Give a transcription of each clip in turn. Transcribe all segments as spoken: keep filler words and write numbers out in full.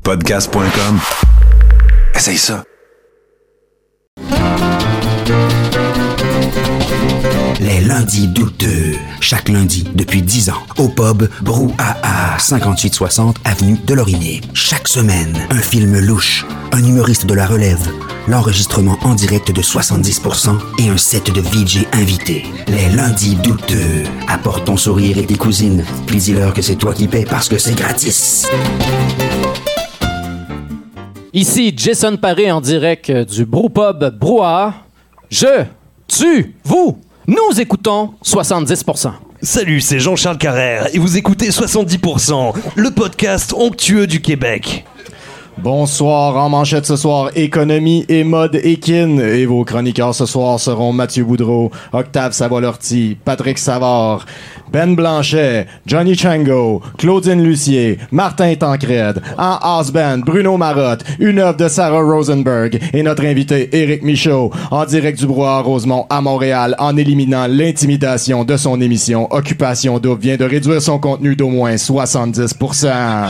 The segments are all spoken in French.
podcast point com. Essaye ça. Les lundis douteux. Chaque lundi, depuis dix ans, au pub Brouhaha, cinquante-huit soixante avenue de Lorimier. Chaque semaine, un film louche, un humoriste de la relève, l'enregistrement en direct de soixante-dix pour cent et un set de V J invités. Les lundis douteux. Apporte ton sourire et tes cousines, puis dis-leur que c'est toi qui paies parce que c'est gratis. Ici Jason Paré en direct du Brewpub Brouhaha. Je, tu, vous, nous écoutons soixante-dix pour cent. Salut, c'est Jean-Charles Carrère et vous écoutez soixante-dix pour cent, le podcast onctueux du Québec. Bonsoir, en manchette ce soir, économie et mode équine. Et vos chroniqueurs ce soir seront Mathieu Boudreau, Octave Savoie-Lortie, Patrick Savard, Ben Blanchet, Johnny Chango, Claudine Lucier, Martin Tancred, en house band, Bruno Marotte, une œuvre de Sarah Rosenberg et notre invité Éric Michaud, en direct du Brouhaha Rosemont à Montréal, en éliminant l'intimidation de son émission Occupation Double, vient de réduire son contenu d'au moins soixante-dix pour cent.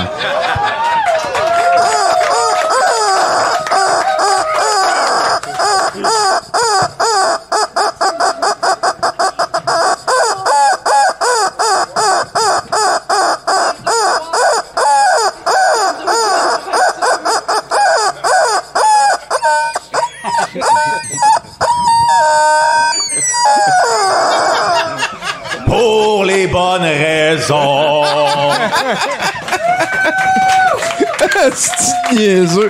Pour les bonnes raisons. C'est niaiseux.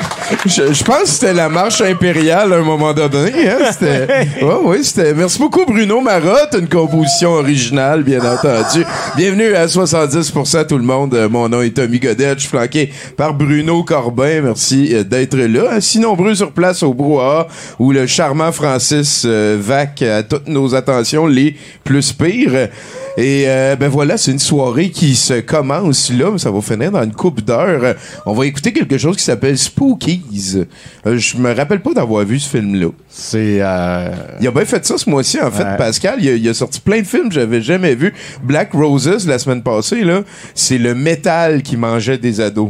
Je, je pense que c'était la marche impériale à un moment donné. Hein? C'était... Ouais, ouais, c'était... Merci beaucoup, Bruno Marotte. Une composition originale, bien entendu. Bienvenue à soixante-dix pour cent tout le monde. Mon nom est Tommy Godet. Je suis flanqué par Bruno Corbin. Merci d'être là. Si nombreux sur place au Brouhaha, où le charmant Francis euh, vaque à toutes nos attentions les plus pires. Et euh, ben voilà, c'est une soirée qui se commence là, mais ça va finir dans une couple d'heures. On va écouter quelque chose qui s'appelle Spookies. Euh, je me rappelle pas d'avoir vu ce film-là. C'est... Euh... Il a bien fait ça ce mois-ci, en fait, ouais. Pascal. Il a, il a sorti plein de films que j'avais jamais vus. Black Roses, la semaine passée, là, c'est le métal qui mangeait des ados.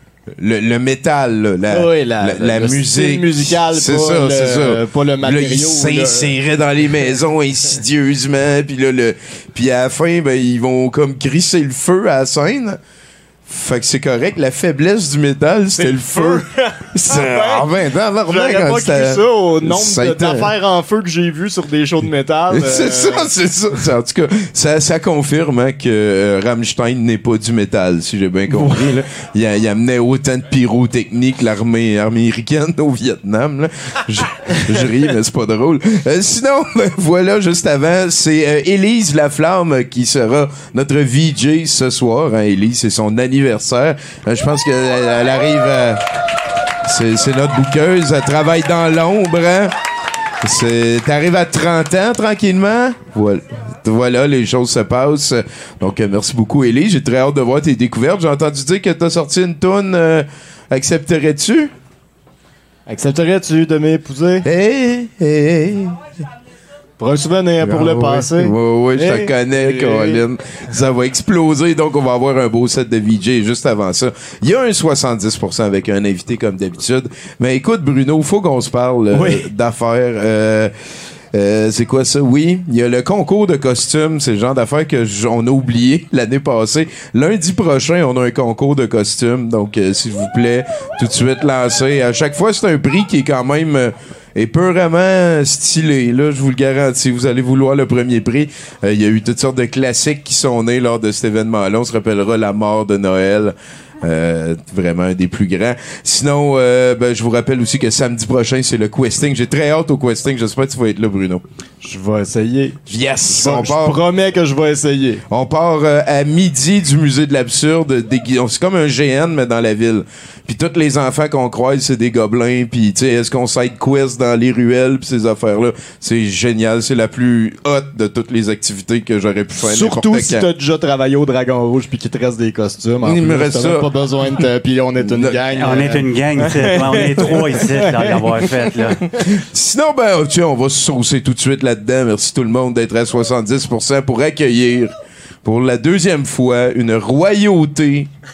Le, le métal, là, la, oui, la, la, la le musique. musical, c'est pas, ça, le, c'est ça. Pas le matériau. Là, ils s'inséraient dans les maisons insidieusement. Puis là, le, puis à la fin, ben, ils vont comme crisser le feu à la scène. Fait que c'est correct. La faiblesse du métal, c'était c'est le feu. C'est ah ben, en vingt ans, j'aurais pas cru ça au nombre ça de, d'affaires en feu que j'ai vues sur des shows de métal. Euh... C'est ça, c'est ça. En tout cas, ça, ça confirme hein, que euh, Rammstein n'est pas du métal, si j'ai bien compris. Là. Il, a, il amenait autant de pyrotechnique l'armée américaine au Vietnam. Là. Je, je ris, mais c'est pas drôle. Euh, sinon, ben, voilà, juste avant, c'est euh, Élise Laflamme qui sera notre V J ce soir. Hein. Élise, c'est son anniversaire. anniversaire. Euh, je pense qu'elle elle arrive à... C'est, c'est notre bouqueuse. Elle travaille dans l'ombre. Hein? C'est, t'arrives à trente ans, tranquillement. Voilà. Voilà, les choses se passent. Donc, euh, merci beaucoup, Élie. J'ai très hâte de voir tes découvertes. J'ai entendu dire que t'as sorti une toune. Euh, accepterais-tu? Accepterais-tu de m'épouser? Hey, hey. Pour un souvenir, pour ah, le passé. Oui, oui, oui, je hey, te connais, hey, Colin. Ça va exploser, donc on va avoir un beau set de V J juste avant ça. Il y a un soixante-dix pour cent avec un invité comme d'habitude. Mais écoute, Bruno, il faut qu'on se parle euh, oui. d'affaires. Euh, Euh, c'est quoi ça? Oui, il y a le concours de costumes. C'est le genre d'affaires que j- on a oublié l'année passée. Lundi prochain, on a un concours de costumes. Donc, euh, s'il vous plaît, tout de suite lancé. À chaque fois, c'est un prix qui est quand même... Euh, épeurement stylé, là, je vous le garantis. Vous allez vouloir le premier prix. Il euh, y a eu toutes sortes de classiques qui sont nés lors de cet événement-là. On se rappellera La mort de Noël. Euh, vraiment un des plus grands. Sinon, euh, ben, je vous rappelle aussi que samedi prochain, c'est le questing. J'ai très hâte au questing. J'espère que tu vas être là, Bruno. Je vais essayer. Yes! Je, on je part, promets que je vais essayer. On part euh, à midi du musée de l'absurde. Dégui- c'est comme un G N, mais dans la ville. Puis tous les enfants qu'on croise, c'est des gobelins. Puis, tu sais, est-ce qu'on side quest dans les ruelles puis ces affaires-là? C'est génial. C'est la plus haute de toutes les activités que j'aurais pu faire. Surtout si t'as déjà travaillé au Dragon Rouge puis qu'il te reste des costumes. En Il plus, me reste ça. Pas besoin de te... Puis on est une Le... gang. On euh... est une gang, tu sais. On est trois ici, d'avoir fait, là. Sinon, ben, tiens, on va se saucer tout de suite là-dedans. Merci tout le monde d'être à soixante-dix pour cent pour accueillir, pour la deuxième fois, une royauté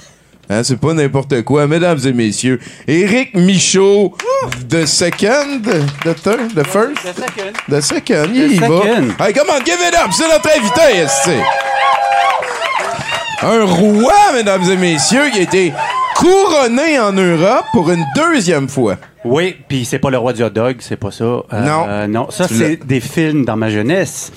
Hein, c'est pas n'importe quoi. Mesdames et messieurs, Éric Michaud, The Second, The Third, The First? The Second. The Second, il y va. Second. Hey, come on, give it up, c'est notre invité, est-ce que un roi, mesdames et messieurs, qui a été couronné en Europe pour une deuxième fois. Oui, puis c'est pas le roi du hot dog, c'est pas ça. Euh, Non. euh, non, ça, Tu c'est l'as- des films dans ma jeunesse.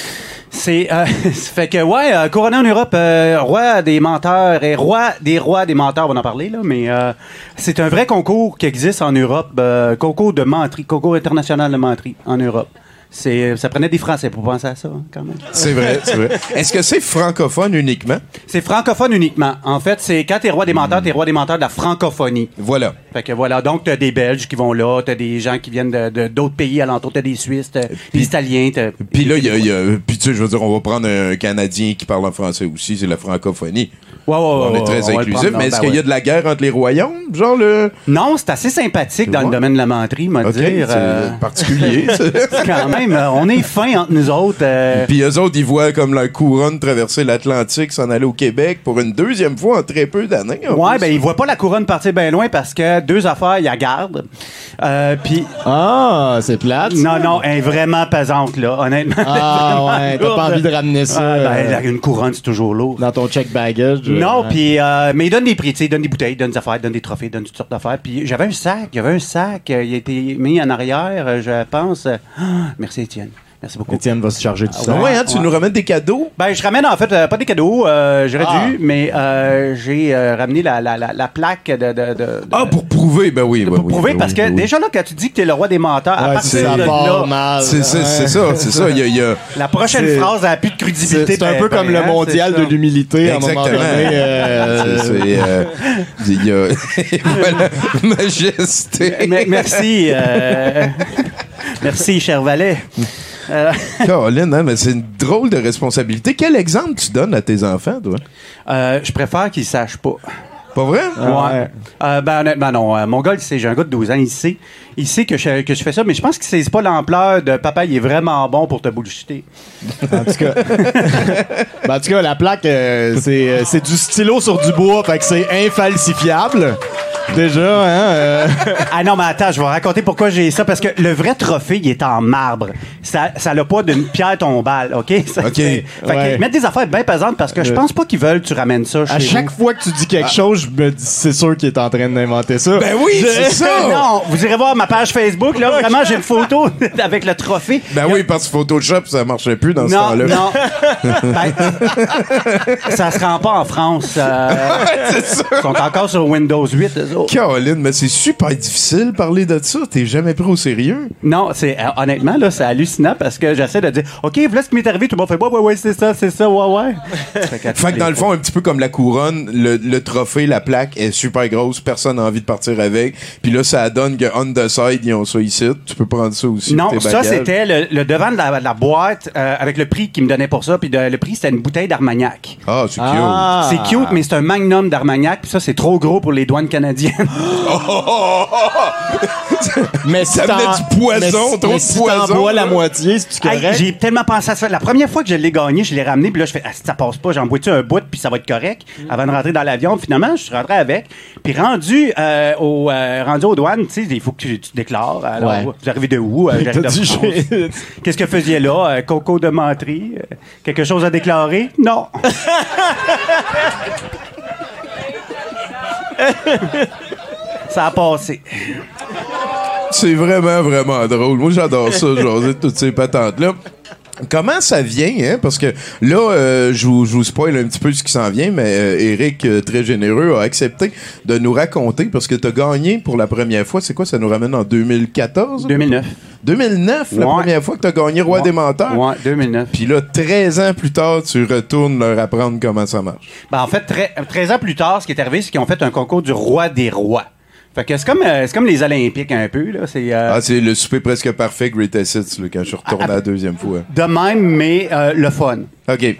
C'est euh, ça fait que ouais, euh, couronné en Europe, euh, roi des menteurs et roi des rois des menteurs, on va en parler là, mais euh, c'est un vrai concours qui existe en Europe, euh, concours de menterie, concours international de menterie en Europe. C'est, ça prenait des Français pour penser à ça, hein, quand même. C'est vrai, c'est vrai. Est-ce que c'est francophone uniquement? C'est francophone uniquement. En fait, c'est quand t'es roi des menteurs, t'es roi des menteurs de la francophonie. Voilà. Fait que voilà, donc t'as des Belges qui vont là, t'as des gens qui viennent de, de- d'autres pays alentours, t'as des Suisses, t'as des Italiens, t'as... Puis là, il y a, il y a- puis tu sais, je veux dire, on va prendre un Canadien qui parle en français aussi, c'est la francophonie. Ouais, ouais, ouais, On est ouais, très on va le inclusif, prendre, mais non, est-ce ben qu'il y a ouais. de la guerre entre les royaumes? Genre le... Non, c'est assez sympathique dans Ouais. le domaine de la menterie, m'a OK, dire. c'est euh, particulier, ça. quand même, euh, on est fin entre nous autres. euh, Puis eux autres, ils voient comme la couronne traverser l'Atlantique, s'en aller au Québec pour une deuxième fois en très peu d'années. en Ouais, plus. ben ils voient pas la couronne partir bien loin parce que deux affaires, ils la gardent. Euh, Puis Ah, c'est plate. ça. non, non, elle est vraiment pesante là, honnêtement. Ah ouais, t'as pas envie de ramener ça Ah, ben, euh, la- une couronne, c'est toujours lourd. dans ton check baggage. Non, euh, puis euh, mais il donne des prix, tu sais, il donne des bouteilles, il donne des affaires, il donne des trophées, il donne toutes sortes d'affaires. Puis j'avais un sac, il y avait un sac, euh, il a été mis en arrière, euh, je pense. euh, ah, merci Étienne, merci beaucoup. Étienne va se charger du Ah, sang. Ah ouais, hein, tu Ouais. nous ramènes des cadeaux? Ben, je ramène en fait euh, pas des cadeaux, euh, j'aurais Ah. dû, mais euh, j'ai euh, ramené la, la, la, la plaque de, de, de- de- Ah, pour prouver, ben oui. ben pour oui, prouver, ben parce oui, que ben oui. déjà là, quand tu dis que t'es le roi des menteurs, à Ouais, partir c'est ça de part là, mal. C'est c'est- Ouais. c'est ça, c'est ça. Il y a, il y a- la prochaine C'est- phrase a plus de C'est crédibilité. c'est un ben, peu ben, comme le hein, mondial c'est de ça. l'humilité à un moment Exactement. donné. euh, C'est- c'est, euh, il y a... voilà, majesté. Me- Merci. euh, Merci, cher Valet. Euh, Caroline, hein, mais c'est une drôle de responsabilité. Quel exemple tu donnes à tes enfants, toi? euh, je préfère qu'ils sachent pas. Pas vrai? Ouais. Euh, ben honnêtement, non. Euh, mon gars, il sait, j'ai un gars de douze ans, il sait. Il sait que je, que je fais ça, mais je pense qu'il sait pas l'ampleur de papa, il est vraiment bon pour te bullshiter. En tout cas, Ben, en tout cas, la plaque, euh, c'est euh, c'est du stylo sur du bois, fait que c'est infalsifiable. Déjà, hein. euh, Ah non, mais attends, je vais raconter pourquoi j'ai ça, parce que le vrai trophée, il est en marbre. Ça ça l'a pas d'une pierre tombale, OK? Ça, OK. c'est- Fait Ouais. que mettre des affaires bien pesantes, parce que je pense pas qu'ils veulent que tu ramènes ça chez à chaque vous. fois que tu dis quelque chose, je me dis, c'est sûr qu'il est en train d'inventer ça. Ben oui, c'est ça! Non, vous irez voir ma page Facebook, là, vraiment, j'ai une photo avec le trophée. Ben oui, parce que Photoshop, ça marchait plus dans ce Non, temps-là. non. Ben, ça se rend pas en France. euh, Ils sont encore sur Windows huit, eux autres. Caroline, mais c'est super difficile de parler de ça. T'es jamais pris au sérieux. Non, c'est euh, honnêtement, là, c'est hallucinant parce que j'essaie de dire OK, voilà ce qui m'est arrivé, tout le monde fait ouais, ouais, ouais, c'est ça, c'est ça, ouais, ouais. Fait que, Fait que dans le fond, un petit peu comme la couronne, le, le trophée, la plaque est super grosse, personne n'a envie de partir avec. Puis là, ça donne que on the side, ils ont ça ici. Tu peux prendre ça aussi. Non, pour tes ça, bagages. c'était le, le devant de la, de la boîte euh, avec le prix qu'ils me donnaient pour ça. Puis de- le prix, c'était une bouteille d'Armagnac. Ah, c'est cute. Ah. C'est cute, mais c'est un magnum d'Armagnac. Puis ça, c'est trop gros pour les douanes canadiennes. Mais si Ça t'en- venait du poison, mais si- trop mais de si poison, t'en bois là. la moitié, c'est tu Hey, correct? j'ai tellement pensé à ça. La première fois que je l'ai gagné, je l'ai ramené, puis là, je fais, ah, si ça passe pas, j'en bois-tu un bout, puis ça va être correct, avant de rentrer dans l'avion. Finalement, je suis rentré avec. Puis rendu, euh, au, euh, rendu aux douanes, tu sais, il faut que tu, tu déclares. Alors, Ouais. vous arrivez de où? Euh, j'arrive T'as de dit, France. j'ai- Qu'est-ce que vous faisiez là? Euh, coco de menterie? Euh, quelque chose à déclarer? Non. Ça a passé. C'est vraiment, vraiment drôle. Moi, j'adore ça, jaser de toutes ces patentes-là. Comment ça vient, hein? Parce que là, euh, je vous, je vous spoil un petit peu ce qui s'en vient, mais euh, Éric, euh, très généreux, a accepté de nous raconter parce que tu as gagné pour la première fois. C'est quoi? Ça nous ramène en deux mille quatorze? deux mille neuf. deux mille neuf, la Ouais. première fois que tu as gagné Roi Ouais. des menteurs. Ouais, deux mille neuf. Puis là, treize ans plus tard, tu retournes leur apprendre comment ça marche. Ben, en fait, tre- treize ans plus tard, ce qui est arrivé, c'est qu'ils ont fait un concours du roi des rois. Fait que c'est comme, euh, c'est comme les Olympiques un peu, là. C'est euh, Ah, c'est le souper presque parfait Greatest Hits, là, quand je suis retourné Ah, ah. la deuxième fois. de même, mais euh, le fun. OK.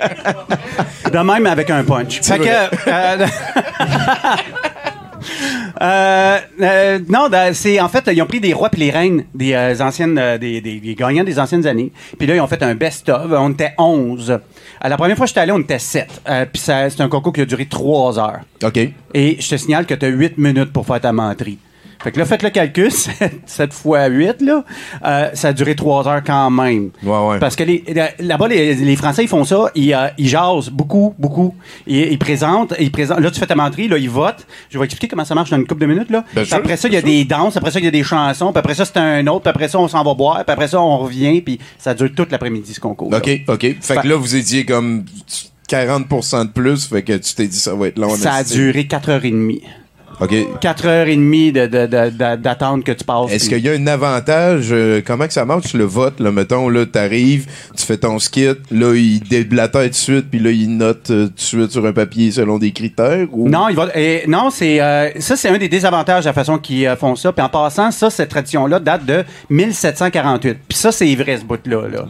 De même avec un punch. Fait vrai. que. euh, Euh, euh, non, da- c'est en fait, ils ont pris des rois puis les reines des euh, anciennes, euh, des, des, des gagnants des anciennes années. Puis là, ils ont fait un best-of. On était onze. Euh, la première fois que j'étais allé, on était sept. Euh, puis ça- c'est un concours qui a duré trois heures. OK. Et je te signale que tu as huit minutes pour faire ta menterie. Fait que là, faites le calcul, sept fois huit, là, euh, ça a duré trois heures quand même. Ouais, ouais. Parce que les, là-bas, les, les Français, ils font ça, ils, euh, ils jasent beaucoup, beaucoup. Ils, ils présentent, ils présentent. Là, tu fais ta menterie, là, ils votent. Je vais expliquer comment ça marche dans une couple de minutes, là. Bien sûr, après ça, il y a bien des danses, après ça, il y a des chansons, puis après ça, c'est un autre, puis après ça, on s'en va boire, puis après ça, on revient, puis ça dure toute l'après-midi, ce concours. OK, OK. Fait que là, vous étiez comme quarante pour cent de plus, fait que tu t'es dit ça va être long. Ça a esti. duré quatre heures trente. OK. quatre heures trente de, de, de, de- d'attente que tu passes. Est-ce puis- qu'il y a un avantage? euh, comment que ça marche, le vote? Là, mettons, là, t'arrives, tu fais ton skit, là, il déblatère tout de suite, puis là, il note euh, tout de suite sur un papier selon des critères? Ou... Non, il va, eh, non, c'est euh, ça, c'est un des désavantages de la façon qu'ils euh, font ça. Puis en passant, ça, cette tradition-là date de mille sept cent quarante-huit. Puis ça, c'est vrai, ce bout-là. Là.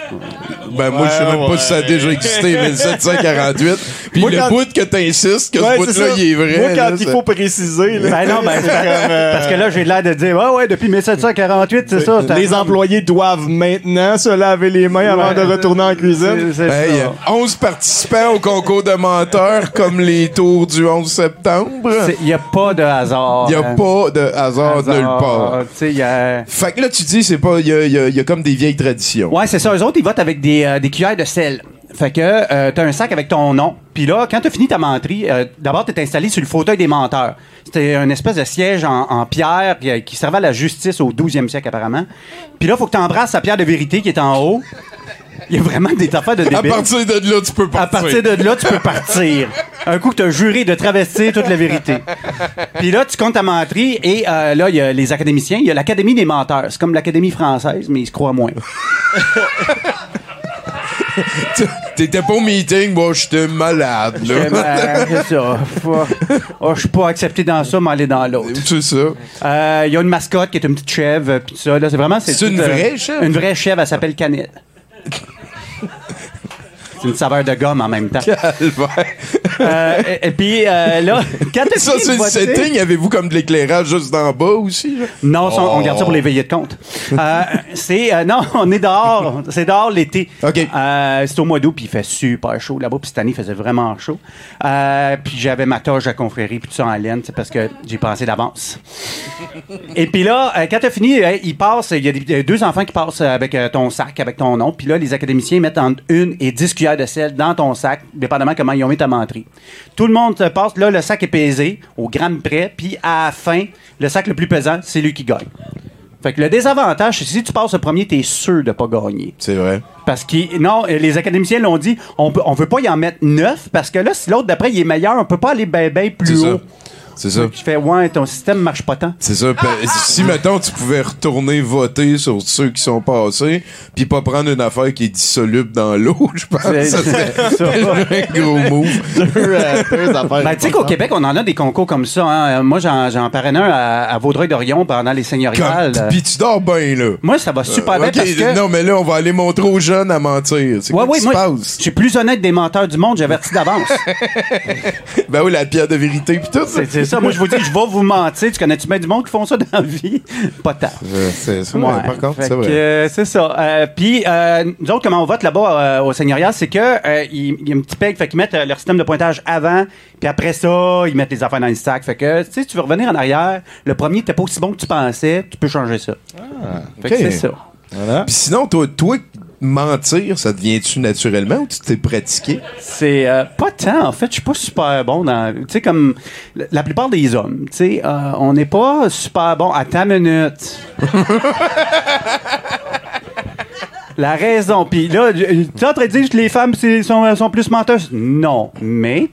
Ben, moi, je sais même pas si ça a déjà existé, mille sept cent quarante-huit. Puis Moi, le quand- bout que t'insistes que Ouais, ce bout-là, c'est ça. il est vrai. Moi, quand là, il ça- faut préciser, là, Ben non, ben, c'est pas- parce que là, j'ai l'air de dire, ouais, ouais, depuis mille sept cent quarante-huit, c'est ça. c'est les un- employés doivent maintenant se laver les mains avant Ouais. de retourner en cuisine. C'est- c'est Hey, ça. onze participants au concours de menteurs comme les tours du onze septembre. Il n'y a pas de hasard. Il n'y a hein. pas de hasard, Hasard, nulle part. tu sais, il y a... Fait que là, tu dis, c'est pas, il y a, il y a- il y a comme des vieilles traditions. Ouais, c'est ça. Eux autres, ils votent avec des, euh, des cuillères de sel. Fait que euh, t'as un sac avec ton nom. Puis là, quand t'as fini ta menterie, euh, d'abord, t'es installé sur le fauteuil des menteurs. C'était un espèce de siège en, en pierre puis, euh, qui servait à la justice au douzième siècle, apparemment. Puis là, faut que t'embrasses la pierre de vérité qui est en haut. Il y a vraiment des affaires de À débile. partir de là, tu peux À partir. partir de là, tu peux partir. Un coup que tu as juré de travestir toute la vérité. Puis là, tu comptes ta menterie et euh, là, il y a les académiciens. Il y a l'Académie des menteurs. C'est comme l'Académie française, mais ils se croient moins. T'étais pas au meeting, moi, j'étais malade, là. Euh, c'est ça. Faut- Oh, je suis pas accepté dans ça, mais aller dans l'autre. C'est ça. Euh, Il y a une mascotte qui est une petite chèvre, euh, puis tout ça. Là, c'est vraiment... C'est tout, une euh, vraie chèvre? Une vraie chèvre, elle s'appelle Cannelle. C'est une saveur de gomme en même temps. Euh, et, et puis euh, là, quand t'as Ça, fini de c'est le voter- setting. Avez-vous comme de l'éclairage juste d'en bas aussi? genre? Non, ça, on garde ça pour les veillées de compte. Euh, c'est euh, non, on est dehors. C'est dehors l'été. OK. Euh, c'est au mois d'août, puis il fait super chaud là-bas. Puis cette année, il faisait vraiment chaud. Euh, puis j'avais ma toge à confrérie, puis tout ça en laine, c'est parce que j'ai pensé d'avance. Et puis là, euh, quand t'as fini, euh, il passe. Il y a des- il y a deux enfants qui passent avec euh, ton sac, avec ton nom. Puis là, les académiciens mettent entre une et dix cuillères de sel dans ton sac, dépendamment comment ils ont mis ta menterie. Tout le monde se passe. Là, le sac est pesé au gramme près. Puis à la fin, le sac le plus pesant, c'est lui qui gagne. Fait que le désavantage, c'est que si tu passes le premier, t'es sûr de pas gagner. C'est vrai. Parce que, non, les académiciens l'ont dit, on peut, on veut pas y en mettre neuf, parce que là, si l'autre d'après, il est meilleur, on peut pas aller ben, ben plus C'est haut. ça. C'est ça. Tu fais, ouais, ton système marche pas tant. C'est ça. Pe- Si, mettons, tu pouvais retourner voter sur ceux qui sont passés, puis pas prendre une affaire qui est dissoluble dans l'eau, je pense que ça serait un gros move. Ben, tu sais qu'au Québec, on en a des concours comme ça. Hein. Moi, j'en, j'en parrainais un à, à Vaudreuil-Dorion pendant les seigneuriales. Comme- Puis tu dors bien, là. Moi, ça va super bien Ok, parce que... non, mais là, on va aller montrer aux jeunes à mentir. C'est Ouais, quoi ouais, qui se moi, passe? je suis plus honnête des menteurs du monde, j'avertis d'avance. Ben oui, la pierre de vérité, puis tout. c'est, c'est ça. Moi, je vous dis, je vais vous mentir. Tu connais-tu bien du monde qui font ça dans la vie? Pas tant. Euh, C'est ça, Ouais. ouais, par contre, Fait c'est vrai. que, euh, c'est ça. Euh, Puis, euh, nous autres, comment on vote là-bas euh, au seigneurial, c'est que euh, il il y a un petit peg, fait qu'ils mettent euh, leur système de pointage avant, puis après ça, ils mettent les affaires dans le sac. Fait que, tu sais, tu veux revenir en arrière, le premier n'était pas aussi bon que tu pensais, tu peux changer ça. Fait que ok. c'est ça. Puis sinon, toi, toi, mentir, ça devient-tu naturellement ou tu t'es pratiqué? C'est euh, pas tant, en fait. Je suis pas super bon dans... Tu sais, comme la, la plupart des hommes, tu sais, euh, on n'est pas super bon à ta minute. La raison. Puis là, tu es en train de dire que les femmes c'est- sont, sont plus menteuses? Non, mais...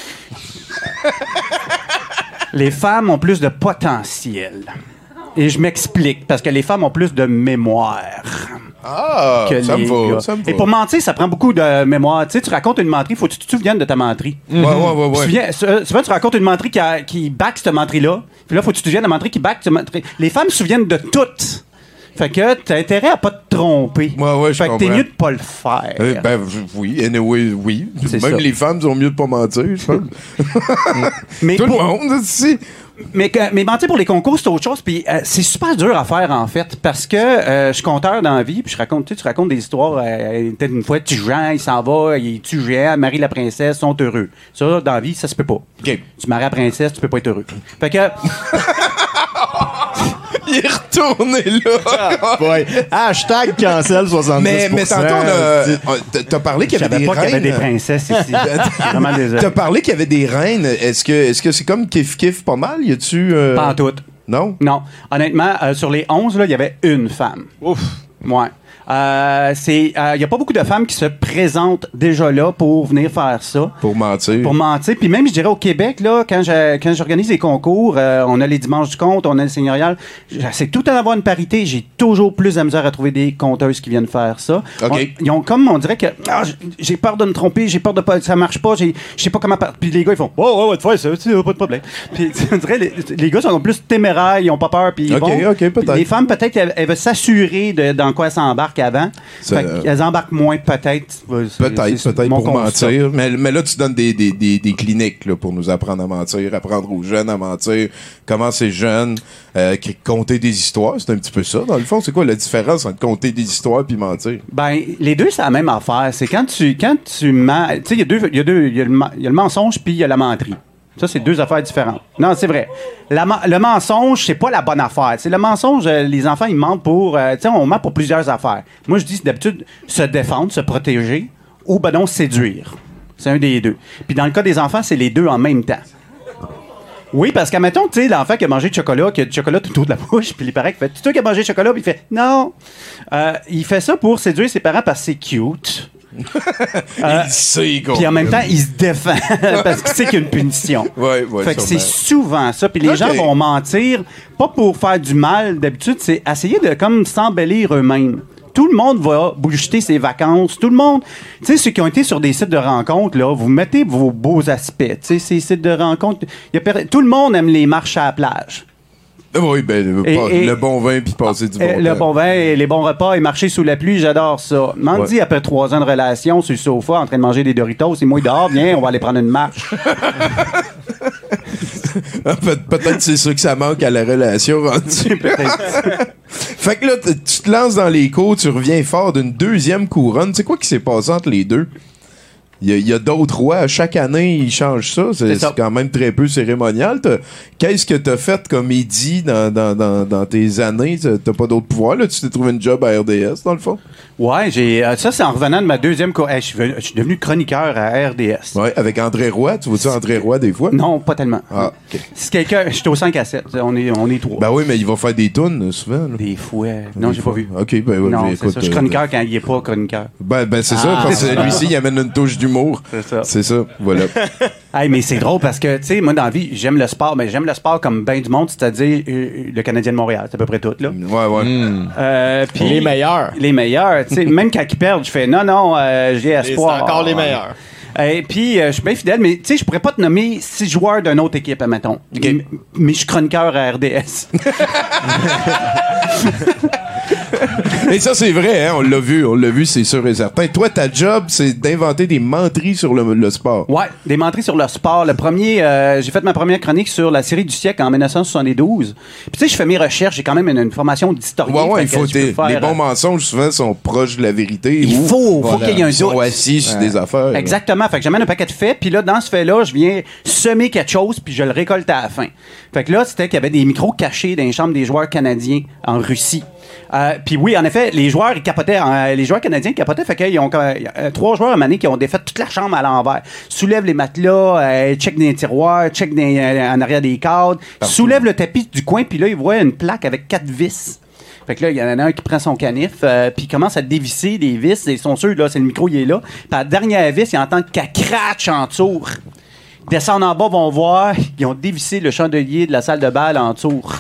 les femmes ont plus de potentiel. Et je m'explique, parce que les femmes ont plus de mémoire. Ah, Que ça me les va, gars. ça me va. Et pour mentir, ça prend beaucoup de mémoire. Tu sais, tu racontes une menterie, faut que tu te souviennes de ta menterie. Ouais, ouais, ouais, ouais. Souviens- sou- souvent, tu racontes une menterie qui, a- qui back cette menterie-là. Puis là, faut que tu te souviennes de la menterie qui back cette menterie. Les femmes se souviennent de toutes. Fait que t'as intérêt à pas te tromper. Ouais, ouais, je Fait que t'es comprends. mieux de pas le faire. Euh, ben v- oui, anyway, oui. C'est Même ça. les femmes ont mieux de pas mentir, je pense. Mais Tout pour- le monde ici. mais, que- mais mentir pour les concours, c'est autre chose. Puis euh, c'est super dur à faire, en fait, parce que euh, je suis conteur dans la vie, puis je raconte, tu sais, tu racontes des histoires. Euh, peut-être une fois, tu Jean, il s'en va, il tue Jean, Marie la princesse, sont heureux. Ça, dans la vie, ça se peut pas. OK. Tu maries la princesse, tu peux pas être heureux. Fait que... Il est retourné là. Boy. Hashtag cancel soixante-dix pour cent. mais, mais tantôt, on a- on- t'as parlé qu'il y Je avait savais des pas qu'il y avait des reines. princesses ici. Vraiment désolé. T'as parlé qu'il y avait des reines. Est-ce que est-ce que c'est comme kiff-kiff pas mal? Y a-tu... euh, Pas en tout. Non? Non. Honnêtement, euh, sur les onze, là, il y avait une femme. Ouf. Ouais. Euh, c'est, il n'y a pas beaucoup de femmes qui se présentent déjà là pour venir faire ça. Pour mentir. Pour mentir. Puis même, je dirais, au Québec, là, quand, je, quand j'organise les concours, euh, on a les dimanches du conte, on a le seigneurial. J'essaie tout le temps d'avoir une parité. J'ai toujours plus de misère à trouver des conteuses qui viennent faire ça. OK. On- ils ont comme, on dirait que ah, j- j'ai peur de me tromper, j'ai peur de pas, ça marche pas, j'ai, je sais pas comment. par- Puis les gars, ils font, oh, ouais, ouais, tu fais ça, tu sais, pas de problème. Puis on dirait, les, les gars sont plus téméraires, ils ont pas peur, puis ils OK, vont. OK, peut-être. Les femmes, peut-être, elles, elles veulent s'assurer de dans quoi elles s'embarquent avant. Ça- Fait qu'elles embarquent moins, peut-être. Ouais, c'est- Peut-être, c'est peut-être mon pour constat. mentir. Mais, mais là, tu donnes des, des, des, des cliniques là, pour nous apprendre à mentir, apprendre aux jeunes à mentir, comment ces jeunes euh, qui- compter des histoires. C'est un petit peu ça, dans le fond. C'est quoi la différence entre compter des histoires puis mentir? Ben, les deux, c'est la même affaire. C'est quand tu, quand tu mens. Tu sais, il y a deux. Il y a deux. Il y a le, men- il y a le mensonge puis il y a la menterie. Ça, c'est deux affaires différentes. Non, c'est vrai. La men- le mensonge, c'est pas la bonne affaire. C'est le mensonge, euh, les enfants, ils mentent pour. euh, tu sais, on ment pour plusieurs affaires. Moi, je dis, c'est d'habitude, se défendre, se protéger ou, ben non, séduire. C'est un des deux. Puis dans le cas des enfants, c'est les deux en même temps. Oui, parce qu'à mettons, tu sais, l'enfant qui a mangé du chocolat, qui a du chocolat tout autour de la bouche, puis les parents qui fait, tu sais, qui a mangé du chocolat, puis il fait, non. Euh, il fait ça pour séduire ses parents parce que c'est cute. Euh, Il sait qu'on... Puis en même temps, il se défend parce qu'il sait qu'il y a une punition. Ouais, ouais, fait que sûrement. c'est souvent ça. Puis les Ok. gens vont mentir, pas pour faire du mal d'habitude, c'est essayer de comme s'embellir eux-mêmes. Tout le monde va bougeter ses vacances. Tout le monde, tu sais, ceux qui ont été sur des sites de rencontres, là, vous mettez vos beaux aspects. Tu sais, ces sites de rencontres, y a per- tout le monde aime les marches à la plage. Oui, ben, Et- pas- et- le bon vin puis passer du bon Euh, temps. le bon vin, et les bons repas et marcher sous la pluie, j'adore ça. Mandy, Ouais. après trois ans de relation, sur le sofa, en train de manger des Doritos, et moi, dehors, viens, on va aller prendre une marche. Pe- Peut-être c'est ça que ça manque à la relation rendue. Fait que là, t- tu te lances dans les cours, tu reviens fort d'une deuxième couronne. C'est quoi qui s'est passé entre les deux? Il y a, il y a d'autres rois. Chaque année, ils changent ça. C'est, C'est ça. c'est quand même très peu cérémonial. T'as- Qu'est-ce que t'as fait comme Eddie dans, dans, dans, dans tes années? T'as t'as pas d'autres pouvoirs. Là, tu t'es trouvé une job à R D S, dans le fond? Ouais, j'ai euh, ça, c'est en revenant de ma deuxième... Co- Hey, je suis venu- je suis devenu chroniqueur à R D S. Ouais, avec André Roy. Tu vois-tu André Roy des fois? Non, pas tellement. Ah, ok. C'est quelqu'un... Je suis au cinq à sept. On est, on est trois. Ben oui, mais il va faire des tunes, euh, souvent. là. Des fouets. Non, Des j'ai fois. pas vu. OK, ben oui, non, mais c'est écoute, ça. Je suis euh, chroniqueur quand il est pas chroniqueur. Ben, ben c'est ça, Ah. parce que lui-ci, il amène une touche d'humour. C'est ça. C'est ça, voilà. Hey, mais c'est drôle parce que, tu sais, moi, dans la vie, j'aime le sport, mais j'aime le sport comme ben du monde, c'est-à-dire euh, le Canadien de Montréal. C'est à peu près tout, là. Ouais, ouais. Euh, puis- Les meilleurs. Les meilleurs. Tu sais, même quand ils perdent, je fais non, non, euh, j'ai espoir. c'est encore les meilleurs. Et puis, euh, je suis bien fidèle, mais tu sais, je pourrais pas te nommer six joueurs d'une autre équipe, admettons. M- Mais je suis chroniqueur à R D S. Et ça, c'est vrai, hein, on l'a vu, on l'a vu, c'est sûr et certain. Toi, ta job, c'est d'inventer des menteries sur le, le sport. Ouais, des menteries sur le sport. Le premier, euh, j'ai fait ma première chronique sur la série du siècle en dix-neuf soixante-douze. Puis tu sais, je fais mes recherches, j'ai quand même une, une formation d'historien. Ouais, ouais, fait il que faut je peux des- faire, les euh, bons mensonges, souvent, sont proches de la vérité. Il ou- faut, faut qu'il y ait un Ils sont doute. assis sur des affaires. là. Exactement. Fait que j'amène un paquet de faits, puis là, dans ce fait-là, je viens semer quelque chose, puis je le récolte à la fin. Fait que là, c'était qu'il y avait des micros cachés dans les chambres des joueurs canadiens en Russie. Euh, puis oui, en effet, les joueurs, ils capotaient. euh, les joueurs canadiens capotaient. Fait qu'ils ont euh, trois joueurs à Mané qui ont défait toute la chambre à l'envers. Soulèvent les matelas, euh, check dans les tiroirs, check dans, euh, en arrière des cadres, soulèvent le tapis du coin, puis là, ils voient une plaque avec quatre vis. Fait que là, il y en a un qui prend son canif, euh, puis il commence à dévisser des vis. Ils sont sûrs, là, c'est le micro, il est là. Puis à la dernière vis, il entend qu'elle crache en tour. Ils descendent en bas, vont voir, ils ont dévissé le chandelier de la salle de bal en tour.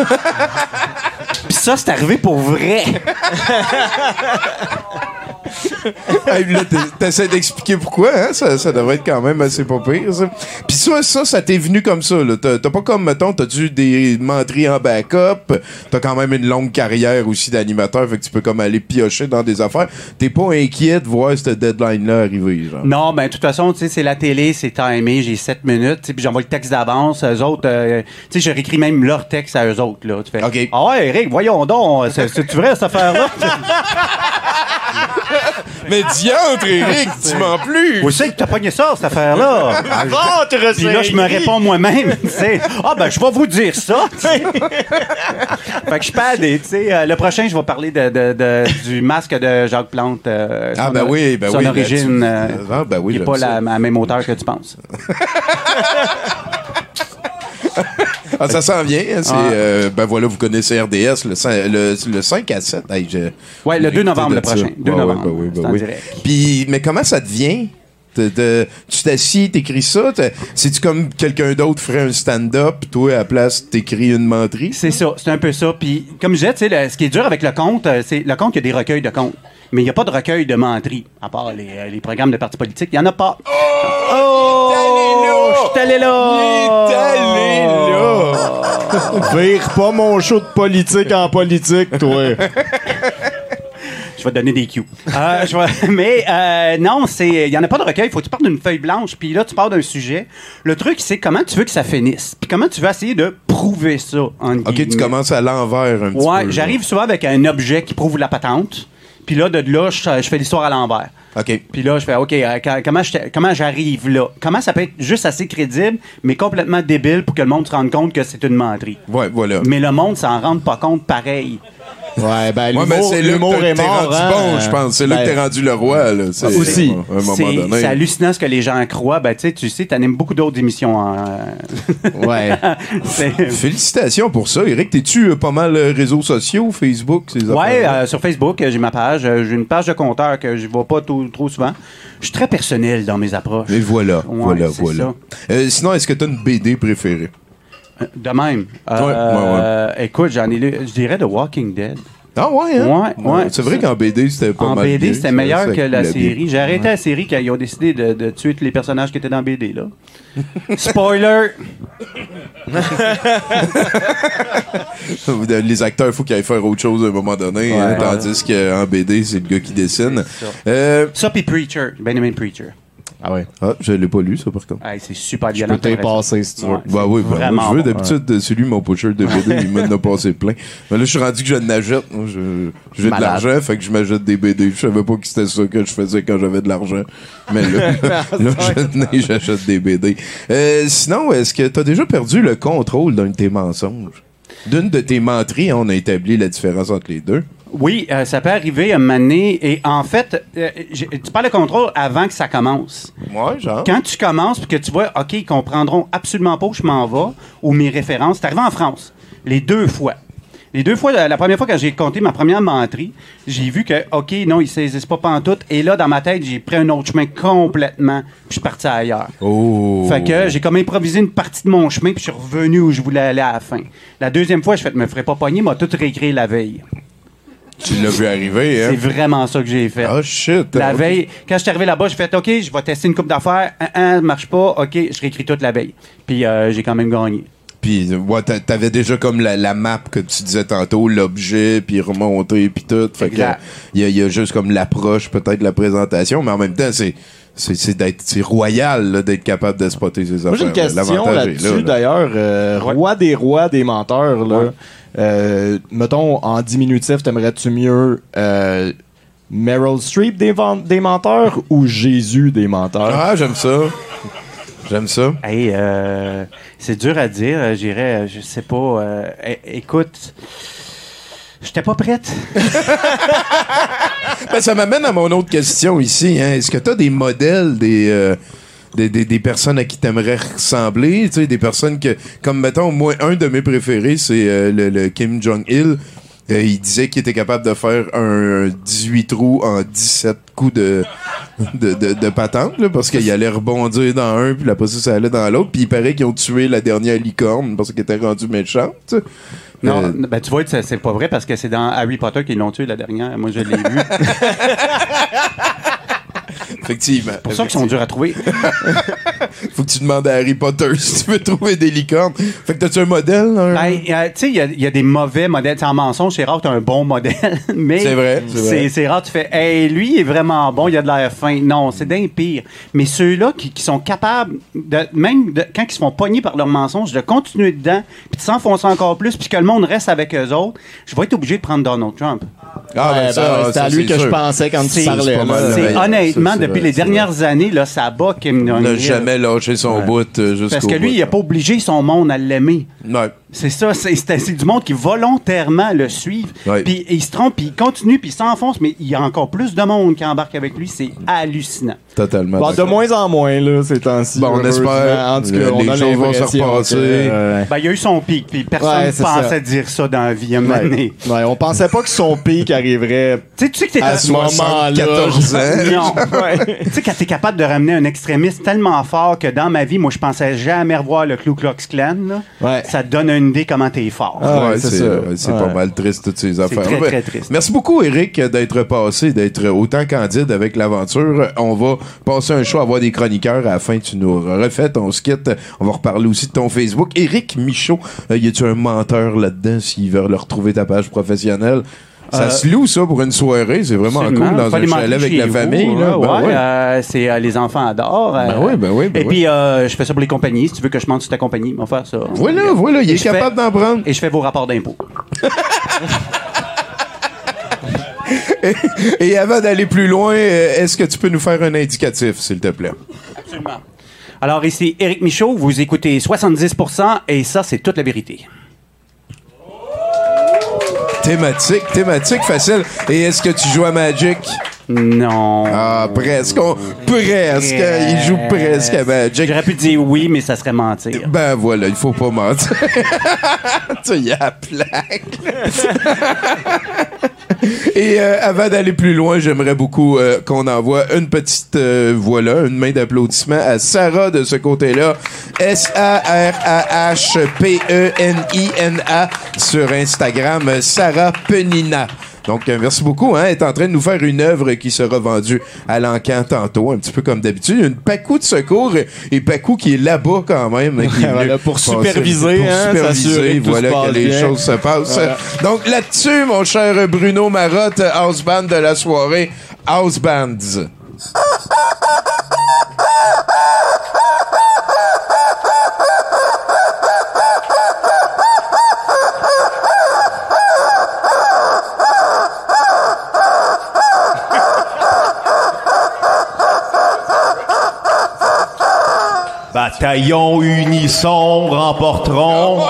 Puis ça, c'est arrivé pour vrai. Hey, là, t'essaies d'expliquer pourquoi, hein? Ça, ça devrait être quand même assez pas pire, ça. Puis ça, ça, ça t'est venu comme ça, là. T'as, t'as pas comme, mettons, t'as dû des menteries en backup. T'as quand même une longue carrière aussi d'animateur, fait que tu peux comme aller piocher dans des affaires. T'es pas inquiet de voir cette deadline-là arriver, genre? Non, ben, de toute façon, tu sais, c'est la télé, c'est timé, j'ai sept minutes, puis j'envoie le texte d'avance. Eux autres, euh, tu sais, je réécris même leur texte à eux autres, là. Tu fais, OK. Ah ouais, Eric, voyons donc, c'est, c'est-tu vrai, cette affaire-là? Mais diantre, Eric, tu m'en plus! Où c'est que t'as pogné ça, cette affaire-là? Puis là, je me réponds moi-même, tu sais. Ah, ben, je vais vous dire ça, tu sais. Fait que je pade, tu sais. Euh, le prochain, je vais parler de, de, de, du masque de Jacques Plante. Euh, Ah, son, ben oui, ben son oui. origine, ben, tu... euh, ah, ben oui, qui n'est pas la, la même hauteur que tu penses. Ah, ça s'en vient. Hein, c'est, Ah. euh, ben voilà, vous connaissez R D S, le, cin- le, le cinq à sept. Hey, je, Ouais, le deux novembre, de le prochain. ça. deux Ouais, novembre. ouais, ben oui, ben c'est en oui. direct. Puis, mais comment ça devient? De, de- tu t'assis, t'écris ça? T'as- C'est-tu comme quelqu'un d'autre ferait un stand-up, toi, à la place, t'écris une menterie? C'est ça, c'est un peu ça. Puis, comme je disais, tu sais, le- ce qui est dur avec le conte, euh, c'est le conte, il y a des recueils de contes. Mais il n'y a pas de recueil de menterie, à part les, euh, les programmes de partis politiques. Il n'y en a pas. Oh! Je suis allé là! Il est allé là! Vire pas mon show de politique en politique, toi. Je vais te donner des cues. Euh, je vais- mais euh, non, c'est il y en a pas de recueil. Il faut que tu partes d'une feuille blanche. Puis là, tu pars d'un sujet. Le truc, c'est comment tu veux que ça finisse. Puis comment tu veux essayer de prouver ça. En OK, tu commences à l'envers un petit peu. Ouais, là. j'arrive souvent avec un objet qui prouve la patente. Puis là, de là, je, je fais l'histoire à l'envers. OK. Puis là, je fais, OK, euh, ca- comment, je t'ai- comment j'arrive là? Comment ça peut être juste assez crédible, mais complètement débile pour que le monde se rende compte que c'est une menterie? Ouais, voilà. Mais le monde s'en rend pas compte pareil. Ouais, ben, Ouais, l'humour, mais c'est là l'humour que est t'es mort, rendu hein. bon, je pense. C'est là Ben, que t'es rendu le roi, là. C'est, Aussi. À un moment C'est, donné. c'est hallucinant ce que les gens croient. Ben, tu sais, tu sais, t'animes beaucoup d'autres émissions. En, Ouais. c'est- Félicitations pour ça. Eric, t'es-tu euh, pas mal euh, réseaux sociaux, Facebook, ces Ouais, affaires-là? euh, sur Facebook, euh, j'ai ma page. Euh, J'ai une page de compteur que je vois pas tout- trop souvent. Je suis très personnel dans mes approches. Et voilà, Ouais, voilà, c'est voilà. Euh, sinon, est-ce que t'as une B D préférée? Euh, De même. Euh, Ouais, ouais, euh, écoute, j'en ai lu, je dirais The Walking Dead. Ah ouais, hein? Ouais, ouais. C'est vrai qu'en B D, c'était pas En mal B D, bien, c'était ça, meilleur ça que la coulait bien. série. J'ai arrêté la série quand ils ont décidé de, de tuer tous les personnages qui étaient dans B D, là. Spoiler! Les acteurs, il faut qu'ils aillent faire autre chose à un moment donné, hein, tandis qu'en B D, c'est le gars qui dessine. Euh, Ça, puis Preacher. Benjamin Preacher. Ah ouais. ah, je l'ai pas lu, ça, par contre. Hey, c'est super Je violent. peux t'y passer si tu veux. Ouais. Bah oui, bah, Vraiment moi, je veux bon. d'habitude, euh, celui, mon pusher de B D, il m'en a passé plein. Mais là, je suis rendu que je n'achète. Moi, je- J'ai de Malade. l'argent, fait que je m'achète des B D. Je savais pas que c'était ça que je faisais quand j'avais de l'argent. Mais là, là, je tenais, j'achète des B D. Euh, sinon, est-ce que t'as déjà perdu le contrôle d'un de tes mensonges? D'une de tes menteries, on a établi la différence entre les deux. Oui, euh, ça peut arriver à un moment donné. Et en fait, euh, j'ai- tu parles de contrôle avant que ça commence. Ouais, genre. Quand tu commences puis que tu vois, OK, ils comprendront absolument pas où je m'en vais ou mes références. C'est arrivé en France, les deux fois. Les deux fois, la la première fois quand j'ai compté ma première menterie, j'ai vu que, OK, non, ils saisissent pas pantoute. Et là, dans ma tête, j'ai pris un autre chemin complètement, puis je suis parti ailleurs. Oh. Fait que j'ai comme improvisé une partie de mon chemin, puis je suis revenu où je voulais aller à la fin. La deuxième fois, je fais, me ferais pas pogner, m'a tout réécrit la veille. Tu l'as vu arriver, hein? C'est vraiment ça que j'ai fait. Oh shit. La Ok. veille, quand je suis arrivé là-bas, j'ai fait OK, je vais tester une coupe d'affaires. Un, un, marche pas. OK, je réécris toute la veille. Puis euh, j'ai quand même gagné. Puis, ouais, t'a- t'avais déjà comme la, la map que tu disais tantôt, l'objet, puis remonter, puis tout. Fait que Exact. il y, a- y a juste comme l'approche, peut-être, de la présentation, mais en même temps, c'est c'est c'est d'être c'est royal là, d'être capable de spotter ces affaires. Moi, j'ai une question L'avantage est là-dessus, là, là. d'ailleurs. Euh, Ouais. Roi des rois des menteurs, là. Ouais. Euh, mettons, en diminutif, t'aimerais-tu mieux euh, Meryl Streep des, ven- des menteurs ou Jésus des menteurs? Ah, j'aime ça. J'aime ça. Hey, euh, c'est dur à dire. euh, J'irais, euh, je sais pas. euh, é- écoute, j'étais pas prête. Ben, ça m'amène à mon autre question ici. Hein. Est-ce que tu as des modèles, des, euh, des, des, des personnes à qui t'aimerais ressembler? Tu sais, des personnes que, comme mettons, moi, un de mes préférés, c'est euh, le, le Kim Jong-il. Euh, il disait qu'il était capable de faire un dix-huit trous en dix-sept coups de, de, de, de patente, là, parce qu'il allait rebondir dans un, puis après ça, ça allait dans l'autre. Puis il paraît qu'ils ont tué la dernière licorne parce qu'elle était rendue méchante. Non, Euh, ben, tu vois, c'est c'est pas vrai parce que c'est dans Harry Potter qu'ils l'ont tué la dernière. Moi, je l'ai vu. Effectivement. Pour ça qu'ils sont durs à trouver. Faut que tu demandes à Harry Potter si tu veux trouver des licornes. Fait que t'as-tu un modèle? Un... Ben, euh, tu sais, il y a, y a des mauvais modèles. T'sais, en mensonge, c'est rare que tu as un bon modèle. Mais c'est vrai. C'est, vrai. C'est, c'est rare, tu fais, hey, lui, il est vraiment bon, il a de l'air fin. Non, c'est d'un pire. Mais ceux-là qui, qui sont capables, de, même de, quand ils se font pogner par leur mensonge, de continuer dedans, puis de s'enfoncer encore plus, puis que le monde reste avec eux autres, je vais être obligé de prendre Donald Trump. Ah, ben, ouais, ça, ben, c'est ça, à lui c'est que sûr. je pensais quand C'est- tu parlais. c'est pas mal, là. C'est ouais, honnêtement, ça, c'est depuis vrai, les c'est dernières années, là, ça bat Kim Il n'a Jong-il. jamais lâché son Ouais. bout euh, jusqu'au Parce que lui, bout. il a pas obligé son monde à l'aimer. Ouais. C'est ça, c'est, c'est, c'est du monde qui volontairement le suivent. Ouais. Puis il se trompe, puis il continue, puis il s'enfonce, mais il y a encore plus de monde qui embarque avec lui. C'est hallucinant. Totalement. Bon, de d'accord. moins en moins, là, ces temps-ci. Bon, on heureusement. espère. En tout cas, Le- on les a choses vont se l'impression repasser. que, euh, Ben, il y a eu son pic, puis personne Ouais, ne c'est pensait ça. dire ça dans la vie à un moment ouais. donné. Ouais, on pensait pas que son pic arriverait Tu sais, tu sais que t'es à ce moment-là. quatorze ans. Non. Ouais. Tu sais, quand t'es capable de ramener un extrémiste tellement fort que dans ma vie, moi, je pensais jamais revoir le Ku Klux Klan, là, Ouais. ça te donne une idée comment t'es fort. Ah, Ouais, ouais, c'est c'est, ça. ouais, c'est Ouais. pas mal triste, toutes ces affaires. très, Ben, très triste. Merci beaucoup, Eric, d'être passé, d'être autant candide avec l'aventure. On va passer un show à voir des chroniqueurs à la fin. Tu nous refais ton skit. On va reparler aussi de ton Facebook. Eric Michaud, euh, y a-tu un menteur là-dedans s'il veut leur retrouver ta page professionnelle? Ça Euh, se loue, ça, pour une soirée. C'est vraiment Absolument. cool dans Faut un aller chalet manger avec chez la vous, famille. Là. ouais, Ben ouais, ouais. euh, c'est euh, les enfants adorent. euh, Ben oui, ben oui, ben Et oui. puis, euh, je fais ça pour les compagnies. Si tu veux que je monte sur ta compagnie, on va faire ça. Voilà, voilà, il Et est je capable fais- d'en prendre. Et je fais vos rapports d'impôts. Et avant d'aller plus loin, euh, est-ce que tu peux nous faire un indicatif, s'il te plaît? Absolument. Alors, ici Éric Michaud, vous écoutez soixante-dix pour cent et ça, c'est toute la vérité. Thématique, thématique facile. Et est-ce que tu joues à Magic? Non. Ah, presque. On- presque. Il joue presque à Magic. J'aurais pu dire oui, mais ça serait mentir. Ben voilà, il faut pas mentir. Tu y a la plaque. Et euh, avant d'aller plus loin, j'aimerais beaucoup euh, qu'on envoie une petite euh, voilà, une main d'applaudissement à Sarah de ce côté-là. S A R A H P E N I N A sur Instagram. Sarah Penina. Donc, euh, merci beaucoup. Hein, elle est en train de nous faire une œuvre qui sera vendue à l'encan tantôt, un petit peu comme d'habitude. Une Pacou de secours et Pacou qui est là-bas quand même. Hein, qui est venu Voilà, pour passer- superviser, pour hein, superviser, s'assurer que tout voilà se passe que les bien. choses se passent. Voilà. Donc là-dessus, mon cher Bruno Marotte, house band de la soirée, house bands. Bataillon unisson remporteront.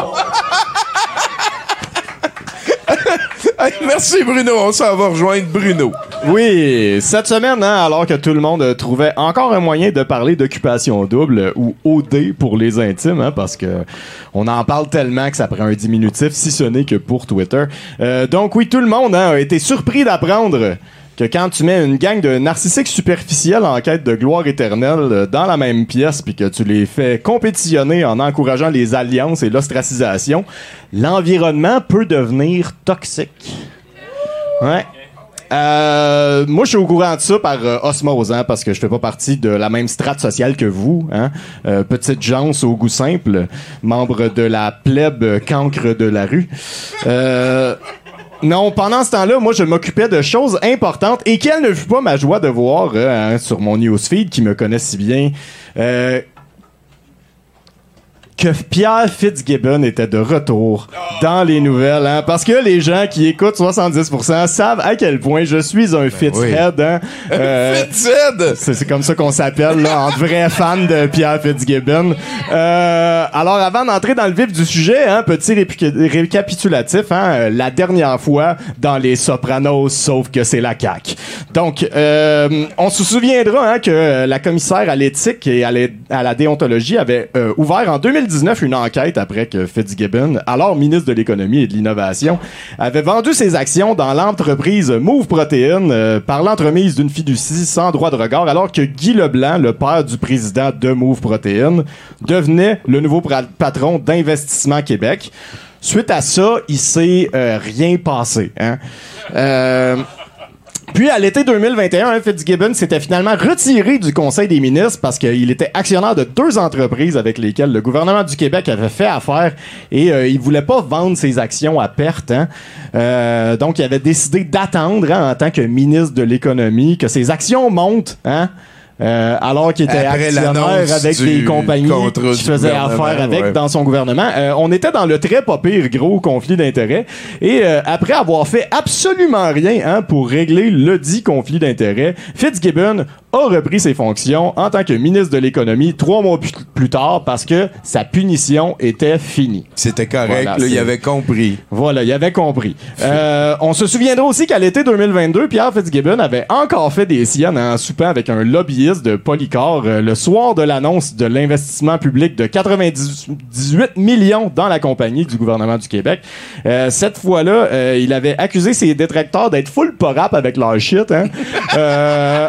Hey, merci Bruno, on s'en va rejoindre Bruno. Oui, cette semaine, hein, alors que tout le monde euh, trouvait encore un moyen de parler d'occupation double, euh, ou O D pour les intimes, hein, parce que on en parle tellement que ça prend un diminutif, si ce n'est que pour Twitter. Euh, donc oui, tout le monde hein, a été surpris d'apprendre que quand tu mets une gang de narcissiques superficiels en quête de gloire éternelle euh, dans la même pièce, puis que tu les fais compétitionner en encourageant les alliances et l'ostracisation, l'environnement peut devenir toxique. Ouais. Euh, moi, je suis au courant de ça par euh, osmose, hein, parce que je fais pas partie de la même strate sociale que vous. Hein. Euh, petite Jance au goût simple, membre de la plèbe cancre de la rue. Euh, non, pendant ce temps-là, moi, je m'occupais de choses importantes et quelle ne fut pas ma joie de voir euh, hein, sur mon newsfeed, qui me connaît si bien, euh, que Pierre Fitzgibbon était de retour dans les nouvelles, hein, parce que les gens qui écoutent soixante-dix pour cent savent à quel point je suis un Fitzhead. Hein, euh, Fitzhead! c'est, c'est comme ça qu'on s'appelle, là, entre vrais fans de Pierre Fitzgibbon. Euh, alors, avant d'entrer dans le vif du sujet, hein, petit répi- récapitulatif, hein, la dernière fois dans Les Sopranos, sauf que c'est la C A Q. Donc, euh, on se souviendra hein, que la commissaire à l'éthique et à, l'é- à la déontologie avait euh, ouvert en deux mille dix-neuf une enquête après que Fitzgibbon, alors ministre de l'économie et de l'innovation, avait vendu ses actions dans l'entreprise Move Protein euh, par l'entremise d'une fiducie sans droit de regard, alors que Guy Leblanc, le père du président de Move Protein, devenait le nouveau pra- patron d'Investissement Québec. Suite à ça, il s'est euh, rien passé. Hein? Euh... Puis, à l'été deux mille vingt et un, hein, Fitzgibbon s'était finalement retiré du Conseil des ministres parce qu'il était actionnaire de deux entreprises avec lesquelles le gouvernement du Québec avait fait affaire et euh, il voulait pas vendre ses actions à perte. Hein. Euh, donc, il avait décidé d'attendre hein, en tant que ministre de l'économie que ses actions montent. Hein. Euh, alors qu'il était Après actionnaire avec des compagnies qui faisaient affaire avec ouais. dans son gouvernement. Euh, on était dans le très pas pire gros conflit d'intérêts. Et euh, après avoir fait absolument rien hein, pour régler le dit conflit d'intérêts, Fitzgibbon a repris ses fonctions en tant que ministre de l'économie trois mois plus, plus tard parce que sa punition était finie. C'était correct, voilà, là, il avait compris. Voilà, il avait compris. Euh, on se souviendra aussi qu'à l'été deux mille vingt-deux, Pierre Fitzgibbon avait encore fait des siennes en soupant avec un lobbyiste de Polycor euh, le soir de l'annonce de l'investissement public de quatre-vingt-dix-huit millions dans la compagnie du gouvernement du Québec. Euh, cette fois-là, euh, il avait accusé ses détracteurs d'être full pas rap avec leur shit. Hein. euh...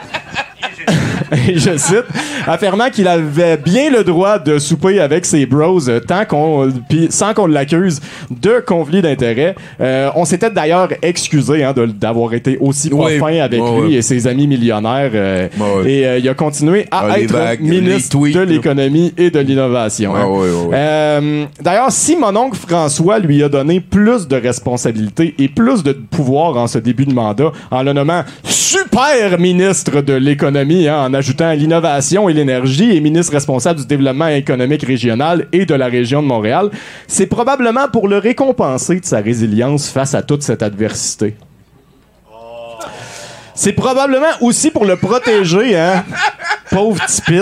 je cite, affirmant qu'il avait bien le droit de souper avec ses bros euh, tant qu'on, pis sans qu'on l'accuse de conflit d'intérêts. Euh, on s'était d'ailleurs excusé hein, de, d'avoir été aussi oui. fin avec ouais, lui ouais. et ses amis millionnaires. Euh, ouais. Et euh, il a continué à ah, être vagues, ministre tweets, de l'économie et de l'innovation. Ah, hein. ouais, ouais, ouais. Euh, d'ailleurs, si mon oncle François lui a donné plus de responsabilités et plus de pouvoir en ce début de mandat, en le nommant super ministre de l'économie, hein, en ajoutant l'innovation et l'énergie et ministre responsable du développement économique régional et de la région de Montréal, c'est probablement pour le récompenser de sa résilience face à toute cette adversité. C'est probablement aussi pour le protéger, hein, pauvre petit pit.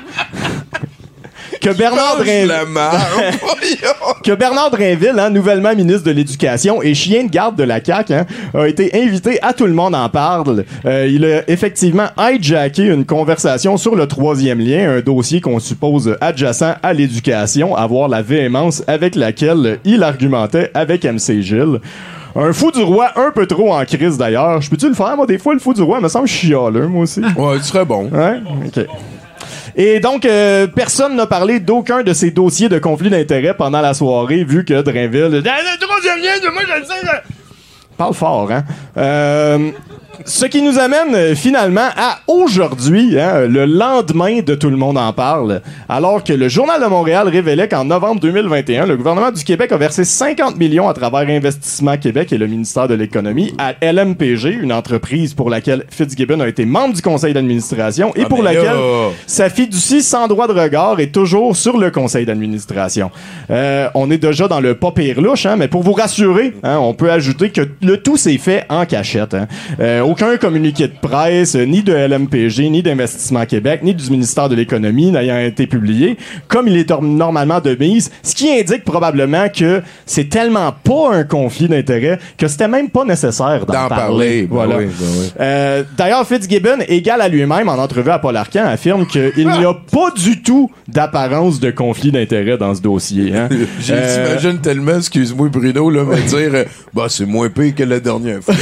Que Bernard Drainville, que Bernard Drainville, hein, nouvellement ministre de l'Éducation et chien de garde de la C A Q, hein, a été invité à Tout le monde en parle. Euh, il a effectivement hijacké une conversation sur le troisième lien, un dossier qu'on suppose adjacent à l'éducation, à voir la véhémence avec laquelle il argumentait avec M C Gilles. Un fou du roi un peu trop en crise d'ailleurs. Je peux-tu le faire, moi, des fois, le fou du roi, il me semble chialeux, moi aussi. Ouais, tu serais bon. Ouais? OK. Et donc, euh, personne n'a parlé d'aucun de ces dossiers de conflit d'intérêts pendant la soirée, vu que Drainville... Le troisième lien, moi, je le sais... Parle fort, hein? Euh... Ce qui nous amène euh, finalement à aujourd'hui, hein, le lendemain de Tout le monde en parle, alors que le Journal de Montréal révélait qu'en novembre deux mille vingt et un, le gouvernement du Québec a versé cinquante millions à travers Investissement Québec et le ministère de l'Économie à L M P G, une entreprise pour laquelle Fitzgibbon a été membre du conseil d'administration et ah pour laquelle là... sa fiducie sans droit de regard est toujours sur le conseil d'administration. Euh, on est déjà dans le pas pire louche, hein, mais pour vous rassurer, hein, on peut ajouter que le tout s'est fait en cachette. Hein. Euh, Aucun communiqué de presse, euh, ni de L M P G, ni d'Investissement Québec, ni du ministère de l'Économie n'ayant été publié, comme il est normalement de mise, ce qui indique probablement que c'est tellement pas un conflit d'intérêts que c'était même pas nécessaire d'en, d'en parler. parler. Ben voilà. oui, ben oui. Euh, d'ailleurs, Fitzgibbon, égal à lui-même en entrevue à Paul Arcand, affirme qu'il n'y a pas du tout d'apparence de conflit d'intérêts dans ce dossier. Hein. J'ai euh... t'imagine tellement, excuse-moi Bruno, là, me dire, euh, bah c'est moins pire que la dernière fois.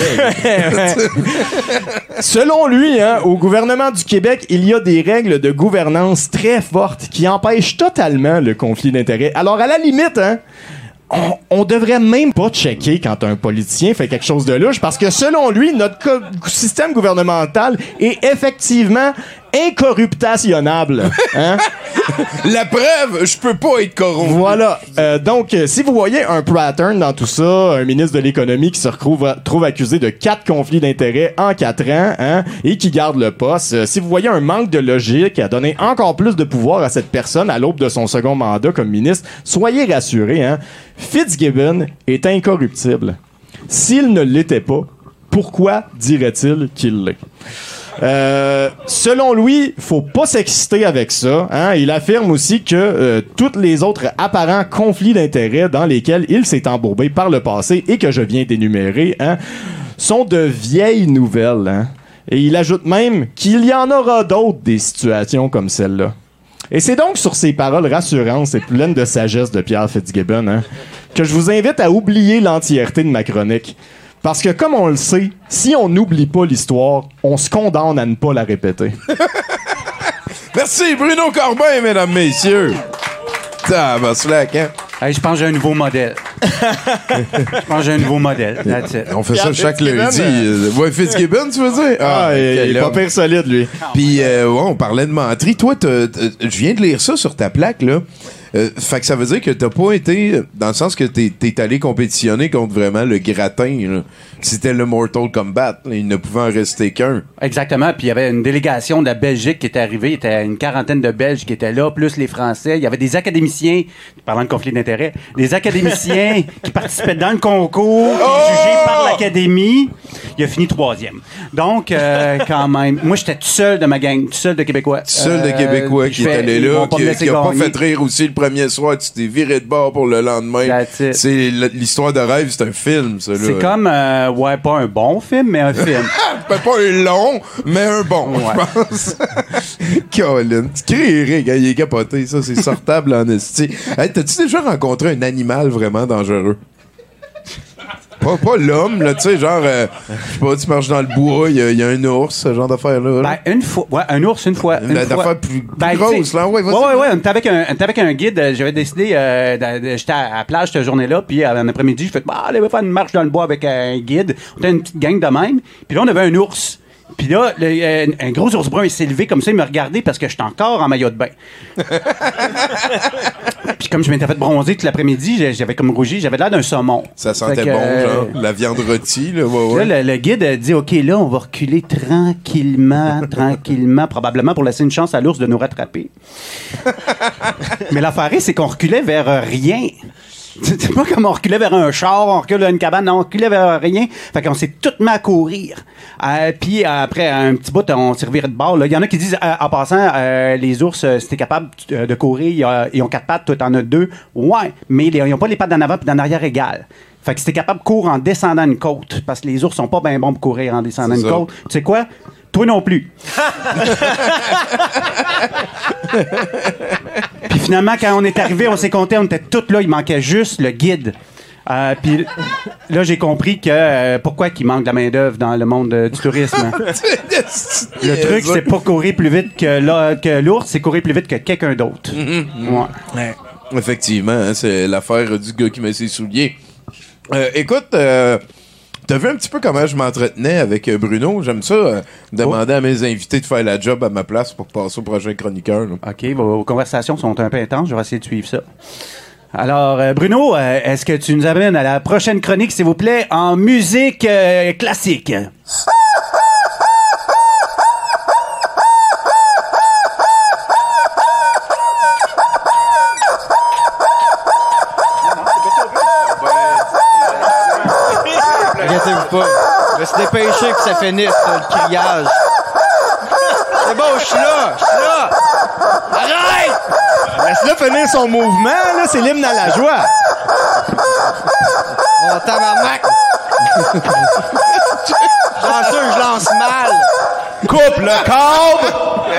Selon lui, hein, au gouvernement du Québec, il y a des règles de gouvernance très fortes qui empêchent totalement le conflit d'intérêts. Alors, à la limite, hein, on, on devrait même pas checker quand un politicien fait quelque chose de louche parce que selon lui, notre co- système gouvernemental est effectivement incorruptationnable. Hein? La preuve, je peux pas être corrompu. Voilà. Euh, donc, euh, si vous voyez un pattern dans tout ça, un ministre de l'économie qui se retrouve trouve accusé de quatre conflits d'intérêts en quatre ans, hein, et qui garde le poste, euh, si vous voyez un manque de logique à donner encore plus de pouvoir à cette personne à l'aube de son second mandat comme ministre, soyez rassurés, hein, Fitzgibbon est incorruptible. S'il ne l'était pas, pourquoi dirait-il qu'il l'est? Euh, selon lui, faut pas s'exciter avec ça. Hein? Il affirme aussi que euh, tous les autres apparents conflits d'intérêts dans lesquels il s'est embourbé par le passé et que je viens d'énumérer, hein, sont de vieilles nouvelles. Hein? Et il ajoute même qu'il y en aura d'autres des situations comme celle-là. Et c'est donc sur ces paroles rassurantes et pleines de sagesse de Pierre Fitzgibbon, hein, que je vous invite à oublier l'entièreté de ma chronique. Parce que, comme on le sait, si on n'oublie pas l'histoire, on se condamne à ne pas la répéter. Merci, Bruno Corbin, mesdames, messieurs. Ça va se laquer, hein? Hey, je pense que j'ai un nouveau modèle. Je pense que j'ai un nouveau modèle. That's it. On fait ça Pierre chaque Fitzgibbon, lundi. euh. Ouais, Fitzgibbon, tu veux dire? Ah, il, quel il est pas homme. pire solide, lui. Puis, euh, ouais, on parlait de menterie. Toi, t'as- t'as- je viens de lire ça sur ta plaque, là. Euh, fait que ça veut dire que t'as pas été, dans le sens que t'es, t'es allé compétitionner contre vraiment le gratin, là. C'était le Mortal Kombat, là. Il ne pouvait en rester qu'un. Exactement. Puis il y avait une délégation de la Belgique qui était arrivée. Il y était une quarantaine de Belges qui étaient là, plus les Français. Il y avait des académiciens, parlant de conflit d'intérêts, des académiciens qui participaient dans le concours, qui est jugé par l'Académie. Il a fini troisième. Donc, euh, quand même, moi, j'étais tout seul de ma gang, tout seul de Québécois. Seul de Euh, Québécois puis qui je est fais, allé ils là, vont pas qui, me a- laisser qui a pas gagner. fait rire aussi le premier soir, tu t'es viré de bord pour le lendemain. That's it. C'est l- l'histoire de rêve, c'est un film, ça, là. C'est comme, euh, ouais, pas un bon film, mais un film. Ben, pas un long, mais un bon, Ouais. je pense. Colin, tu crierais quand il est capoté, ça, c'est sortable en esti. Hey, t'as-tu déjà rencontré un animal vraiment dangereux? Pas, pas l'homme, là, tu sais, genre, euh, je sais pas, tu marches dans le bois, il y, a- il y a un ours, ce genre d'affaire-là. là. Ben, une fois, ouais, un ours, une fois. Une La- fois. l'affaire plus- plus Ben, grosse, tu sais, là, ouais, vas-y. Ouais, ouais, ouais, on était avec un, on était avec un guide, euh, j'avais décidé, euh, de- de- j'étais à la plage cette journée-là, puis euh, en après-midi, je fais, bah, allez, on va faire une marche dans le bois avec un guide. On était une petite gang de même, puis là, on avait un ours. Puis là, le- euh, un gros ours brun, il s'est levé comme ça, il me regardait parce que j'étais encore en maillot de bain. Puis comme je m'étais fait bronzer tout l'après-midi, j'ai- j'avais comme rougi, j'avais l'air d'un saumon. Ça sentait Fait que, bon, euh, genre, la viande rôtie, là, ouais, ouais. Là, le, le guide a dit, OK, là, on va reculer tranquillement, tranquillement, probablement pour laisser une chance à l'ours de nous rattraper. Mais l'affaire, c'est qu'on reculait vers euh, rien. C'est pas comme on reculait vers un char, on recule vers une cabane, non, on reculait vers rien. Fait qu'on s'est tout mis à courir. Euh, Puis euh, après un petit bout, on s'est reviré de bord. là. Il y en a qui disent, euh, en passant, euh, les ours, euh, si t'es capable euh, de courir, ils, euh, ils ont quatre pattes, toi t'en as deux. Ouais, mais les- ils ont pas les pattes d'en avant puis d'en arrière égales. Fait que si t'es capable de courir en descendant une côte, parce que les ours sont pas bien bons pour courir en descendant C'est une ça. côte. Tu sais quoi? Toi non plus. Puis finalement, quand on est arrivé, on s'est compté, on était tous là, il manquait juste le guide. Euh, Puis là, j'ai compris que euh, pourquoi qu'il manque de la main-d'œuvre dans le monde euh, du tourisme. Le truc, c'est pas courir plus vite que la- que l'ours, c'est courir plus vite que quelqu'un d'autre. Ouais. Effectivement, hein, c'est l'affaire du gars qui met ses souliers. Euh, écoute, euh, t'as vu un petit peu comment je m'entretenais avec euh, Bruno? J'aime ça, euh, demander à mes invités de faire la job à ma place pour passer au prochain chroniqueur. là. OK, vos conversations sont un peu intenses. Je vais essayer de suivre ça. Alors, euh, Bruno, euh, est-ce que tu nous amènes à la prochaine chronique, s'il vous plaît, en musique euh, classique? Inquiétez-vous pas. Je vais se dépêcher que ça finisse, ça, le criage. C'est bon, je suis là, je suis là. Arrête! Laisse-le finir son mouvement, là, c'est l'hymne à la joie. Mon tabarnak! Chanceux, je lance mal. Coupe le câble!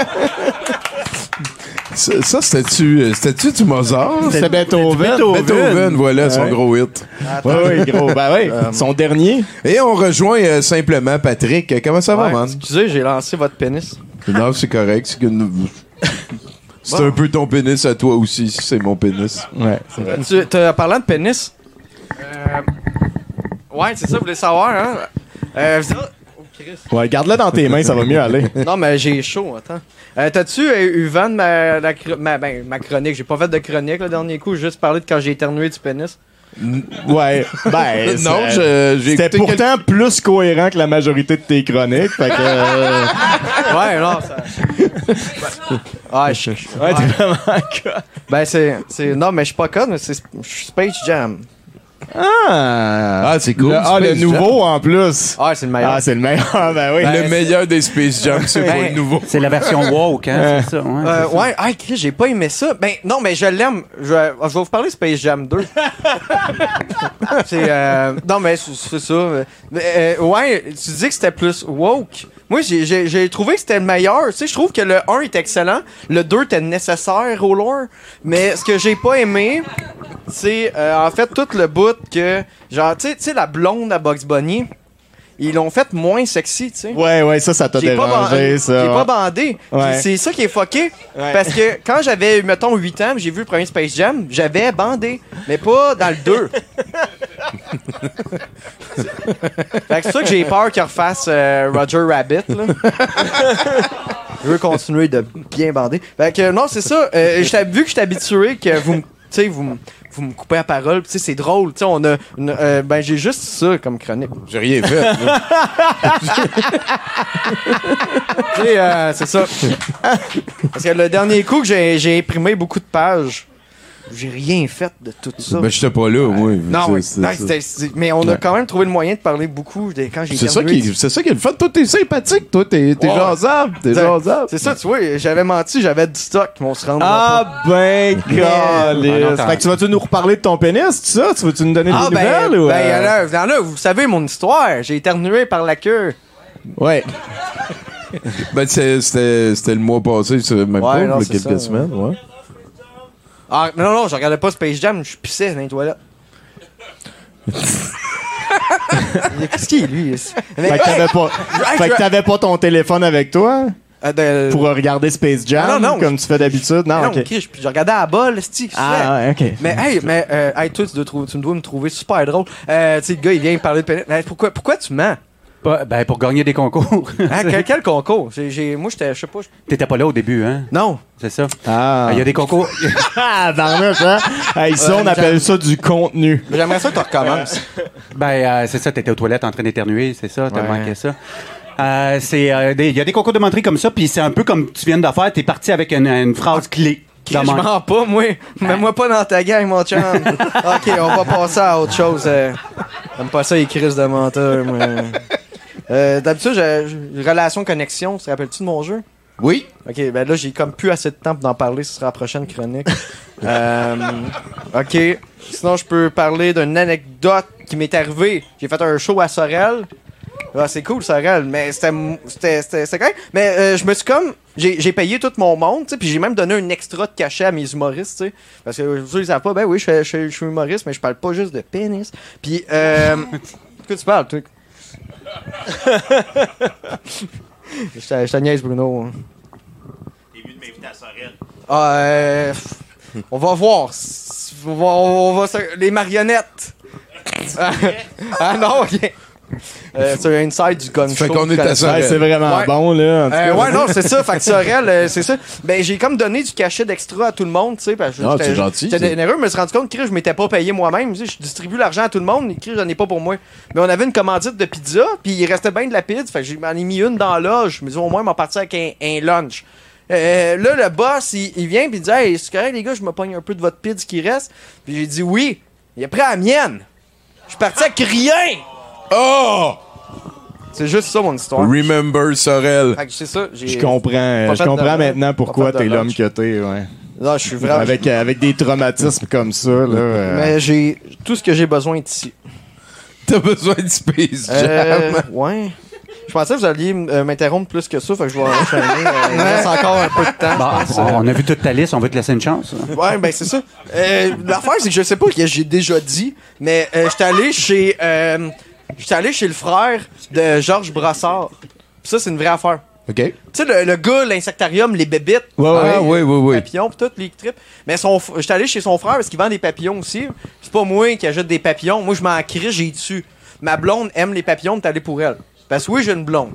Ça, ça, c'était-tu, euh, c'était-tu du Mozart? C'est Beethoven. Beethoven, voilà, son Ouais. gros hit. Oui, oui, gros. Ben oui, son dernier. Et on rejoint euh, simplement Patrick. Euh, Comment ça va, Ouais, man? excusez, j'ai lancé votre pénis. Non, c'est correct. C'est, que... c'est un peu ton pénis à toi aussi, si c'est mon pénis. Ouais, c'est vrai. Tu, t'as- parlant de pénis, euh, ouais, c'est ça, vous voulez savoir, hein? Euh, vous- oh, Christ. Ouais, garde-le dans tes mains, ça va mieux aller. Non, mais j'ai chaud, attends. Euh, T'as-tu euh, eu vent de ma, la chr- ma, ben, ma chronique? J'ai pas fait de chronique le dernier coup, j'ai juste parlé de quand j'ai éternué du pénis. Ouais, ben. Non, c'est- je- j'ai C'était écouté pourtant plus cohérent que la majorité de tes chroniques. Fait que. euh, Ouais, non, ça. Ah, je je- Ouais, t'es vraiment con. Ben, c'est. c'est- Non, mais je suis pas con, mais c'est je suis Space Jam. Ah! Ah, c'est cool. Le, ah, le Space nouveau en plus. Ah, c'est le meilleur. Ah, c'est le meilleur. Ben oui. le meilleur des Space Jam, c'est pas Ben, le nouveau. C'est la version woke, hein? C'est ça, ouais. Euh, c'est ça. ouais, ah, Chris, j'ai pas aimé ça. Ben, non, mais je l'aime. Je, je vais vous parler de Space Jam deux. c'est, euh, non, mais c'est, c'est ça. Mais, euh, ouais, tu dis que c'était plus woke. Moi, j'ai, j'ai, j'ai trouvé que c'était le meilleur. Tu sais, je trouve que le un est excellent. Le deux était nécessaire au lore. Mais ce que j'ai pas aimé, c'est, euh, en fait, tout le bout que, genre, tu sais, tu sais, la blonde à Bugs Bunny, ils l'ont fait moins sexy, tu sais. Ouais, ouais, ça, ça t'a J'ai pas dérangé, ban- ça. J'ai ouais. pas bandé. Ouais. Puis C'est ça qui est fucké. Ouais. Parce que quand j'avais, mettons, huit ans, j'ai vu le premier Space Jam, j'avais bandé. Mais pas dans le deux. Fait que c'est ça que j'ai peur qu'il refasse euh, Roger Rabbit, là. Je veux continuer de bien bander. Fait que non, c'est ça. Euh, j'étais- vu que je suis habitué que vous me. Tu sais, vous me. Vous me coupez la parole, tu sais, c'est drôle. Tu sais, on a. Une, euh, ben, j'ai juste ça comme chronique. J'ai rien fait. là. Tu sais, euh, c'est ça. Parce que le dernier coup que j'ai, j'ai imprimé beaucoup de pages, j'ai rien fait de tout ça. Ben, j'étais pas là, moi. non, C'est- oui. c'est- Non, c'est- c'était- c'est- mais on a Ouais. quand même trouvé le moyen de parler beaucoup de- quand j'ai C'est ça, éternué. qui, c'est ça qui est le fun. Toi, t'es sympathique. Toi, t'es, t'es Ouais. jasable. T'es C'est- jasable. C'est ça, tu vois, j'avais menti, j'avais du stock, mais on se rend Ah ben, Mais- Ah, non, calisse. t'as- Fait que tu vas-tu nous reparler de ton pénis, c'est ça? Tu veux-tu nous donner Ah des ben, nouvelles ou... ben, euh, là, là, là, vous savez mon histoire, j'ai éternué par la queue. Ouais. Ben, c'est- c'était, c'était le mois passé, c'est même Ouais, pas, non, il y a c'est quelques ça, semaines. Ouais. Ah, non, non, je regardais pas Space Jam, je pissais dans les toilettes. Qu'est-ce qu'il est, lui? Mais- Fait que t'avais pas, Hey, fait je- que t'avais pas ton téléphone avec toi Euh, de- pour regarder Space Jam Ah, non, non. comme tu fais d'habitude? Non, non, ok. ok, je, je regardais à la balle, c'ti, Ah, ouais, ok. Mais hey, mais euh, hey, toi, tu dois, trouver, tu me dois me trouver super drôle. Euh, tu sais, le gars, il vient me parler de pénis. Mais pourquoi, pourquoi tu mens? Pas- ben, pour gagner des concours. Hein, quel, quel concours? J'ai, j'ai- moi, j'étais, je sais pas. je- T'étais pas là au début, hein? Non. C'est ça. Ah. Il y a des concours. Ah, barnouche, hein? Hey, ça, Ouais, on appelle j'aime- ça du contenu. Mais j'aimerais ça que tu recommences. Ben, euh, c'est ça, t'étais aux toilettes en train d'éternuer, c'est ça, t'as Ouais. manqué ça. Euh, c'est, euh, des- il y a des concours de menterie comme ça, puis c'est un peu comme tu viens de faire, t'es parti avec une, une phrase clé. Je mens pas, moi. Mets-moi pas dans ta gang, mon chum. OK, on va passer à autre chose. Euh, J'aime pas ça, les crises de menteur, moi. Euh, d'habitude, j'ai j'ai- relation connexion. Tu te rappelles-tu de mon jeu? Oui. OK, ben là, j'ai comme plus assez de temps pour d'en parler. Ce sera la prochaine chronique. Euh, OK. Sinon, je peux parler d'une anecdote qui m'est arrivée. J'ai fait un show à Sorel. Ah, c'est cool, Sorel, mais c'était c'était c'était c'était correct. Mais euh, je me suis comme j'ai j'ai payé tout mon monde, tu sais, puis j'ai même donné un extra de cachet à mes humoristes, tu sais, parce que euh, ceux ils savent pas, ben oui, je fais- je fais- je suis humoriste, mais je parle pas juste de pénis. Puis euh de quoi tu parles, toi? Je te- je te niaise, Bruno. T'es mieux de m'inviter à Sorel. Ah, euh, on va voir. On va, on va se- les marionnettes. Ah, ah non, ok. Euh, c'est un inside du gun Fait show. qu'on est à ça. Ouais, c'est vraiment Ouais. bon, là. en tout Euh, cas. ouais, non, c'est ça. Fait que Sorel, euh, c'est ça. Ben, j'ai comme donné du cachet d'extra à tout le monde, tu sais. Parce que Ah, j'étais- c'est gentil, J'étais ça. nerveux, je me suis rendu compte que je m'étais pas payé moi-même. Tu sais, je distribue l'argent à tout le monde, écrit, j'en ai pas pour moi. Mais on avait une commandite de pizza, puis il restait bien de la pizza. Fait que j'en ai mis une dans la loge. Je me dis, au moins, m'en partir avec un, un lunch. Euh, là, le boss, il, il vient, puis il dit, hey, c'est correct, les gars, je me pogne un peu de votre pizza qui reste. Puis j'ai dit, oui. Il a pris la mienne. Je suis parti avec rien. Oh! C'est juste ça, mon histoire. Remember Sorel. Fait que c'est ça. j'ai- Je comprends, Pas je fait de comprends lunch. maintenant Pas pourquoi fait de t'es l'homme lunch. que t'es, ouais. Non, je suis vraiment. Avec, euh, avec des traumatismes comme ça, là. euh, Mais j'ai tout ce que j'ai besoin est ici. T'as besoin de Space Jam. Euh, ouais. Je pensais que vous alliez euh, m'interrompre plus que ça, fait que je vais enchaîner. Euh, il me reste encore un peu de temps. Bon, je pense. on a vu toute ta liste, on veut te laisser une chance. Ouais, ben c'est ça. Euh, L'affaire, c'est que je sais pas que j'ai déjà dit, mais euh, j'étais allé chez. Euh, j'étais allé chez le frère de Georges Brassard. Pis ça, c'est une vraie affaire. OK. Tu sais, le, le gars, l'insectarium, les bébites. Ouais, ouais. Ah, oui, oui, oui. Papillons, pis tout, les trips. Mais son, f- j'étais allé chez son frère parce qu'il vend des papillons aussi. C'est pas moi qui achète des papillons. Moi, je m'en crie, j'ai dessus. Ma blonde aime les papillons, t'es allé pour elle. Parce que oui, j'ai une blonde.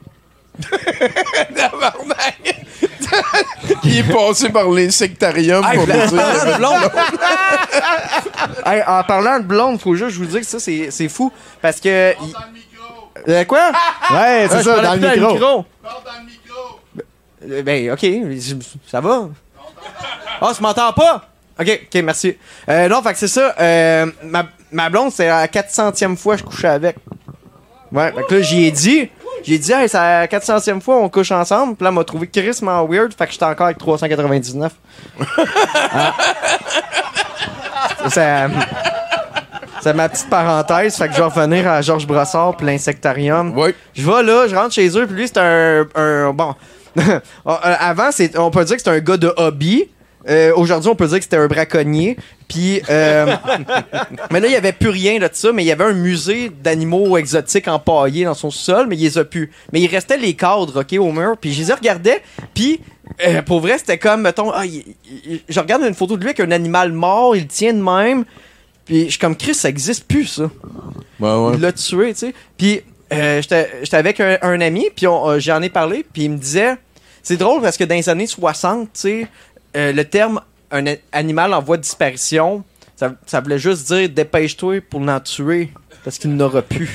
Il est passé par l'insectarium Hey, pour en nous dire. parlant de blonde. Hey, en parlant de blonde, faut juste je vous dire que ça, c'est, c'est fou. Parce que. il- Euh, quoi? Ouais, c'est Ah, je ça, parlais dans le plus micro. Euh, Ben, ok, ça va. Ah, tu m'entends pas? Ok, ok, merci. Euh, non, fait que c'est ça. Euh, ma, ma blonde, c'est la quatre centième fois que je couchais avec. Ouais, fait que là, j'y ai dit. J'ai dit, hey, c'est la quatre centième fois on couche ensemble. Puis là, elle m'a trouvé crissement weird. Fait que j'étais encore avec trois cent quatre-vingt-dix-neuf. Ah. Ça. C'est ma petite parenthèse. Fait que je vais revenir à Georges Brassard puis l'insectarium. Oui. Je vais là, je rentre chez eux, puis lui, c'est un, un. Bon. Euh, Avant, c'est, on peut dire que c'est un gars de hobby. Euh, aujourd'hui, on peut dire que c'était un braconnier. Puis, euh, mais là, il n'y avait plus rien de ça, mais il y avait un musée d'animaux exotiques empaillés dans son sol, mais il les a plus. Mais il restait les cadres, OK, au mur. Puis je les regardais, puis euh, pour vrai, c'était comme, mettons, ah, il, il, je regarde une photo de lui avec un animal mort, il le tient de même. Puis je suis comme, Chris, ça existe plus, ça. Ouais, ouais. Il l'a tué, tu sais. Puis euh, j'étais j'étais avec un, un ami, puis on, euh, j'en ai parlé, puis il me disait, c'est drôle parce que dans les années soixante, tu sais, euh, le terme un animal en voie de disparition, ça, ça voulait juste dire dépêche-toi pour l'en tuer parce qu'il n'aura plus.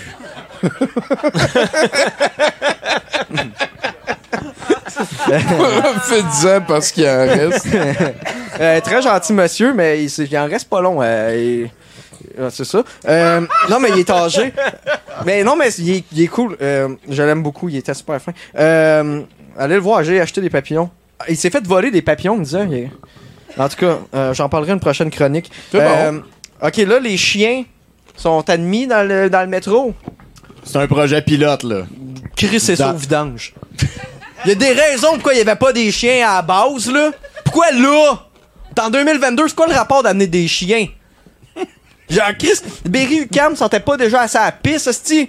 Fait dix ans parce qu'il en reste. euh, très gentil monsieur, mais il, il en reste pas long. Euh, il, euh, c'est ça. Euh, non, mais il est âgé. Mais non, mais il est, il est cool. Euh, je l'aime beaucoup. Il était super fin. Euh, allez le voir. J'ai acheté des papillons. Il s'est fait voler des papillons, me disait. Il... En tout cas, euh, j'en parlerai une prochaine chronique. C'est euh, bon. OK, là, les chiens sont admis dans le, dans le métro. C'est un projet pilote, là. Chris, c'est Dans- ça au vidange. Il y a des raisons pourquoi il n'y avait pas des chiens à la base, là. Pourquoi là? En deux mille vingt-deux, c'est quoi le rapport d'amener des chiens? Genre, Chris, Berry-UQAM sentait pas déjà assez à la pisse, hostie?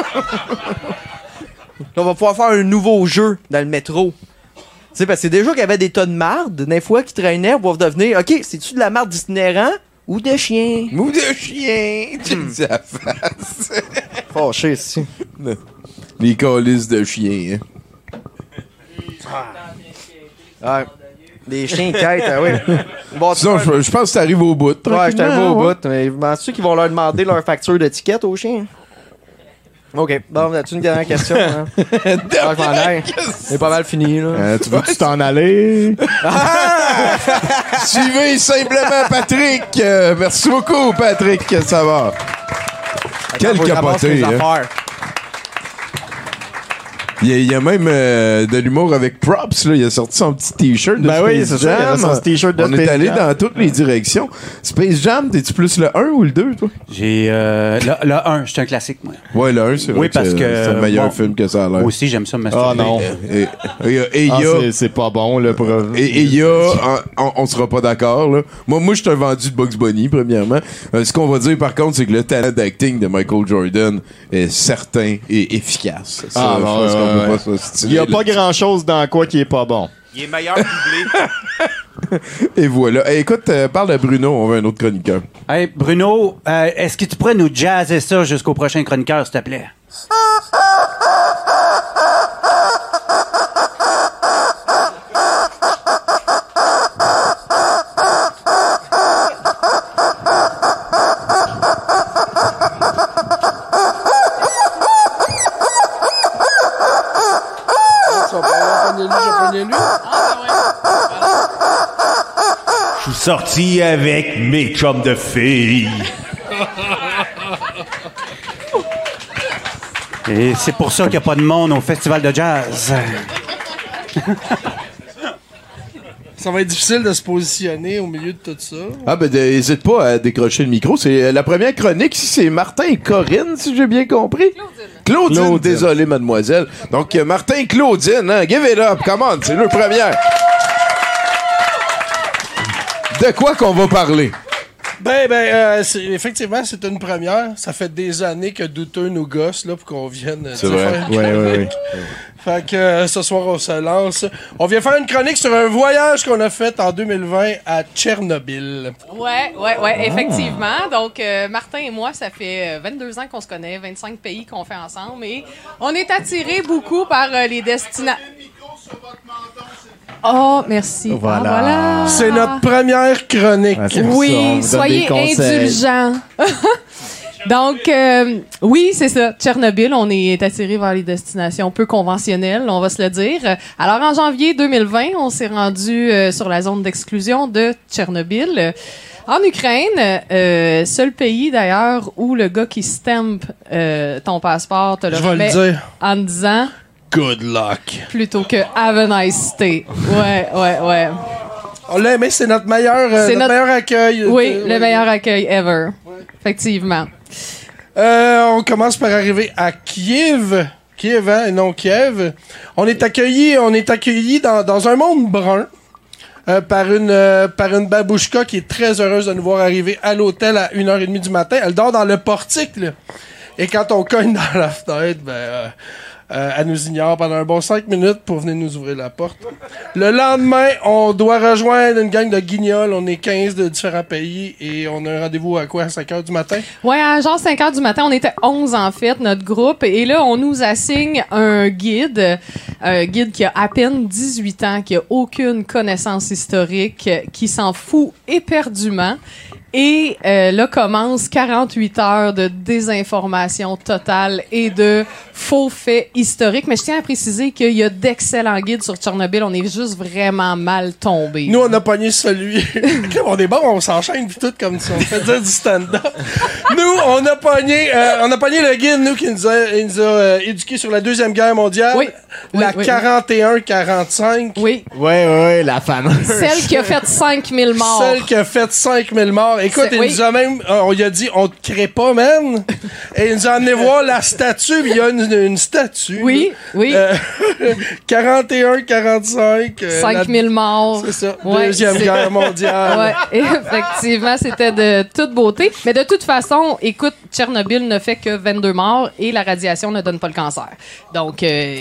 On va pouvoir faire un nouveau jeu dans le métro. Tu sais, parce que c'est déjà qu'il y avait des tas de marde, des fois, qui traînaient pour devenir, OK, c'est-tu de la marde d'itinérant ou de chien? Ou de chien, tu le dis à la face. Fâché, si. Les calices de chiens, hein. Ouais. Des chiens quêtes, ah oui. Bon, Sinon, je, je pense que t'arrives au bout. ouais, j'étais arrivé tranquillement, au ouais. bout. Mais penses-tu qu'ils vont leur demander leur facture d'étiquette aux chiens? OK. Bon, as-tu une dernière question? Hein? Ah, je m'en aille. C'est pas mal fini, là. Euh, tu veux-tu t'en aller? Suivez simplement Patrick. Euh, merci beaucoup, Patrick. Ça va. Quel Faut que je ramasse capoté, mes hein. affaires. Il y a, il y a même euh, de l'humour avec Props, là. Il a sorti son petit t-shirt de Ben oui, Space c'est ça, il Jam. avait son petit t-shirt de On est Space allé Jam. dans toutes les directions. Space Jam, t'es-tu plus le un ou le deux, toi? J'ai euh, le, le un, c'est un classique, moi. Ouais, le un, c'est vrai Oui, parce c'est- que, c'est le meilleur bon, film que ça a l'air. Moi aussi, j'aime ça me Ah masturber. non. Et et- et il Ah, y a... c'est- c'est pas bon, là, pour... Et et il y a, on, on sera pas d'accord, là. Moi, moi, je suis un vendu de Bugs Bunny, premièrement. Euh, ce qu'on va dire, par contre, c'est que le talent d'acting de Michael Jordan est certain et efficace. Ça, Ah, je bon, pense ouais, qu'on peut ouais. pas s'obstiner Il y a pas là-dessus. grand-chose dans quoi qui est pas bon. Il est meilleur doublé. Et voilà. Hey, écoute, euh, parle à Bruno, on veut un autre chroniqueur. Hey, Bruno, euh, est-ce que tu pourrais nous jazzer ça jusqu'au prochain chroniqueur, s'il te plaît? Je suis sorti avec mes chums de filles. Et c'est pour ça qu'il n'y a pas de monde au festival de jazz. Ça va être difficile de se positionner au milieu de tout ça. Ah, ben, n'hésite pas à décrocher le micro. C'est euh, la première chronique, ici, c'est Martin et Corinne, si j'ai bien compris. Claudine. Claudine, désolé, mademoiselle. Donc, euh, Martin et Claudine, hein, give it up, come on, c'est leur première. De quoi qu'on va parler? Ben, ben, euh, c'est- effectivement, c'est une première. Ça fait des années que Douteux nous gosse, là, pour qu'on vienne. euh, C'est tu sais, vrai. faire une Ouais, ouais, chronique. Fait que euh, ce soir, on se lance. On vient faire une chronique sur un voyage qu'on a fait en deux mille vingt à Tchernobyl. Ouais, ouais, ouais, effectivement. Donc, euh, Martin et moi, ça fait euh, vingt-deux ans qu'on se connaît, vingt-cinq pays qu'on fait ensemble. Et on est attirés beaucoup par euh, les destinations. Oh, merci. Voilà. Ah, voilà. C'est notre première chronique. Ouais, c'est pour ça, on Oui, vous donne soyez des conseils. indulgents. Donc, euh, oui, c'est ça. Tchernobyl, on est attiré vers les destinations peu conventionnelles, on va se le dire. Alors, en janvier deux mille vingt, on s'est rendu euh, sur la zone d'exclusion de Tchernobyl. euh, En Ukraine, euh, seul pays d'ailleurs où le gars qui stamp euh, ton passeport te le Je vais remet le dire. en disant Good luck. plutôt que Have a nice day. Ouais, ouais, ouais. On l'a aimé, c'est notre meilleur, euh, C'est notre notre- meilleur accueil. Oui, Euh, le meilleur accueil ever. Effectivement. Euh, on commence par arriver à Kiev. Kiev, hein, et non Kiev. On est accueillis, on est accueillis dans, dans un monde brun. euh, par une euh, par une babouchka qui est très heureuse de nous voir arriver à l'hôtel à une heure trente du matin. Elle dort dans le portique, là. Et quand on cogne dans la fenêtre, ben... Euh, Euh, elle nous ignore pendant un bon cinq minutes pour venir nous ouvrir la porte. Le lendemain, on doit rejoindre une gang de guignols. On est quinze de différents pays et on a un rendez-vous à quoi? À cinq heures du matin? Ouais, à genre cinq heures du matin. On était onze, en fait, notre groupe. Et là, on nous assigne un guide. Un guide qui a à peine dix-huit ans, qui a aucune connaissance historique, qui s'en fout éperdument. Et euh, là commence quarante-huit heures de désinformation totale et de faux faits historiques. Mais je tiens à préciser qu'il y a d'excellents guides sur Tchernobyl. On est juste vraiment mal tombés. Nous, on a pogné celui... on est bon, on s'enchaîne tout comme ça. On fait dire du stand-up. Nous, on a pogné euh, on a pogné le guide, nous, qui nous a, il nous a euh, éduqués sur la Deuxième Guerre mondiale. Oui. La oui, quarante et un quarante-cinq. Oui. Oui, oui, la fameuse. Celle qui a fait cinq mille morts. Celle qui a fait cinq mille morts. Écoute, C'est, il oui. nous a même... On lui a dit, on te crée pas, man. Et il nous a amené voir la statue. Il y a une, une statue. Oui, oui. Euh, quarante et un quarante-cinq. Euh, cinq mille la... morts. C'est ça. Ouais, Deuxième c'est... guerre mondiale. Ouais, effectivement, c'était de toute beauté. Mais de toute façon, écoute, Tchernobyl ne fait que vingt-deux morts et la radiation ne donne pas le cancer. Donc, euh,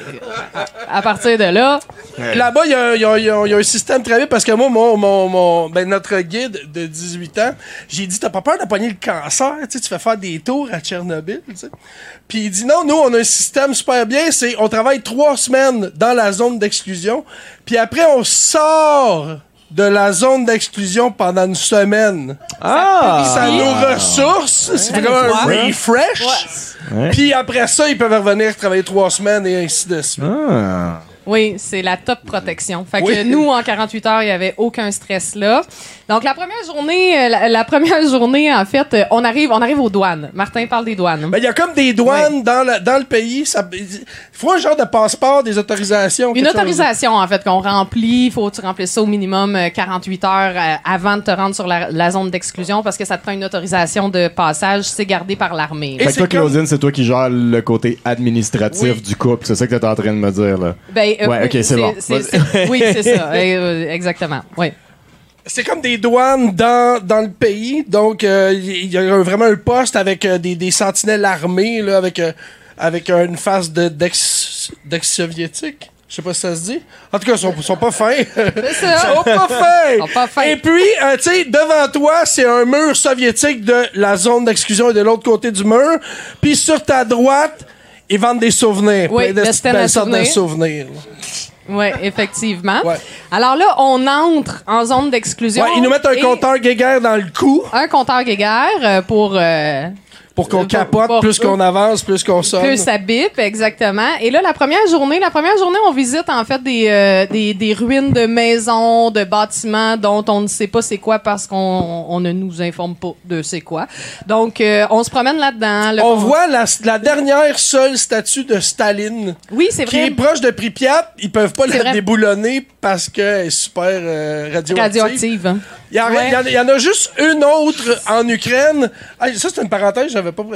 à, à partir de là... Là-bas, il y, y, y, y a un système très bien parce que moi, mon, mon, mon, ben, notre guide de dix-huit ans, j'ai dit, t'as pas peur de pogner le cancer? Tu sais, tu fais faire des tours à Tchernobyl, tu sais. Puis il dit, non, nous, on a un système super bien, c'est on travaille trois semaines dans la zone d'exclusion, puis après, on sort de la zone d'exclusion pendant une semaine. Ah! Ça nous ressource, c'est comme un refresh. Ouais. Puis après ça, ils peuvent revenir travailler trois semaines et ainsi de suite. Ah. Oui, c'est la top protection. Fait que Oui. nous, en quarante-huit heures, il y avait aucun stress là. Donc, la première journée, euh, la, la première journée, en fait, euh, on arrive, on arrive aux douanes. Martin parle des douanes. Ben, il y a comme des douanes dans, le, dans le pays. Ça, il faut un genre de passeport, des autorisations. Une quelque chose. autorisation, en fait, qu'on remplit. Il faut que tu remplisses ça au minimum euh, quarante-huit heures euh, avant de te rendre sur la, la zone d'exclusion parce que ça te prend une autorisation de passage. C'est gardé par l'armée. Fait que toi, comme- Claudine, c'est toi qui gères le côté administratif Oui. du couple. C'est ça que t'es en train de me dire, là. Ben, euh, Ouais, ok, c'est bon. c'est- c'est- oui, c'est ça. Euh, exactement. Oui. C'est comme des douanes dans, dans le pays. Donc, il euh, y, y a un- vraiment un poste avec euh, des, des sentinelles armées, là, avec, euh, avec euh, une face de, d'ex, d'ex-soviétique. Je sais pas si ça se dit. En tout cas, ils sont, sont pas fins. C'est ça. Ils sont pas fins. Ils sont pas fins. Et puis, euh, tu sais, devant toi, c'est un mur soviétique de la zone d'exclusion et de l'autre côté du mur. Puis sur ta droite, ils vendent des souvenirs. Oui, plein de le stand à belles sortes de souvenirs. souvenirs. Oui, effectivement. Ouais. Alors là, on entre en zone d'exclusion. Ouais, ils nous mettent un et compteur Geiger dans le cou Un compteur Geiger euh, pour... euh, pour qu'on Pour- capote. pour- Plus qu'on avance, plus qu'on sonne. Plus ça bip, exactement. Et là, la première journée, la première journée, on visite en fait des, euh, des, des ruines de maisons, de bâtiments dont on ne sait pas c'est quoi parce qu'on on ne nous informe pas de c'est quoi. Donc, euh, on se promène là-dedans. Le- On voit la, la dernière seule statue de Staline. Oui, c'est Qui vrai. est proche de Pripyat. Ils peuvent pas C'est la vrai. déboulonner parce qu'elle est super euh, radioactive. Radioactive. hein. Il y, en- Ouais. il y en- il y en a juste une autre en Ukraine. Ah, ça, c'est une parenthèse, j'avais pas.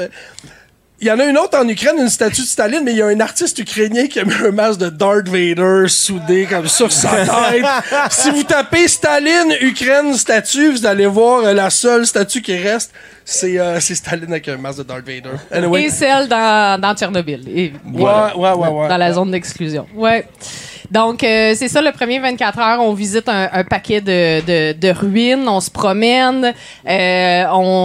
Il y en a une autre en Ukraine, une statue de Staline, mais il y a un artiste ukrainien qui a mis un masque de Darth Vader soudé comme ça sur sa tête. Si vous tapez Staline, Ukraine, statue, vous allez voir euh, la seule statue qui reste, c'est euh, c'est Staline avec un masque de Darth Vader. Anyway. Et celle dans, dans Tchernobyl. Et Ouais, ouais, ouais, ouais. Dans la zone d'exclusion. Ouais. Donc, euh, c'est ça, le premier vingt-quatre heures, on visite un, un paquet de, de, de ruines, on se promène, euh,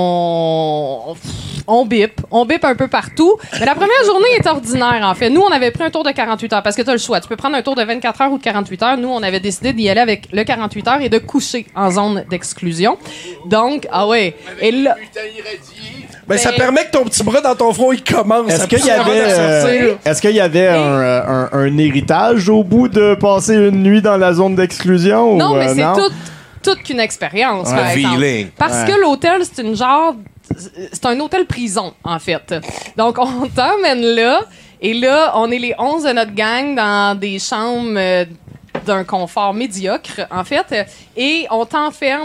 on, on bip, on bip un peu partout. Mais la première journée est ordinaire, en fait. Nous, on avait pris un tour de quarante-huit heures, parce que tu as le choix. Tu peux prendre un tour de vingt-quatre heures ou de quarante-huit heures. Nous, on avait décidé d'y aller avec le quarante-huit heures et de coucher en zone d'exclusion. Donc, ah ouais. Et là... Ben, ça Ben- permet que ton petit bras dans ton front, il commence. Est-ce Ça qu'il y pousse avant avait, de euh, sortir. est-ce qu'il y avait un, euh, un, un héritage au bout de passer une nuit dans la zone d'exclusion? Non, ou, mais euh, c'est non? toute, toute qu'une expérience, Un par exemple. feeling. Parce Ouais. que l'hôtel, c'est une genre... C'est un hôtel prison, en fait. Donc, on t'emmène là, et là, on est les onze de notre gang dans des chambres euh, d'un confort médiocre, en fait, et on t'enferme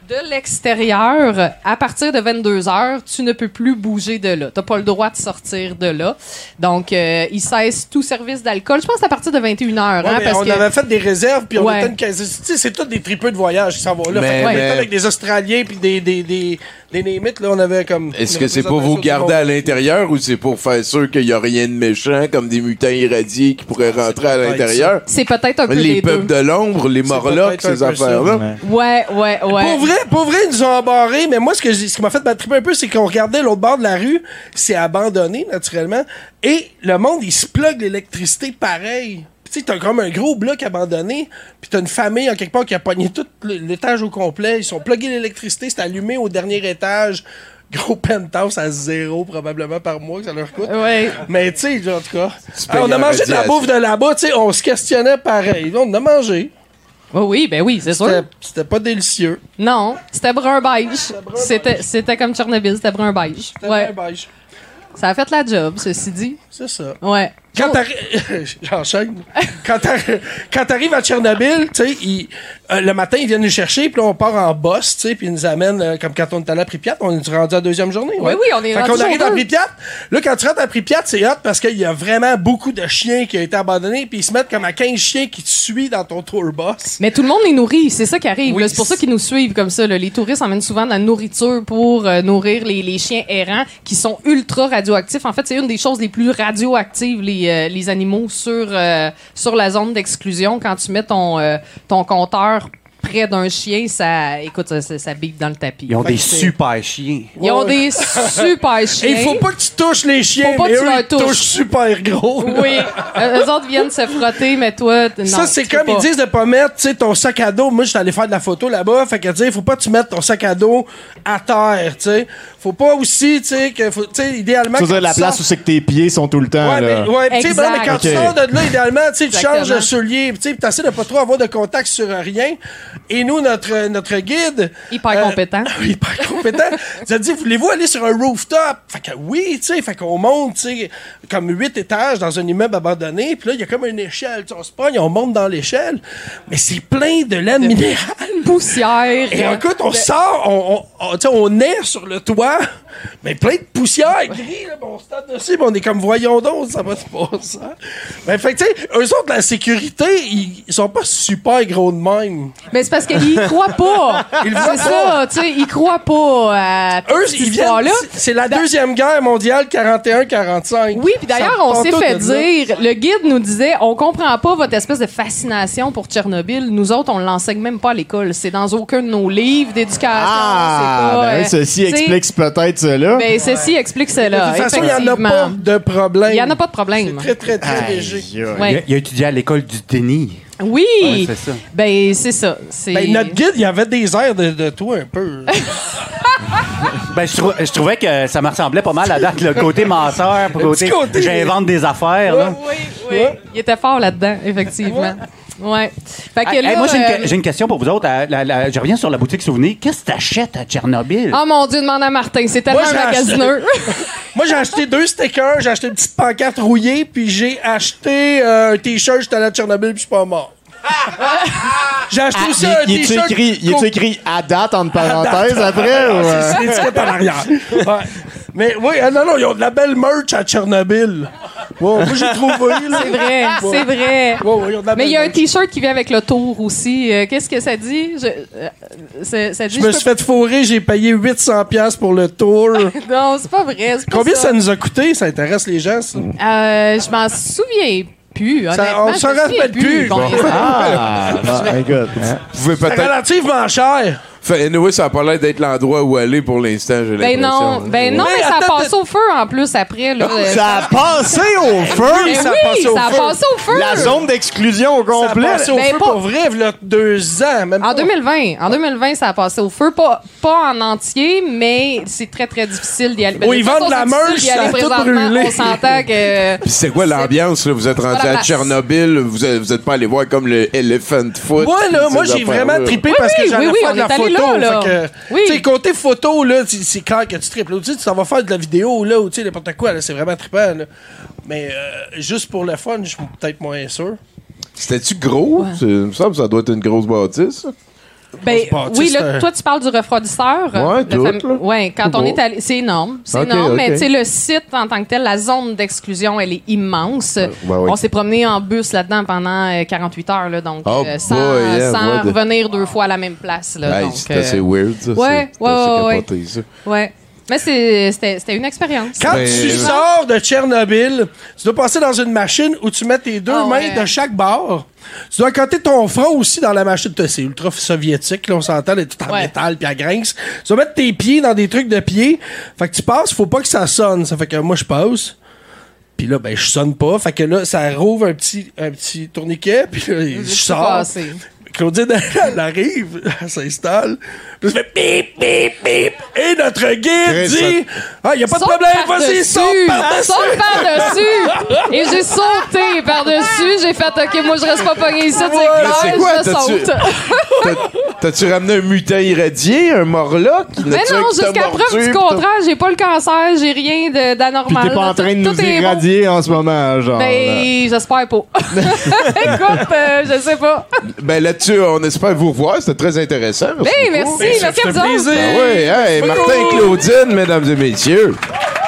de l'extérieur, à partir de vingt-deux heures, tu ne peux plus bouger de là. T'as pas le droit de sortir de là. Donc, euh, ils cessent tout service d'alcool. Je pense à partir de vingt et une heures. Ouais, hein, mais parce on que... avait fait des réserves, puis on Ouais. était une quinzaine. Tu sais, c'est tous des tripeux de voyage qui s'en vont là. Mais- Fait qu'on mais- était avec des Australiens, puis des, des, des, des Némites, là, on avait comme. Est-ce une que c'est pour vous représentation garder à du monde. l'intérieur ou c'est pour faire sûr qu'il y a rien de méchant comme des mutants irradiés qui pourraient rentrer à peut-être l'intérieur? C'est peut-être un peu Les des peuples deux. de l'ombre, les Morlocks, peut-être un ces peu ça. affaires-là. Ouais, ouais, ouais. Pour vrai, pour vrai, ils nous ont embarrés, mais moi, ce, que j'ai- ce qui m'a fait me triper un peu, c'est qu'on regardait l'autre bord de la rue, c'est abandonné, naturellement, et le monde, il se plug l'électricité pareil. Puis tu sais, t'as comme un gros bloc abandonné, puis t'as une famille, en quelque part, qui a pogné tout l'étage au complet. Ils sont plugués l'électricité, c'est allumé au dernier étage. Gros penthouse à zéro, probablement, par mois, que ça leur coûte. Ouais. Mais tu sais, en tout cas, payes on a en mangé de la radiation. bouffe de là-bas, tu sais, on se questionnait pareil. On en a mangé. Oh oui, ben oui, c'est sûr. C'était c'était pas délicieux. Non, c'était brun beige. C'était, c'était comme Tchernobyl, c'était brun beige. C'était Ouais. bien beige. Ça a fait la job, ceci dit. C'est ça. Ouais. Quand t'arrives. J'enchaîne. Quand t'arri- quand t'arrives à Tchernobyl, tu sais, ils- euh, le matin, ils viennent nous chercher, puis là, on part en boss, tu sais, puis ils nous amènent, euh, comme quand on est allé à Pripyat, on est rendu à la deuxième journée. Oui, oui, on est Fait rendu qu'on arrive jour à deux. Pripyat. Là, quand tu rentres à Pripyat, c'est hot parce qu'il y a vraiment beaucoup de chiens qui ont été abandonnés, puis ils se mettent comme à quinze chiens qui te suivent dans ton tour boss. Mais tout le monde les nourrit, c'est ça qui arrive. Oui, là. C'est pour ça qu'ils nous suivent comme ça. Là. Les touristes emmènent souvent de la nourriture pour euh, nourrir les, les chiens errants qui sont ultra radioactifs. En fait, c'est une des choses les plus radioactives, les, euh, les animaux sur, euh, sur la zone d'exclusion. Quand tu mets ton, euh, ton compteur près d'un chien, ça, écoute, ça, ça, ça bip dans le tapis. Ils ont Fait des que c'est- super chiens. Ils ont des super chiens. Et il faut pas que tu touches les chiens, Faut pas mais que tu eux, leur ils touches. touchent super gros. Oui, euh, eux autres viennent se frotter, mais toi, t- non. Ça, c'est tu peux comme ils pas. disent de pas mettre, tu sais, ton sac à dos. Moi, j'étais allé faire de la photo là-bas. Fait que, tu sais, faut pas que tu mettes ton sac à dos à terre, tu sais. Faut pas aussi, tu sais, que, faut- tu sais, idéalement. Tu veux quand dire la tu place sors- où c'est que tes pieds sont tout le temps, Ouais, là. mais, ouais, tu sais, Exact. ben, mais quand tu Ok. sors de là, idéalement, tu sais, tu changes de Exactement. soulier, tu sais, tu essaies de pas trop avoir de contact sur rien. Et nous, notre, notre guide. Hyper euh, compétent. hyper compétent. Il a dit, voulez-vous aller sur un rooftop? Fait que oui, tu sais, fait qu'on monte, tu sais, comme huit étages dans un immeuble abandonné. Puis là, il y a comme une échelle. Tu sais, on se pogne, on monte dans l'échelle. Mais c'est plein de laine minérale. Poussière. Et écoute, on sort, on, on, on, tu sais, on est sur le toit, mais plein de poussière gris, là, puis on se tape dessus, puis on est comme, voyons donc, ça va se passer. Ben, fait que, tu sais, eux autres, la sécurité, ils, ils sont pas super gros de même. Mais c'est parce qu'ils y croient pas. Ils le voient C'est pas. ça, tu sais, ils croient pas à Eux, cette ils viennent, histoire-là. c'est- c'est la deuxième guerre mondiale, quarante et un quarante-cinq. Oui, puis d'ailleurs, Ça on part s'est tout fait de là. dire, le guide nous disait, on comprend pas votre espèce de fascination pour Tchernobyl. Nous autres, on l'enseigne même pas à l'école. C'est dans aucun de nos livres d'éducation. Ah, c'est pas, ben, euh, ceci t'sais, explique peut-être cela. Ben, ceci explique cela. De toute façon, il n'y en a effectivement. pas de problème. Il y en a pas de C'est problème. très, très, très Aïe, léger. aïe. Ouais. Il, a, il a étudié à l'école du déni. Oui, Ouais, c'est ça. ben c'est ça. C'est... Ben, notre guide, il y avait des airs de, de toi un peu. Ben, je, trou- je trouvais que ça me ressemblait pas mal à date, le côté menteur, le côté, petit côté- j'invente des affaires. Là. Oui, oui. Il était fort là-dedans, effectivement. Ouais. Fait que Hey, là, hey, moi, j'ai une, euh, que- j'ai une question pour vous autres. Euh, la- la- je reviens sur la boutique souvenir. Qu'est-ce que t'achètes à Tchernobyl? Oh mon Dieu, demande à Martin. C'est tellement Moi, un j'ai magasineux. Moi, j'ai acheté deux stickers, j'ai acheté une petite pancarte rouillée, puis j'ai acheté euh, un t-shirt, j'étais allé à Tchernobyl, puis je suis pas mort. J'ai acheté Ah, aussi il, un il est-tu t-shirt. écrit, il est-tu co- écrit à date entre parenthèses après? ou, euh? C'est l'étiquette en arrière. Ouais. Mais oui, euh, non, non, ils ont de la belle merch à Tchernobyl. Ouais, moi, j'ai trouvé, là. C'est vrai, c'est vrai. Ouais, ouais, ils ont de la Mais il y a belle un t-shirt qui vient avec le tour aussi. Euh, Qu'est-ce que ça dit? Je, euh, c'est- ça dit Je me je suis fait fourrer, j'ai payé huit cents piastres pour le tour. peux- Non, c'est pas vrai. c'est pas Combien ça. ça nous a coûté? Ça intéresse les gens, ça. Euh, je m'en souviens plus. Ça- honnêtement, on je s'en me souviens rappelle plus. combien ça- Ah, bon, écoute. Vous pouvez C'est peut-être. relativement cher. Fait, anyway, ça a pas l'air d'être l'endroit où aller pour l'instant, j'ai Ben l'impression. non, ben non, Mais mais ça a attends, passé au feu en plus après. Là, Euh, Ça a passé au feu! Ben ça a oui, passé au ça a feu. passé au feu. La zone d'exclusion au Ça a complet. passé au Ben, feu pas- pour vrai, il y a deux ans, même En pas. deux mille vingt, en deux mille vingt, ça a passé au feu, pas, pas en entier, mais c'est très très difficile d'y aller. Ben, Oui, ils toute façon, vendent de la c'est merch, difficile d'y ça aller a tout présentement. brûlé. On s'entend que. Puis c'est quoi l'ambiance, là? Vous êtes rendu Voilà, à la- Tchernobyl, vous êtes, vous êtes pas allé voir comme le Elephant Foot. Moi, là, puis moi, ces j'ai affaires-là. vraiment trippé Oui, parce que oui, j'allais oui, oui, faire on de la est allé photo. là, là. Fait que, Oui. tu sais, côté photo, là, c'est c'est clair que tu tripes. Là, tu sais, tu vas faire de la vidéo, là, ou tu sais, n'importe quoi, là, c'est vraiment trippant, là. Mais euh, juste pour le fun, je suis peut-être moins sûr. C'était-tu gros? C'est- Il me semble que ça doit être une grosse bâtisse. ça. Ben, bâtisse, oui, là, euh, toi, tu parles du refroidisseur. Ouais, Le tout, fam- là. ouais, quand Tout on beau. est allé. C'est énorme. C'est Ok, énorme, ok. mais tu sais, le site en tant que tel, la zone d'exclusion, elle est immense. ouais, ouais. On s'est promené en bus là-dedans pendant euh, quarante-huit heures, là, donc Oh euh, sans, boy, yeah, sans moi, de- revenir deux fois à la même place. Là, Hey, donc, c'est euh, assez weird, ça. Ouais, c'est ouais, assez ouais, ouais. capoté, ça. Ouais. Mais c'est- c'était c'était une expérience. Quand Ben, tu euh, sors de Tchernobyl, tu dois passer dans une machine où tu mets tes deux Ah, mains ouais. de chaque bord. Tu dois coter ton front aussi dans la machine. C'est ultra soviétique, là, on s'entend, elle est tout en Ouais. métal puis à grince. Tu dois mettre tes pieds dans des trucs de pied. Fait que tu passes, faut pas que ça sonne. Ça fait que moi, je passe. Puis là, ben, je sonne pas. Fait que là, ça rouvre un petit, un petit tourniquet. Puis là, je C'est sors. passé. Claudine, elle arrive, elle s'installe. Puis ça fait bip, bip, bip. Et notre guide Très dit ça- ah, il a pas de Saute problème, par-dessus. vas-y, saute par-dessus. Saute par-dessus! Et j'ai sauté par-dessus. J'ai fait, OK, moi, je reste pas pogné ici, c'est Mais clair, c'est quoi, je t'as-tu- saute. T'as- T'as-tu ramené un mutant irradié, un morlock? qui Mais n'a tué non, que t'as jusqu'à mordu, preuve du puis t'as- contraire, j'ai pas le cancer, j'ai rien de- Puis d'anormal. t'es pas en train de Tout- nous tout est irradier en ce moment, genre. bon. Ben, j'espère pas. Écoute, euh, je sais pas. Ben là-dessus, on espère vous revoir. C'était très intéressant. Ben, merci, Ben, ça merci fait à vous autres. plaisir. Ah oui, hey, Martin et Claudine, mesdames et messieurs.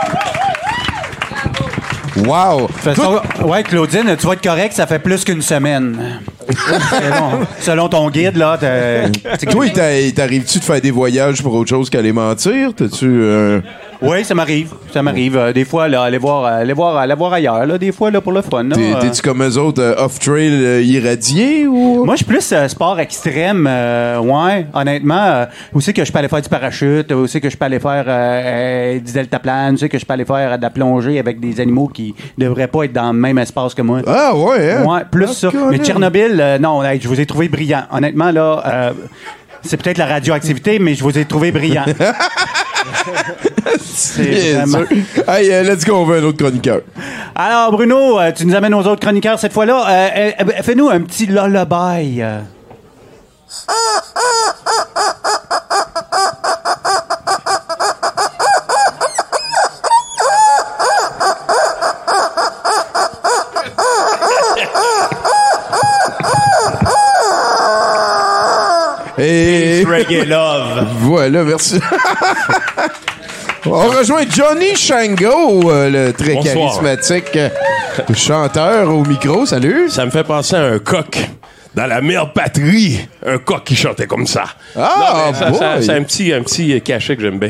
Wow! De toute façon, ouais, Claudine, tu vas être correct, ça fait plus qu'une semaine. selon, selon ton guide, là, t'as- Toi, il t'a- il t'arrive-tu de faire des voyages pour autre chose qu'aller mentir? T'as-tu... euh, Oui, ça m'arrive. Ça m'arrive. Euh, des fois, là, aller voir, aller voir, aller voir ailleurs, là, des fois, là, pour le fun. là. t'es- Euh, T'es-tu comme eux autres, euh, off-trail euh, irradié ou... Moi, je suis plus euh, sport extrême, euh, ouais, honnêtement. Euh, où c'est que je peux aller faire du parachute, où c'est que je peux aller faire euh, euh, du deltaplane, où c'est que je peux aller faire euh, de la plongée avec des animaux qui devraient pas être dans le même espace que moi. Ah ouais, hein? Ouais, plus Ah, ça. Colin. Mais Tchernobyl, euh, non, hey, je vous ai trouvé brillant. Honnêtement, là, euh, c'est peut-être la radioactivité, mais je vous ai trouvé brillant. C'est Bien vraiment- sûr. Hey, euh, let's go, on veut un autre chroniqueur. Alors, Bruno, euh, tu nous amènes aux autres chroniqueurs cette fois-là. Euh, euh, euh, fais-nous un petit lullaby. euh. Et Reggae Love. voilà, merci. On rejoint Johnny Shango, euh, le très Bonsoir. charismatique euh, chanteur au micro. Salut. Ça me fait penser à un coq. Dans la mère patrie, un coq qui chantait comme ça. Ah, Non, mais ça- boy. ça- c'est un petit, un petit cachet que j'aime bien.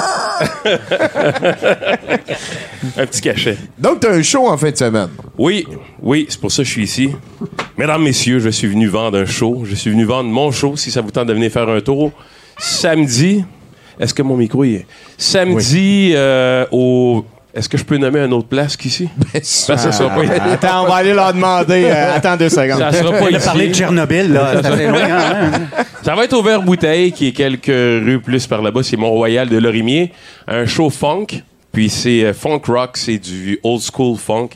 Un petit cachet. Donc, t'as un show en fin de semaine. Oui, oui, c'est pour ça que je suis ici. Mesdames, messieurs, je suis venu vendre un show. Je suis venu vendre mon show, si ça vous tente de venir faire un tour. Samedi, est-ce que mon micro y est? Samedi, euh, au... Est-ce que je peux nommer une autre place qu'ici? Ben, ça sera pas... Attends, on va aller leur demander. euh, attends deux secondes. Ça sera pas On a ici. parlé de Tchernobyl, là. Ça fait loin, hein, hein. Ça va être au Vert-Bouteille, qui est quelques rues plus par là-bas. C'est Mont-Royal de Lorimier. Un show funk. Puis c'est euh, funk rock, c'est du old school funk.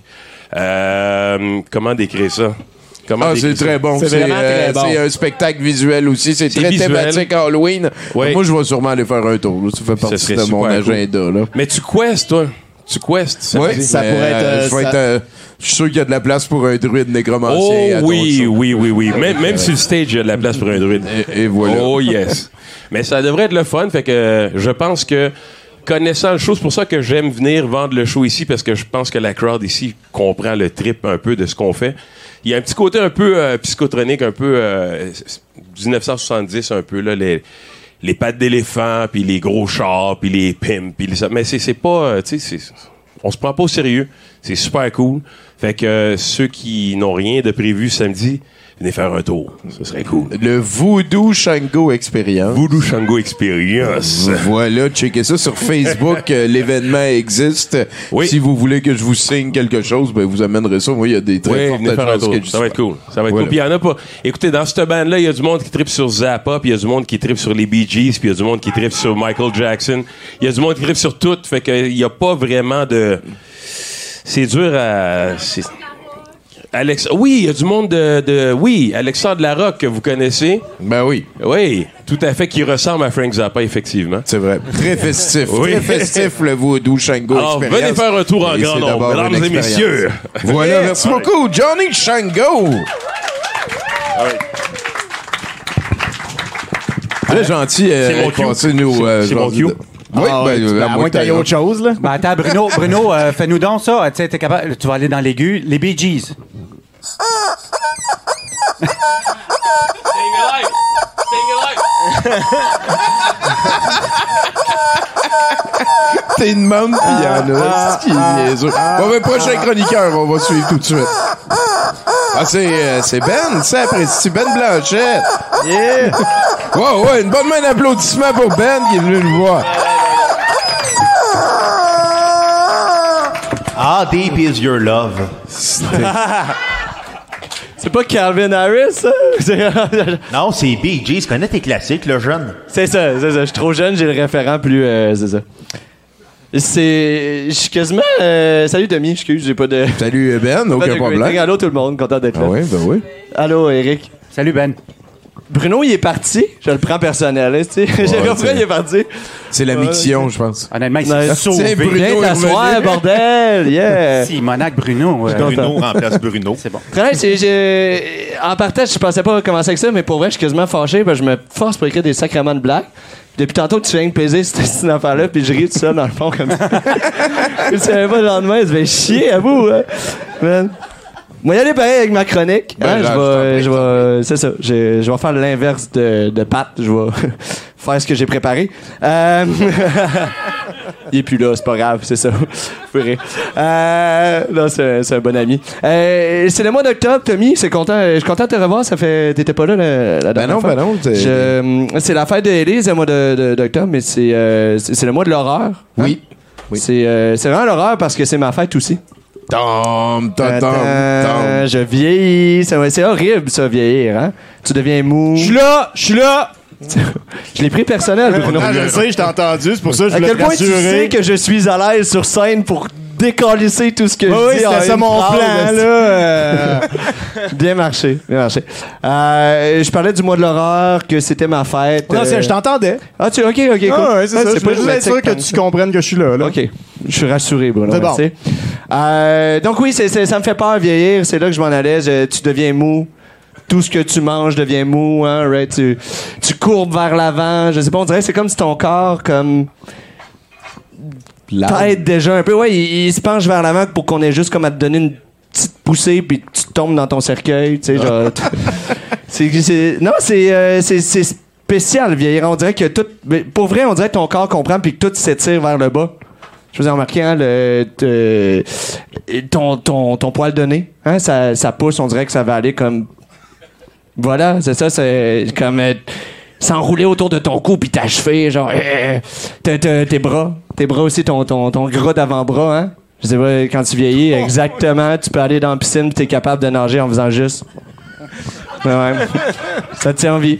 Euh, comment décrire ça? Comment Ah, décrire c'est très ça? bon. C'est C'est vraiment euh, très bon. c'est un spectacle visuel aussi. C'est C'est très visuel. thématique Halloween. Oui. Moi, je vais sûrement aller faire un tour. là. Ça fait Ça partie serait de mon super cool. agenda. Là. Mais tu questes, toi? Tu questes, ça Oui, veut dire? ça pourrait être, euh, je vais ça- être, euh, je suis sûr qu'il y a de la place pour un druide nécromancien. Oh à ton oui, show. oui, oui, oui. Même, même sur le stage, il y a de la place pour un druide. Et, et voilà. Oh yes. Mais ça devrait être le fun. Fait que euh, je pense que connaissant le show, c'est pour ça que j'aime venir vendre le show ici, parce que je pense que la crowd ici comprend le trip un peu de ce qu'on fait. Il y a un petit côté un peu euh, psychotronique, un peu euh, dix-neuf cent soixante-dix, un peu là, les, les pattes d'éléphant, puis les gros chars, puis les pimps, puis les... mais c'est, c'est pas, euh, tu sais, c'est- on se prend pas au sérieux. C'est super cool. Fait que euh, ceux qui n'ont rien de prévu samedi, venez faire un tour. Ce serait cool. Le Voodoo Shango Experience. Voodoo Shango Experience. Voilà, checkez ça sur Facebook. euh, L'événement existe. Oui. Si vous voulez que je vous signe quelque chose, ben vous amènerez ça. Moi, il y a des très Oui, fortes venez faire un chances tour. que je Ça va être cool. Ça va être Voilà. cool. Puis il y en a pas. Écoutez, dans cette bande-là, il y a du monde qui tripe sur Zappa, puis il y a du monde qui tripe sur les Bee Gees, puis il y a du monde qui tripe sur Michael Jackson. Il y a du monde qui tripe sur tout. Fait qu'il n'y a pas vraiment de... C'est dur à... c'est- Alex... Oui, il y a du monde de, de... Oui, Alexandre Larocque, que vous connaissez. Ben oui. Oui, tout à fait, qui ressemble à Frank Zappa, effectivement. C'est vrai. Très festif. Oui. Très festif, le Voodoo Shango Alors, Experience. venez faire un tour en Et grand c'est nombre, d'abord mesdames une et expérience. messieurs. Voilà, merci Ouais. beaucoup, Johnny Shango. Très gentil. Euh, C'est mon cue. passez-nous, euh, C'est mon genre cue. de- Oui, Ah, ouais, ben, tu- euh, à moins que t'aies t'ailles autre chose, là. Ben attends, Bruno, Bruno euh, fais-nous donc ça. Tu sais, t'es capable. Tu vas aller dans l'aigu. Les Bee Gees. Staying alive! Staying alive! T'es une môme, pis y'en a. C'est qui est niaiseux. Bon, ben, prochain chroniqueur, on va suivre tout de suite. Ah, c'est, euh, c'est Ben, ça, apprécie Ben Blanchette. Yeah! Wow, ouais, une bonne main d'applaudissement pour Ben qui est venu nous voir. How deep is your love? C'est pas Calvin Harris, ça? Non, c'est Bee Gees. Connais tes classiques, le jeune? C'est ça, c'est ça. Je suis trop jeune, j'ai le référent plus... euh, c'est ça. C'est... Je suis quasiment... euh, Salut, Tommy, excuse, j'ai pas de... Salut, Ben, pas aucun de problème. greeting. Allô, tout le monde, content d'être là. Ah oui, ben oui. Allô, Eric. Salut, Ben. Bruno, il est parti. Je le prends personnel, hein, tu sais. J'ai Ouais, compris, t'sais. il est parti. C'est la miction, je pense. Honnêtement, il Ouais. s'est sauvé. C'est Bruno Viens est t'asseoir, revenu. bordel, yeah. Simonac Bruno. euh, Bruno remplace Bruno. C'est bon. Ouais, c'est- j'ai- en partage, je pensais pas commencer avec ça, mais pour vrai, je suis quasiment fâché parce que je me force pour écrire des sacrements de blagues. Depuis tantôt que tu viens de peser cette, cette affaire-là, puis je ris tout ça dans le fond comme ça. Je savais pas le lendemain, ça fait chier à vous, hein. Man. Moi, y aller pareil avec ma chronique. Ben, hein, là, je vais, je vais, c'est ça. Je, je vais faire l'inverse de, de Pat. Je vais faire ce que j'ai préparé. Euh, il est plus là, c'est pas grave, c'est ça. Vous pouvez rire. Euh, non, c'est, c'est un bon ami. Euh, c'est le mois d'octobre, Tommy. C'est content. Je suis content de te revoir. Ça fait, t'étais pas là la, la Ben dernière non, fois. ben non. t'es- Je- c'est la fête de Élise, le mois de, de- d'octobre, mais c'est, euh, c'est, c'est le mois de l'horreur. hein? Oui. Oui. C'est, euh, c'est vraiment l'horreur parce que c'est ma fête aussi. Tom, tom, tom, tom. Attends, je vieillis. Ça va- C'est horrible, ça, vieillir, hein? Tu deviens mou. Je suis là, je suis là. Je l'ai pris personnel, Bruno. Non, je le sais, je t'ai entendu, c'est pour ça que je À voulais quel te point tu sais rassurer. que je suis à l'aise sur scène pour décalisser tout ce que Oui, je oui, dis en c'était ça une mon phrase, plan, là. euh. Bien marché, bien marché. Euh, je parlais du mois de l'horreur, que c'était ma fête. Non, euh, c'est- je t'entendais. Ah, tu, ok, ok, cool. Ah, ouais, c'est Ah, ça. Je pas voulais juste être sûr que dramatique, tu comprennes que je suis là, là. OK. Je suis rassuré, Bruno. C'est bon. Merci. Euh, donc oui, c'est, c'est- ça me fait peur vieillir. C'est là que je m'en allais. Je- tu deviens mou. Tout ce que tu manges devient mou. Hein, right? tu, tu courbes vers l'avant. Je sais pas, on dirait que c'est comme si ton corps comme t'aide déjà un peu. Ouais, il, il se penche vers l'avant pour qu'on ait juste comme à te donner une petite poussée puis tu tombes dans ton cercueil. Tu sais, genre... c'est, c'est- non, c'est, euh, c'est, c'est spécial vieillir. On dirait que tout... mais pour vrai, on dirait que ton corps comprend puis que tout s'étire vers le bas. Je vous ai remarqué, hein, le, te- ton, ton, ton poil de nez, hein, ça, ça pousse, on dirait que ça va aller comme... Voilà, c'est ça, c'est comme euh, s'enrouler autour de ton cou puis t'achever, genre... euh, t'as- t'as- tes bras, tes bras aussi, ton, ton, ton gras d'avant-bras, hein. Je sais pas, quand tu vieillis, exactement, tu peux aller dans la piscine puis t'es capable de nager en faisant juste... Ouais, ouais. Ça te tient en vie.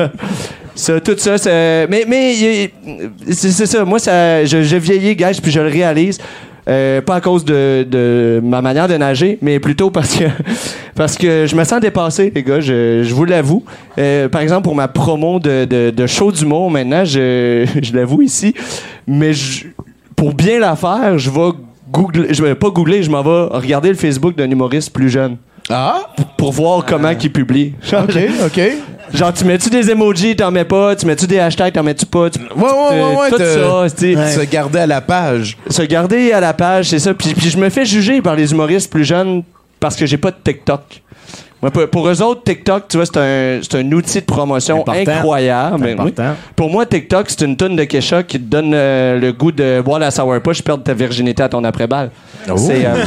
Ça, tout ça, c'est... Mais, mais y- c'est, c'est ça. Moi, ça, je, je vieillis, gars, puis je le réalise. Euh, pas à cause de, de ma manière de nager, mais plutôt parce que parce que je me sens dépassé, les gars. Je, je vous l'avoue. Euh, par exemple, pour ma promo de, de, de show d'humour, maintenant, je, je l'avoue ici, mais je, pour bien la faire, je vais googler... Je vais pas googler, je m'en vais regarder le Facebook d'un humoriste plus jeune. Ah? Pour, pour voir comment il publie. OK, OK. Genre, tu mets-tu des emojis, t'en mets pas? Tu mets-tu des hashtags, t'en mets-tu pas? Tu- Ouais, ouais, ouais, ouais. tout te- ça, tu sais. Se garder à la page. Se garder à la page, c'est ça. Puis, puis je me fais juger par les humoristes plus jeunes parce que j'ai pas de TikTok. Moi, pour, pour eux autres, TikTok, tu vois, c'est un, c'est un outil de promotion Important. incroyable. C'est Ben oui. important. Pour moi, TikTok, c'est une toune de Kesha qui te donne euh, le goût de boire la sourpuss, perdre ta virginité à ton après-balle. C'est, euh,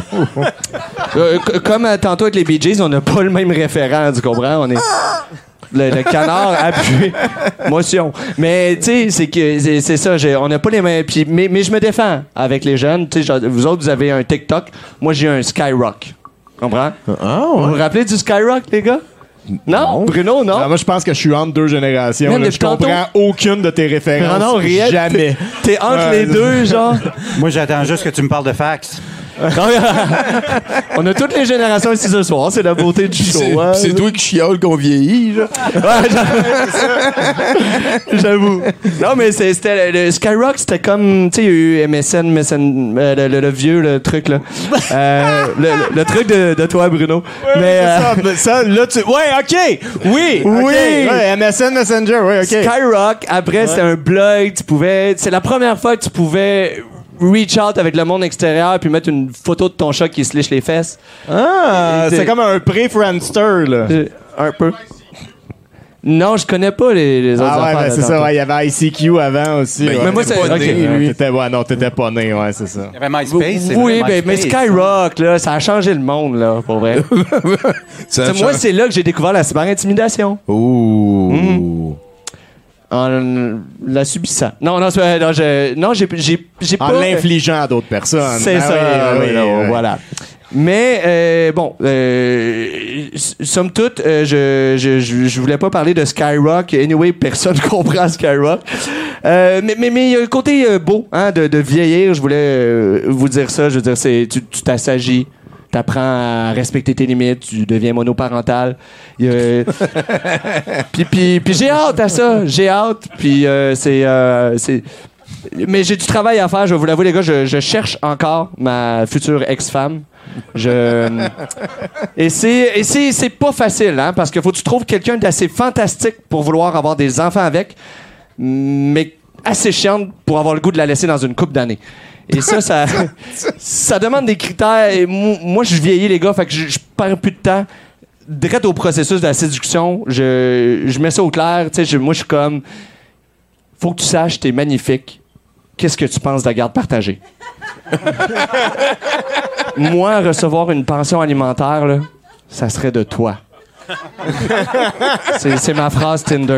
euh, c- comme euh, tantôt avec les Bee Gees, on n'a pas le même référent, tu comprends? On est... Le, le canard appuyé. Motion. Mais, tu sais, c'est que c'est, c'est ça. j'ai- on n'a pas les mêmes. Puis, mais, mais je me défends avec les jeunes. Tu sais, genre, vous autres, vous avez un TikTok. Moi, j'ai un Skyrock. Comprends? Ah, Vous vous rappelez du Skyrock, les gars? Non? Bruno, non? Ah, moi, je pense que je suis entre deux générations. Man, là. depuis Je comprends tantôt- aucune de tes références. Non, non, rien. Jamais. T'es entre Ouais, les deux, genre. Moi, j'attends juste que tu me parles de fax. On a toutes les générations ici ce soir, c'est la beauté du show. C'est, hein. c'est toi qui chiale qu'on vieillit, genre. Ouais, j'avoue. Non, mais c'est- c'était le, le Skyrock, c'était comme, tu sais, il y a eu M S N, M S N euh, le, le- le vieux le truc là, Euh, le, le- le truc de, de toi, Bruno. mais C'est euh, ça, mais ça, là, tu. Ouais, OK! Oui! Oui! OK, ouais, M S N Messenger, oui, OK. Skyrock, après, c'était un blog, tu pouvais. C'est la première fois que tu pouvais reach out avec le monde extérieur puis mettre une photo de ton chat qui se liche les fesses. Ah, Et c'est t'es- comme un pré-Friendster, là. Euh, Un peu. Non, je connais pas les, les autres Ah ouais, affaires ben c'est là-dedans. ça, ouais, il y avait I C Q avant aussi. Ben, ouais. Mais moi, c'est. pas ok. né, Ouais, lui. t'étais- ouais, non, t'étais pas né, ouais, c'est ça. Il y avait MySpace. c'est Oui, vrai, ben, mais MySpace. Skyrock, là, ça a changé le monde, là, pour vrai. Ça T'sais, moi, c'est là que j'ai découvert la cyberintimidation. Ouh. En la subissant. Non, non, c'est- non, je- non, j'ai, j'ai, j'ai En pas. l'infligeant à d'autres personnes. C'est Ah ça, oui, oui, oui, non, oui. voilà. Mais euh, bon, euh, s- somme toute, euh, je, je, je, je voulais pas parler de Skyrock. Anyway, personne comprend Skyrock. Euh, mais mais mais il y a un côté euh, beau, hein, de, de vieillir. Je voulais euh, vous dire ça. Je veux dire, c'est tu, tu t'assagis. T'apprends à respecter tes limites, tu deviens monoparental. Il y a- puis, puis, puis j'ai hâte à ça, j'ai hâte. Puis euh, c'est, euh, c'est... Mais j'ai du travail à faire, je vais vous l'avouer, les gars. Je, je cherche encore ma future ex-femme. Je... Et c'est, et c'est, c'est pas facile, hein, parce qu'il faut que tu trouves quelqu'un d'assez fantastique pour vouloir avoir des enfants avec, mais assez chiante pour avoir le goût de la laisser dans une couple d'années. Et ça, ça, ça demande des critères. Et mo- moi, je vieillis, les gars, fait que je, je perds plus de temps. Direct au processus de la séduction, je, je mets ça au clair. Tu sais, je- moi, je suis comme... Faut que tu saches, t'es magnifique. Qu'est-ce que tu penses de la garde partagée? Moi, recevoir une pension alimentaire, là, ça serait de toi. c'est, c'est ma phrase Tinder.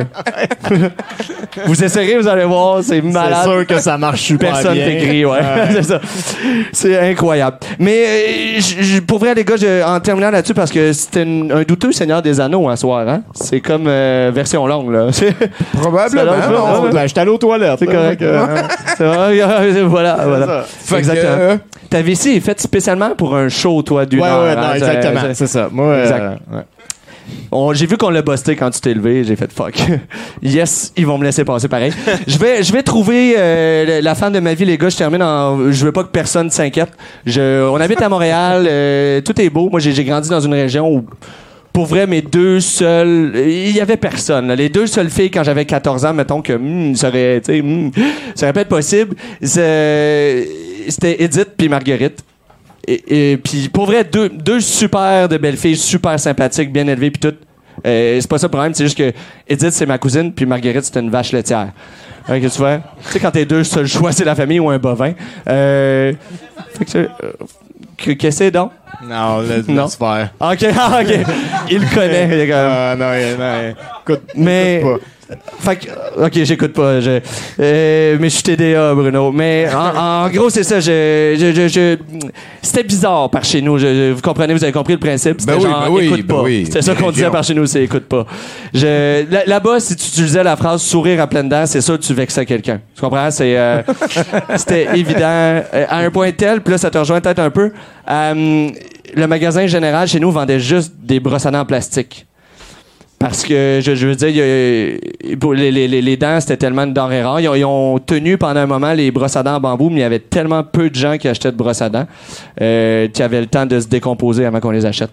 Vous essayerez, vous allez voir, c'est malade. C'est sûr que ça marche super Personne bien. t'écrit, ouais. Ouais. c'est ça. C'est incroyable. Mais euh, j- j- pour vrai, les gars, je- en terminant là-dessus, parce que c'était une- un douteux Seigneur des Anneaux un soir, hein? C'est comme euh, version longue, là. C'est- Probablement. Ça Ah non, Ouais. ben, j'étais allé aux toilettes. C'est là, correct. fait que, euh, c'est vrai, voilà, voilà. ça. Fait que, Exactement. euh, Ta vessie est faite spécialement pour un show, toi, d'une Ouais, heure. ouais, non, hein, exactement. c'est- C'est ça. Moi, Exact. euh, ouais. On- j'ai vu qu'on l'a busté quand tu t'es levé. J'ai fait fuck. Yes, ils vont me laisser passer pareil. Je vais, je vais trouver euh, la femme de ma vie, les gars. Je termine en. Je veux pas que personne s'inquiète. Je, on habite à Montréal. euh, tout est beau. Moi, j'ai, j'ai grandi dans une région où, pour vrai, mes deux seules. Il y avait personne. là. Les deux seules filles quand j'avais quatorze ans, mettons que hmm, ça aurait, tu sais, hmm, ça aurait pu être possible. C'est- C'était Edith puis Marguerite. Et, et puis pour vrai, deux, deux super de belles filles, super sympathiques, bien élevées, puis tout. Euh, c'est pas ça le problème, c'est juste que Edith, c'est ma cousine, puis Marguerite, c'est une vache laitière. Ok, tu vois? Tu sais, quand tes deux seuls choix, c'est la famille ou un bovin. Euh, fait que c'est- euh, que- qu'est-ce que c'est donc? Non, laisse, Non. laisse faire. Ok, ah, ok. Il le connaît. il est comme- Ah, non, il- non, il- écoute, Mais. écoute Fait que, ok, j'écoute pas. Je, euh, mais je suis T D A, Bruno. Mais en, en gros, c'est ça. Je, je, je, je- c'était bizarre par chez nous. Je- je- vous comprenez, vous avez compris le principe. C'était Ben oui, genre, ben oui, écoute ben pas. oui. C'était ça qu'on disait par chez nous, c'est écoute pas. Je, là- là-bas, si tu utilisais la phrase sourire à pleines dents, c'est sûr que tu vexais quelqu'un. Tu comprends? C'est, euh, c'était évident. Euh, à un point tel, puis là, ça te rejoint peut-être un peu. Euh, le magasin général chez nous vendait juste des brosses à dents en plastique. Parce que, je, je veux dire, il y a- pour les, les, les- les dents, c'était tellement une denrée rare. Ils ont, ils ont tenu pendant un moment les brosses à dents en bambou, mais il y avait tellement peu de gens qui achetaient de brosses à dents euh, qu'il y avait le temps de se décomposer avant qu'on les achète.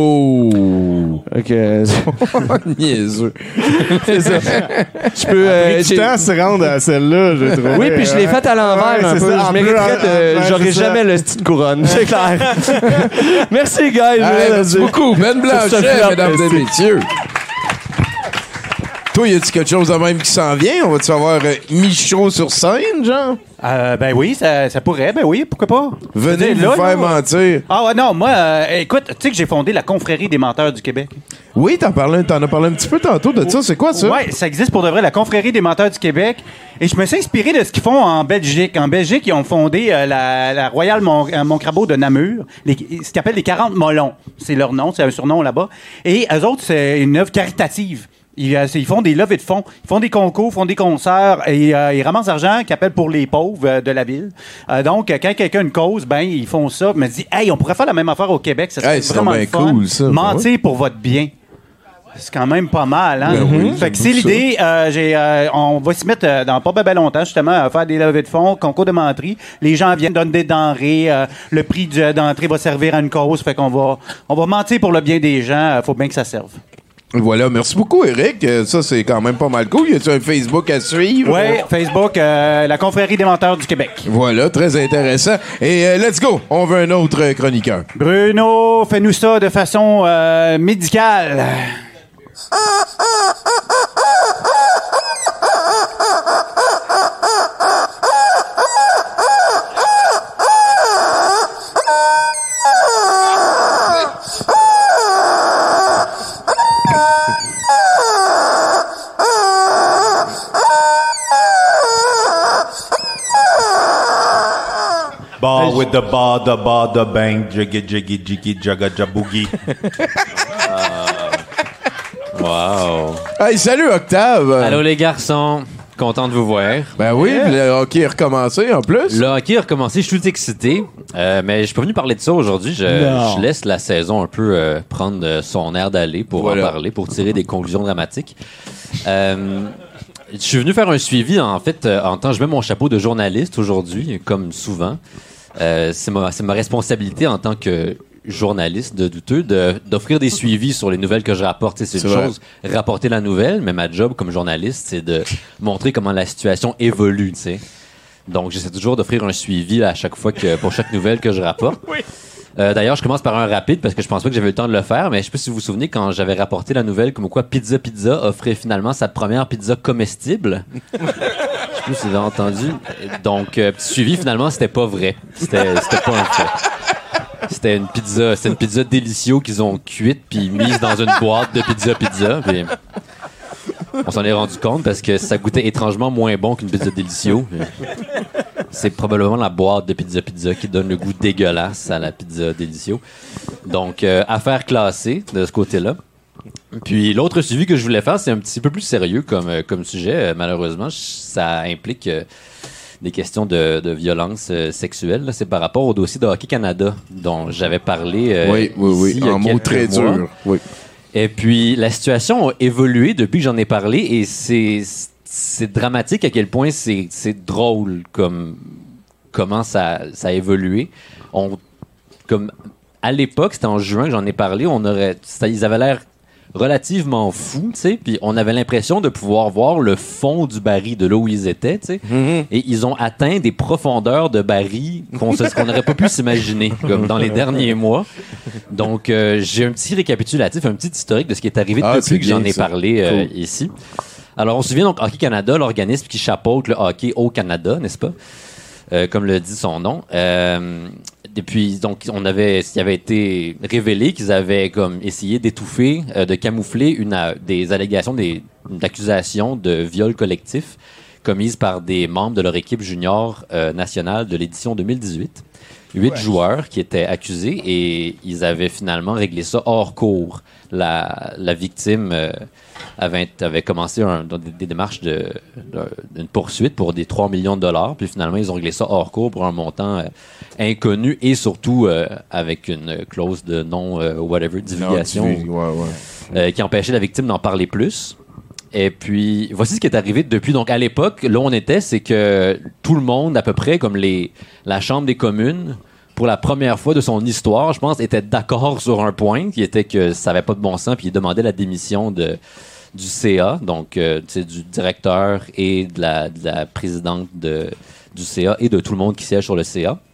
Oh! Ok. Niaiseux. C'est ça. Je peux. euh, du j'ai- temps à se rendre à celle-là, je trouve. Oui, puis je l'ai faite à l'envers Ouais, un c'est peu. ça, Je en mériterais plus, de. en- ouais, J'aurais c'est ça. jamais le style de couronne. C'est clair. Merci, guys. je voulais Hey, le merci dire. beaucoup. Ben Sur ce Blanchet, flop, mesdames merci. et messieurs. Toi, y a-tu quelque chose de même qui s'en vient? On va-tu avoir euh, Michaud sur scène, genre? Euh, ben oui, ça, ça pourrait. Ben oui, pourquoi pas? Venez Je veux vous dire, là, faire là, mentir. Ah ouais, non, moi, euh, écoute, tu sais que j'ai fondé la Confrérie des menteurs du Québec. Oui, t'en, parlais, t'en as parlé un petit peu tantôt de ça. C'est quoi ça? Ouais, ça existe pour de vrai, la Confrérie des menteurs du Québec. Et je me suis inspiré de ce qu'ils font en Belgique. En Belgique, ils ont fondé euh, la, la Royale Mont, euh, Montcrabeau de Namur, les, ce qu'ils appellent les quarante Molons. C'est leur nom, c'est un surnom là-bas. Et eux autres, c'est une œuvre caritative. Ils, euh, ils font des levées de fonds, ils font des concours, font des concerts et euh, ils ramassent l'argent qu'ils appellent pour les pauvres euh, de la ville. Euh, donc, euh, quand quelqu'un a une cause, ben ils font ça. Me dit, hey, on pourrait faire la même affaire au Québec. Ça serait hey, vraiment bien le fun. Cool, ça. Mentir ouais. pour votre bien. C'est quand même pas mal, hein? Ben oui, fait que c'est l'idée. Euh, j'ai, euh, on va s'y mettre euh, dans pas bien longtemps, justement, à faire des levées de fonds, concours de menterie. Les gens viennent donner des denrées. Euh, le prix de, d'entrée va servir à une cause. Fait qu'on va, on va mentir pour le bien des gens. Faut bien que ça serve. Voilà, merci beaucoup, Eric. Euh, Ça, c'est quand même pas mal cool. Y a-tu un Facebook à suivre? Oui, Facebook, euh, la Confrérie des menteurs du Québec. Voilà, très intéressant. Et euh, let's go, on veut un autre euh, chroniqueur. Bruno, fais-nous ça de façon euh, médicale. Ball with the ball, the ball, the bang, jiggy, jiggy, jiggy, jagga, jaboogie. Wow. Hey, salut, Octave. Allô, les garçons. Content de vous voir. Ben oui, yeah. Le hockey est recommencé en plus. Le hockey a recommencé, je suis tout excité. Euh, mais je suis pas venu parler de ça aujourd'hui. Je, je laisse la saison un peu euh, prendre son air d'aller pour voilà. en parler, pour tirer des conclusions dramatiques. Euh, je suis venu faire un suivi, en fait, euh, en tant que je mets mon chapeau de journaliste aujourd'hui, comme souvent. Euh, c'est, ma, c'est ma responsabilité en tant que journaliste de douteux de, d'offrir des suivis sur les nouvelles que je rapporte. C'est, c'est une vrai. chose, rapporter la nouvelle, mais ma job comme journaliste, c'est de montrer comment la situation évolue, tu sais. Donc, j'essaie toujours d'offrir un suivi à chaque fois que, pour chaque nouvelle que je rapporte. Oui. Euh, d'ailleurs, je commence par un rapide parce que je pense pas que j'avais eu le temps de le faire, mais je sais pas si vous vous souvenez quand j'avais rapporté la nouvelle comme quoi Pizza Pizza offrait finalement sa première pizza comestible. Je sais pas si vous avez entendu. Donc, euh, petit suivi, finalement, c'était pas vrai. C'était, c'était pas un fait. C'était une pizza, c'était une pizza délicieuse qu'ils ont cuite puis mise dans une boîte de Pizza Pizza. Puis on s'en est rendu compte parce que ça goûtait étrangement moins bon qu'une pizza délicieuse. C'est probablement la boîte de Pizza Pizza qui donne le goût dégueulasse à la pizza délicieuse. Donc, euh, affaire classée de ce côté-là. Puis l'autre suivi que je voulais faire, c'est un petit peu plus sérieux comme, euh, comme sujet. Euh, malheureusement, ça implique euh, des questions de, de violence euh, sexuelle. Là. C'est par rapport au dossier de Hockey Canada dont j'avais parlé euh, oui, oui, ici, oui, en mots très durs. Oui. Et puis, la situation a évolué depuis que j'en ai parlé et c'est... c'est dramatique à quel point c'est, c'est drôle comme comment ça, ça a évolué. On, comme à l'époque, c'était en juin que j'en ai parlé, on aurait, ça, ils avaient l'air relativement fous, tu sais, puis on avait l'impression de pouvoir voir le fond du baril de là où ils étaient, tu sais, mm-hmm. et ils ont atteint des profondeurs de baril qu'on qu'on n'aurait pas pu s'imaginer, comme dans les derniers mois. Donc, euh, j'ai un petit récapitulatif, un petit historique de ce qui est arrivé ah, depuis que j'en ai ça. parlé euh, cool. ici. Alors, on se souvient donc Hockey Canada, l'organisme qui chapeaute le hockey au Canada, n'est-ce pas? Euh, comme le dit son nom. Euh, depuis, donc, on avait, il avait été révélé qu'ils avaient comme essayé d'étouffer, euh, de camoufler une, euh, des allégations, des accusations de viol collectif commises par des membres de leur équipe junior euh, nationale de l'édition deux mille dix-huit. Huit ouais. joueurs qui étaient accusés et ils avaient finalement réglé ça hors cours. La, la victime euh, avait, avait commencé un, des, des démarches de, de, d'une poursuite pour des trois millions de dollars. Puis finalement, ils ont réglé ça hors cours pour un montant euh, inconnu et surtout euh, avec une clause de non, euh, whatever, divulgation, non, ouais, ouais. Euh, qui empêchait la victime d'en parler plus. Et puis, voici ce qui est arrivé depuis. Donc, à l'époque, là où on était, c'est que tout le monde, à peu près, comme les, la Chambre des communes, pour la première fois de son histoire, je pense, était d'accord sur un point, qui était que ça n'avait pas de bon sens, puis il demandait la démission de, du C A, donc euh, du directeur et de la, de la présidente de, du C A et de tout le monde qui siège sur le C A.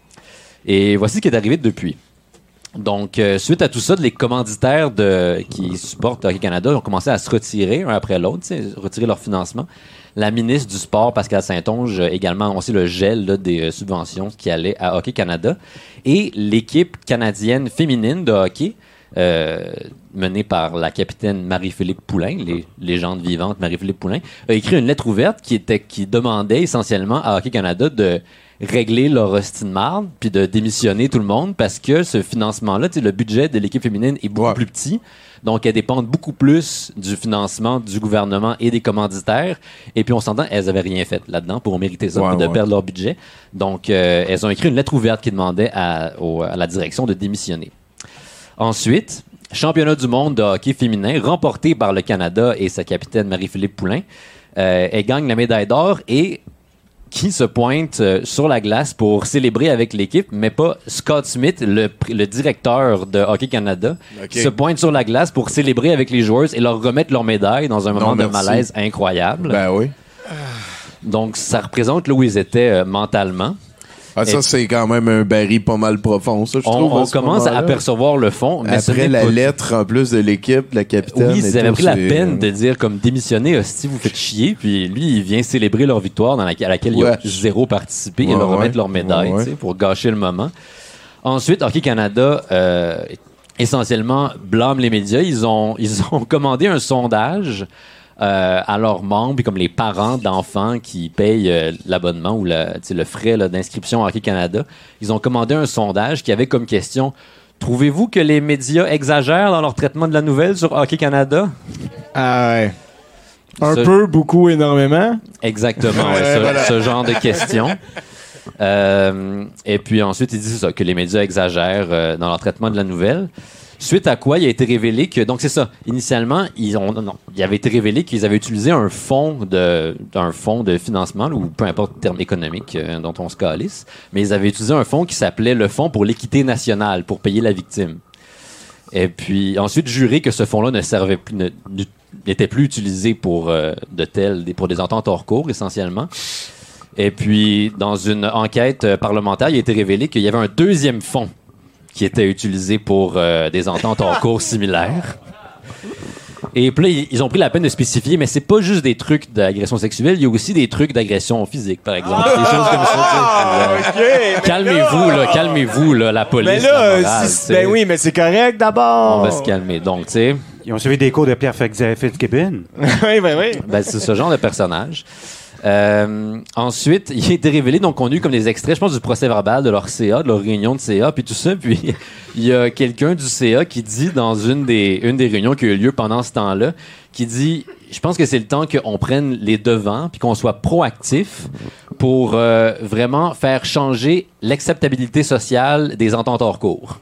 Et voici ce qui est arrivé depuis. Donc, euh, suite à tout ça, les commanditaires de, qui supportent Hockey Canada ont commencé à se retirer un après l'autre, retirer leur financement. La ministre du Sport, Pascal Saint-Onge, a également annoncé le gel là, des euh, subventions qui allaient à Hockey Canada. Et l'équipe canadienne féminine de hockey, euh, menée par la capitaine Marie-Philippe Poulain, les légendes vivantes Marie-Philippe Poulain, a écrit une lettre ouverte qui, était, qui demandait essentiellement à Hockey Canada de régler leur hostie de marde puis de démissionner tout le monde parce que ce financement-là, tu sais, le budget de l'équipe féminine est beaucoup ouais. plus petit. Donc, elles dépendent beaucoup plus du financement du gouvernement et des commanditaires. Et puis, on s'entend, elles avaient rien fait là-dedans pour mériter ça, ouais, de ouais. perdre leur budget. Donc, euh, elles ont écrit une lettre ouverte qui demandait à, au, à la direction de démissionner. Ensuite, championnat du monde de hockey féminin remporté par le Canada et sa capitaine Marie-Philippe Poulin. Euh, elle gagne la médaille d'or et qui se pointe euh, sur la glace pour célébrer avec l'équipe, mais pas Scott Smith, le, le directeur de Hockey Canada, okay. qui se pointe sur la glace pour célébrer avec les joueuses et leur remettre leur médaille dans un moment non, de malaise incroyable. Ben oui. Donc, ça représente là où ils étaient euh, mentalement. Ah, ça, et c'est quand même un baril pas mal profond, ça, je on, trouve. On commence à apercevoir le fond. Mais après la pas... lettre, en plus de l'équipe, de la capitaine. Oui, ils avaient tout, pris la peine de dire, comme, démissionner, hostie, vous faites chier. Puis lui, il vient célébrer leur victoire dans la... à laquelle ouais. ils ont zéro participé ouais, et leur ouais. remettre leur médaille, ouais, ouais. pour gâcher le moment. Ensuite, Hockey Canada, euh, essentiellement, blâme les médias. Ils ont, ils ont commandé un sondage Euh, à leurs membres, puis comme les parents d'enfants qui payent euh, l'abonnement ou le, le frais là, d'inscription à Hockey Canada, ils ont commandé un sondage qui avait comme question « Trouvez-vous que les médias exagèrent dans leur traitement de la nouvelle sur Hockey Canada? » Ah ouais. Un ce... peu, beaucoup, énormément. Exactement, ouais, ce, ce genre de questions. Euh, et puis ensuite, ils disent ça, que les médias exagèrent euh, dans leur traitement de la nouvelle. Suite à quoi, il a été révélé que... Donc, c'est ça. Initialement, ils ont, non, il avait été révélé qu'ils avaient utilisé un fonds de, un fonds de financement, ou peu importe le terme économique euh, dont on se calisse, mais ils avaient utilisé un fonds qui s'appelait le Fonds pour l'équité nationale, pour payer la victime. Et puis, ensuite, juré que ce fonds-là ne servait plus, ne, n'était plus utilisé pour, euh, de telles, pour des ententes hors cours, essentiellement. Et puis, dans une enquête parlementaire, il a été révélé qu'il y avait un deuxième fonds qui était utilisé pour euh, des ententes hors cours similaires. Et puis là, ils ont pris la peine de spécifier, mais c'est pas juste des trucs d'agression sexuelle, il y a aussi des trucs d'agression physique, par exemple. Des choses comme ça. Ah, okay, calmez-vous, là, calmez-vous, là, la police. Mais là, la morale, si, ben oui, mais c'est correct d'abord. On va se calmer. Donc, tu sais. Ils ont suivi des cours de Pierre Fitzgibbon. oui, ben oui. Ben, c'est ce genre de personnage. Euh, ensuite, il a été révélé, donc on a eu comme des extraits, je pense, du procès verbal de leur C A, de leur réunion de C A, puis tout ça. Puis il y a quelqu'un du C A qui dit dans une des, une des réunions qui a eu lieu pendant ce temps-là, qui dit, je pense que c'est le temps qu'on prenne les devants, puis qu'on soit proactif pour euh, vraiment faire changer l'acceptabilité sociale des ententes hors cours.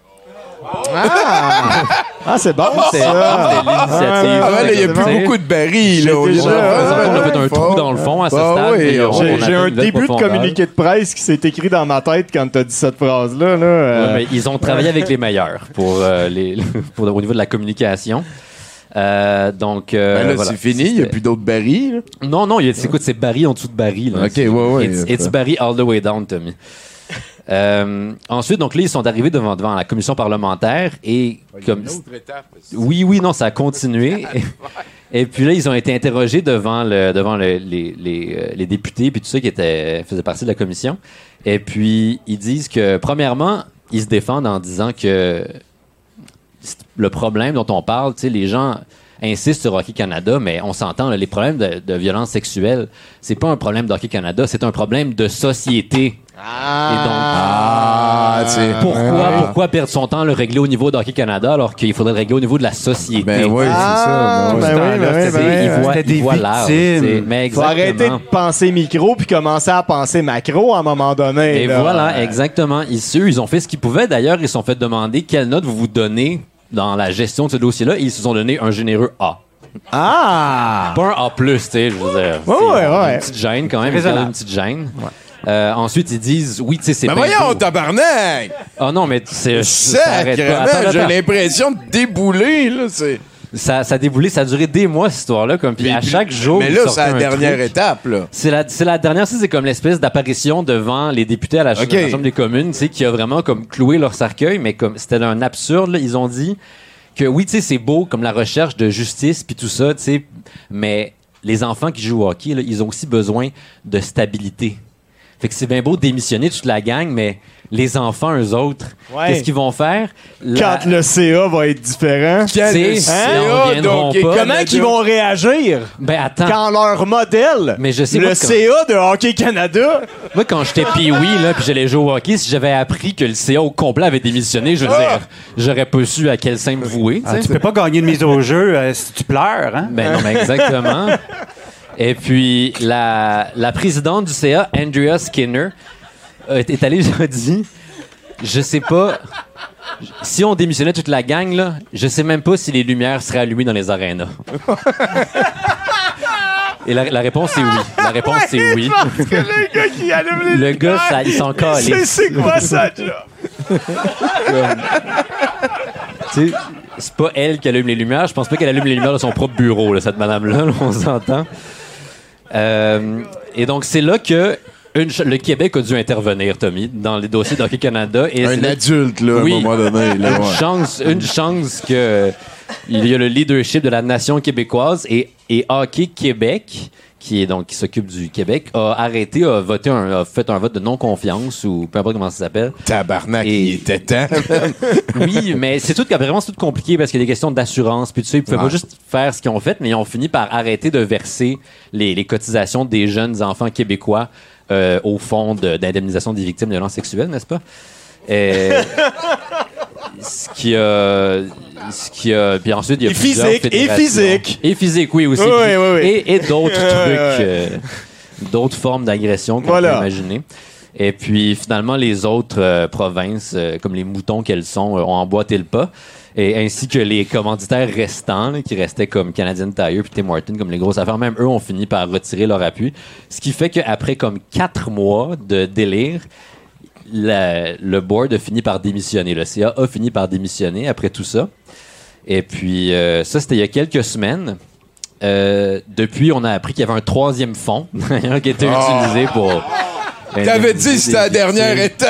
Ah! Ah, c'est bon, c'est ça! C'est l'initiative. Ah, ouais, il n'y a plus beaucoup de barils, là. Déjà, on a fait un trou dans le fond à ce ah, stade. Oui, mais on, j'ai on j'ai un début de communiqué de presse qui s'est écrit dans ma tête quand tu as dit cette phrase-là. Là, euh... ouais, mais ils ont travaillé avec les meilleurs pour, euh, les, pour, au niveau de la communication. Euh, donc, euh, ben là, voilà. c'est fini, il n'y a plus d'autres barils. Là. Non, non, il y a, écoute, c'est Barry en dessous de Barry. Là. Ok, ouais, ouais. It's, it's Barry all the way down, Tommy. Euh, ensuite, donc là, ils sont arrivés devant, devant la commission parlementaire et ouais, comme une autre étape. oui, oui, non, ça a continué. et, et puis là, ils ont été interrogés devant le, devant le, les, les, les députés puis tout ça qui était faisaient partie de la commission. Et puis ils disent que premièrement, ils se défendent en disant que le problème dont on parle, tu sais, les gens insistent sur Hockey Canada, mais on s'entend, là, les problèmes de, de violence sexuelle, c'est pas un problème d'Hockey Canada, c'est un problème de société. Ah, et donc, ah, pourquoi, pourquoi perdre son temps à le régler au niveau d'Hockey Canada alors qu'il faudrait le régler au niveau de la société? Ben oui, ah, c'est ça. Ben oui, ben oui, ben ils voient, c'était ils voient large. Mais faut arrêter de penser micro puis commencer à penser macro à un moment donné. Et là. voilà, exactement. Ils, eux, ils ont fait ce qu'ils pouvaient. D'ailleurs, ils se sont fait demander quelle note vous vous donnez dans la gestion de ce dossier-là. Et ils se sont donné un généreux A. Ah! Pas un A plus, tu sais, je veux dire. Ouais, ouais, ouais. Une petite gêne quand même. Ils ont une petite gêne. Ouais. Euh, ensuite, ils disent, oui, tu sais, c'est ben bien voyons, beau. tabarnak! Ah non, mais c'est... Sacrément, j'ai l'impression de débouler, là, c'est... Ça, ça a déboulé, ça a duré des mois, cette histoire-là. Comme, puis, puis à chaque jour... Mais là, c'est la dernière truc. étape, là. C'est la, c'est la dernière, c'est comme l'espèce d'apparition devant les députés à la, okay. la Chambre des communes, tu sais, qui a vraiment comme cloué leur cercueil, mais comme c'était un absurde, là, ils ont dit que oui, tu sais, c'est beau, comme la recherche de justice, puis tout ça, tu sais, mais les enfants qui jouent au hockey, là, ils ont aussi besoin de stabilité. Fait que c'est bien beau de démissionner toute la gang, mais les enfants, eux autres, Ouais. qu'est-ce qu'ils vont faire? La- Quand le C A va être différent. Quand le C A, donc, pas. comment qu'ils vont réagir? Ben attends. Quand leur modèle, mais je sais le moi, C A de Hockey Canada... Moi, quand j'étais pee-wee, là, puis j'allais jouer au hockey, si j'avais appris que le C A au complet avait démissionné, je veux Ah! dire, j'aurais pas su à quel sein me vouer. Ah, tu peux pas gagner une mise au jeu euh, si tu pleures, hein? Ben non, mais exactement. Et puis, la, la présidente du C A, Andrea Skinner, euh, est allée jeudi. Je sais pas. Si on démissionnait toute la gang, là, je sais même pas si les lumières seraient allumées dans les arénas. Et la, la réponse est oui. La réponse c'est oui. Parce que le gars qui allume les Le gars, lumières, ça, il s'en calisse. C'est, c'est quoi ça, job? Tu sais, c'est pas elle qui allume les lumières. Je pense pas qu'elle allume les lumières de son propre bureau, là, cette madame-là. Là, on s'entend. Euh, et donc, c'est là que une ch- le Québec a dû intervenir, Tommy, dans les dossiers d'Hockey Canada. Et Un c'est là- adulte, là, Oui. à un moment donné. Là, une ouais. chance, une chance que euh, il y a le leadership de la nation québécoise et, et Hockey Québec, qui est donc qui s'occupe du Québec, a arrêté, a voté, un, a fait un vote de non-confiance ou peu importe comment ça s'appelle. Tabarnak, Et- il était temps. Oui, mais c'est tout vraiment c'est tout compliqué parce qu'il y a des questions d'assurance puis tu sais, ils pouvaient Ouais. pas juste faire ce qu'ils ont fait, mais ils ont fini par arrêter de verser les, les cotisations des jeunes enfants québécois euh, au fonds de- d'indemnisation des victimes de violences sexuelles, n'est-ce pas? Euh, ce qui a, ce qui a, puis ensuite il y a Et plusieurs physique, et fédérations. physique. et physique, oui aussi, Oui, Puis- oui, oui. Et, et d'autres Ouais, trucs, ouais. euh, d'autres formes d'agression qu'on Voilà. peut imaginer. Et puis finalement les autres euh, provinces, euh, comme les moutons qu'elles sont, euh, ont emboîté le pas. Et ainsi que les commanditaires restants, là, qui restaient comme Canadian Tire puis Tim Hortons, comme les grosses affaires, même eux ont fini par retirer leur appui. Ce qui fait qu'après comme quatre mois de délire, la- le board a fini par démissionner. Le C A a fini par démissionner après tout ça. Et puis, euh, ça, c'était il y a quelques semaines. Euh, depuis, on a appris qu'il y avait un troisième fonds d'ailleurs, qui était Oh. utilisé pour... T'avais dit que c'était la dernière étape.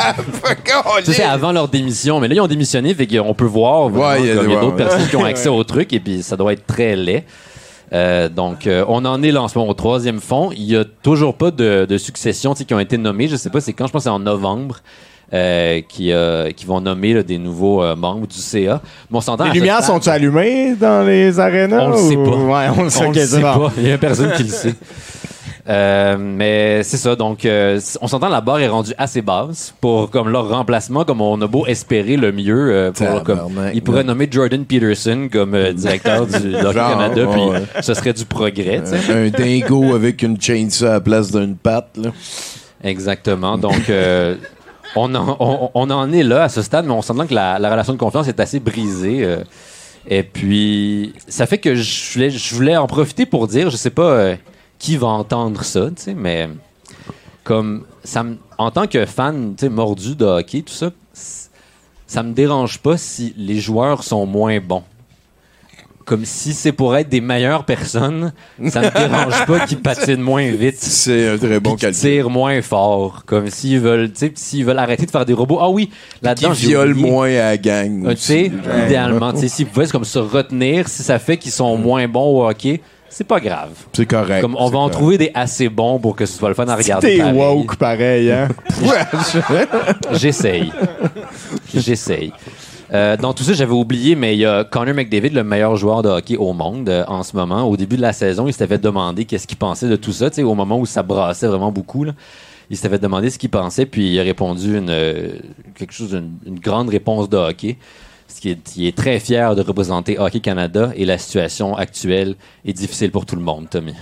étape. Ça, c'est avant leur démission. Mais là, ils ont démissionné, fait qu'on peut voir vraiment Ouais, il y a comme des- il y a d'autres ouais. personnes qui ont accès au truc, et puis ça doit être très laid. Euh, donc, euh, on en est là en ce moment au troisième fonds. Il y a toujours pas de, de succession tu sais, qui ont été nommés. Je sais pas, c'est quand, je pense que c'est en novembre. Euh, qui, euh, qui vont nommer là, des nouveaux euh, membres du C A. Mais on s'entend Les à ce lumières stade- sont-tu allumées dans les arénas? On le sait ou- pas. Ouais, on le sait, On ok, le c'est sait bon. pas. Il y a personne qui le sait. Euh, mais c'est ça, donc euh, c- on s'entend la barre est rendue assez basse pour comme leur remplacement, comme on a beau espérer le mieux. Euh, pour, comme, Tabarnak, ils pourraient ouais. nommer Jordan Peterson comme euh, directeur du Hockey Genre, Canada, puis ouais. ce serait du progrès. tu sais. Un dingo avec une chainsaw à la place d'une patte. Là. Exactement. Donc, euh, on, en, on, on en est là à ce stade, mais on s'entend que la, la relation de confiance est assez brisée. euh, et puis, ça fait que je voulais, je voulais en profiter pour dire, je sais pas euh, qui va entendre ça, tu sais, mais comme ça me- en tant que fan, tu sais, mordu de hockey, tout ça, c- ça me dérange pas si les joueurs sont moins bons. Comme si c'est pour être des meilleures personnes, ça me dérange pas qu'ils patinent moins vite. C'est un très bon Puis qu'ils calcul. tirent moins fort. Comme s'ils veulent, tu sais, s'ils veulent arrêter de faire des robots. Ah oui, Qui là-dedans, j'ai viole oublié. moins à la gang. Euh, tu sais, aussi. idéalement, tu sais, s'ils pouvaient comme se retenir, si ça fait qu'ils sont moins bons au hockey, c'est pas grave. C'est correct. Comme on c'est va en correct. trouver des assez bons pour que ce soit le fun à regarder. T'es pareil. woke pareil, hein? J'essaye. J'essaye. Euh, dans tout ça, j'avais oublié, mais il y a Connor McDavid, le meilleur joueur de hockey au monde euh, en ce moment. Au début de la saison, il s'était fait demander qu'est-ce qu'il pensait de tout ça, tu sais, au moment où ça brassait vraiment beaucoup. Là. Il s'était fait demander ce qu'il pensait, puis il a répondu une, euh, quelque chose, une, une grande réponse de hockey. Ce qui est, il est très fier de représenter Hockey Canada et la situation actuelle est difficile pour tout le monde, Tommy.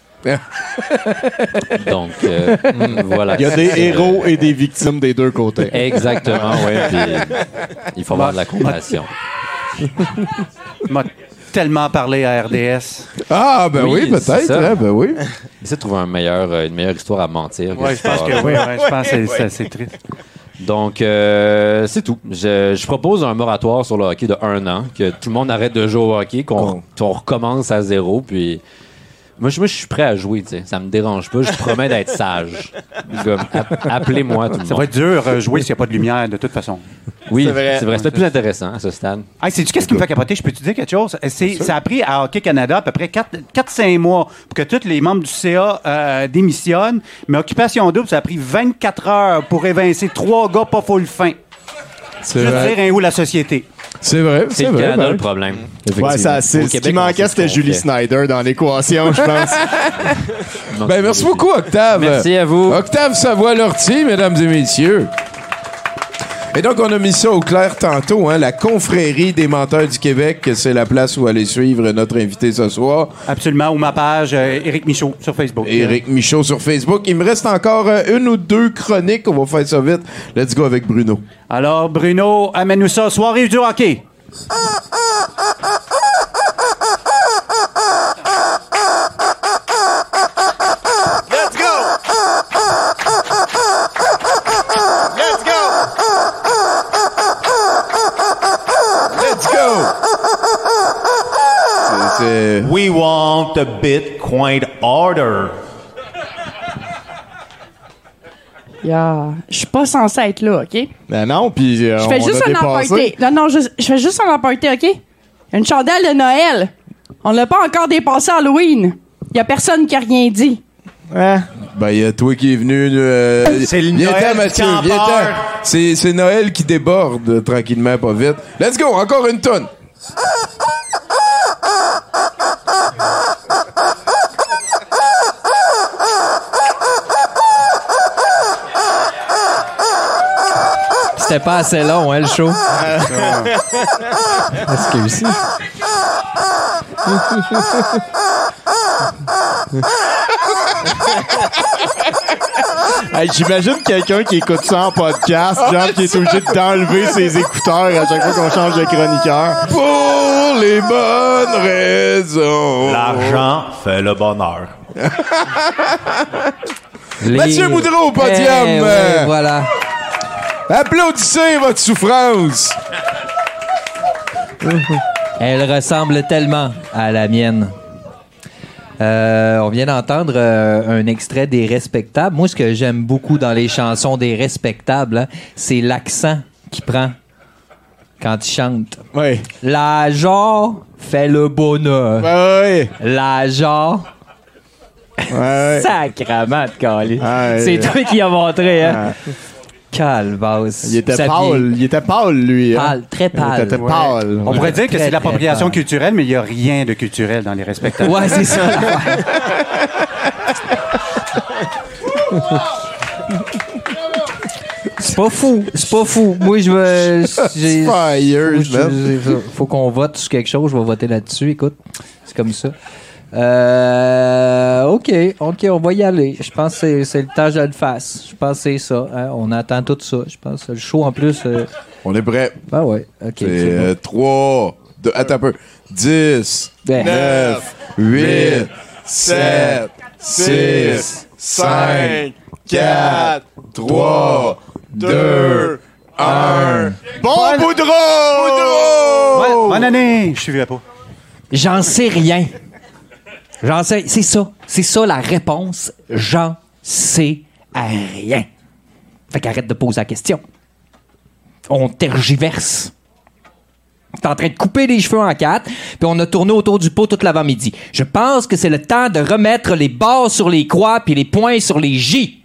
Donc, euh, mm, voilà. Il y a des C'est, héros et des victimes des deux côtés. Exactement, oui. Il faut avoir de la compassion. m'a tellement parlé à R D S. Ah, ben oui, Oui, c'est peut-être. ça. Hein, ben oui. Essaie de trouver un meilleur, euh, une meilleure histoire à mentir. Ouais, je pense que oui, ouais, je pense que c'est- c'est c'est triste. Donc, euh, c'est tout. Je, je propose un moratoire sur le hockey de un an, que tout le monde arrête de jouer au hockey, qu'on qu'on recommence à zéro, puis... Moi, je, moi, je suis prêt à jouer, tu sais. Ça me dérange pas. Je te promets d'être sage. Comme, app- appelez-moi tout le Ça monde. va être dur euh, jouer s'il n'y a pas de lumière, de toute façon. Oui, c'est vrai. C'est vrai. C'était plus intéressant à ce stade. Hey, sais-tu qu'est-ce qui me fait capoter? Je peux te dire quelque chose? C'est, ça a pris à Hockey Canada à peu près quatre à cinq mois pour que tous les membres du C A euh, démissionnent. Mais Occupation Double, ça a pris vingt-quatre heures pour évincer trois gars pas full fin. C'est Je veux vrai. dire, hein, où la société? C'est vrai, C'est c'est le vrai. Canada ben. le problème. Ouais, ça, c'est, Au ce qui Québec, on manquait, sait c'était ce qu'on Julie fait. Snyder dans l'équation, je pense. Ben, merci beaucoup, Octave. Merci à vous. Octave Savoie-Lortie, mesdames et messieurs. Et donc, on a mis ça au clair tantôt, hein, la confrérie des menteurs du Québec, c'est la place où aller suivre notre invité ce soir. Absolument, ou ma page, euh, Éric Michaud, sur Facebook. Éric Michaud sur Facebook. Il me reste encore euh, une ou deux chroniques. On va faire ça vite. Let's go avec Bruno. Alors, Bruno, amène-nous ça. Soirée du hockey. Let's go! Let's go! Let's go! C'est, c'est... We want a Bitcoin order. Yeah. Je suis pas censé être là, OK? Ben non, puis euh, Je fais on juste a un dépassé. emporté. Non, non, je, je fais juste un emporté, OK? Une chandelle de Noël. On l'a pas encore dépassé Halloween. Y a personne qui a rien dit. Hein? Ben, il y a toi qui est venu. Euh, C'est le viens-t'en, Noël Mathieu, qui en viens-t'en. part. C'est, c'est Noël qui déborde euh, tranquillement, pas vite. Let's go, encore une tonne. C'était pas assez long, hein, le show? Excuse. Hey, j'imagine quelqu'un qui écoute ça en podcast, genre qui est obligé d'enlever ses écouteurs à chaque fois qu'on change de chroniqueur. Pour les bonnes raisons. L'argent fait le bonheur. Les... Mathieu Boudreau au podium. Eh, ouais, voilà. Applaudissez votre souffrance. Elle ressemble tellement à la mienne. Euh, on vient d'entendre euh, un extrait des Respectables. Moi, ce que j'aime beaucoup dans les chansons des Respectables, hein, c'est l'accent qu'il prend quand il chante. Oui. La genre fait le bonheur. Ouais, La genre... ouais. Sacrement de calice. Ouais, C'est ouais. toi qui as montré, hein? Ouais. Calvasse. Il était Ça pâle, vient- il était pâle, lui. hein. Pâle, très pâle. Il était Ouais. pâle. On pourrait dire que Très, c'est très l'appropriation pâle. culturelle, mais il n'y a rien de culturel dans les respectables. Ouais, c'est ça. C'est pas fou, c'est pas fou. Moi, je veux. j'ai- Fire, faut, man. faut- faut qu'on vote sur quelque chose, je vais voter là-dessus. Écoute, c'est comme ça. Euh, ok, ok, on va y aller. Je pense que c'est, c'est le temps que je le fasse. Je pense que c'est ça. hein. On attend tout ça. Je pense que le show en plus. euh, On est prêt. Ben ouais, ok. C'est c'est bon. euh, trois, deux, attends un peu. dix, Ouais. neuf, huit, sept, six, cinq, quatre, trois, deux, un. Bon Boudreau! Ouais, bonne année! Je suivrai pas. J'en sais rien. J'en sais. C'est ça. C'est ça la réponse. J'en sais rien. Fait qu'arrête de poser la question. On tergiverse. T'es en train de couper les cheveux en quatre, puis on a tourné autour du pot toute l'avant-midi. Je pense que c'est le temps de remettre les barres sur les croix puis les points sur les J.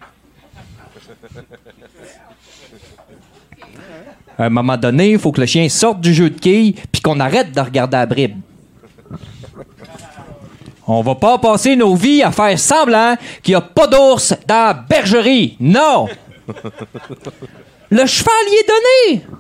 À un moment donné, il faut que le chien sorte du jeu de quilles puis qu'on arrête de regarder la bribe. On va pas passer nos vies à faire semblant qu'il n'y a pas d'ours dans la bergerie. Non! Le cheval y est donné!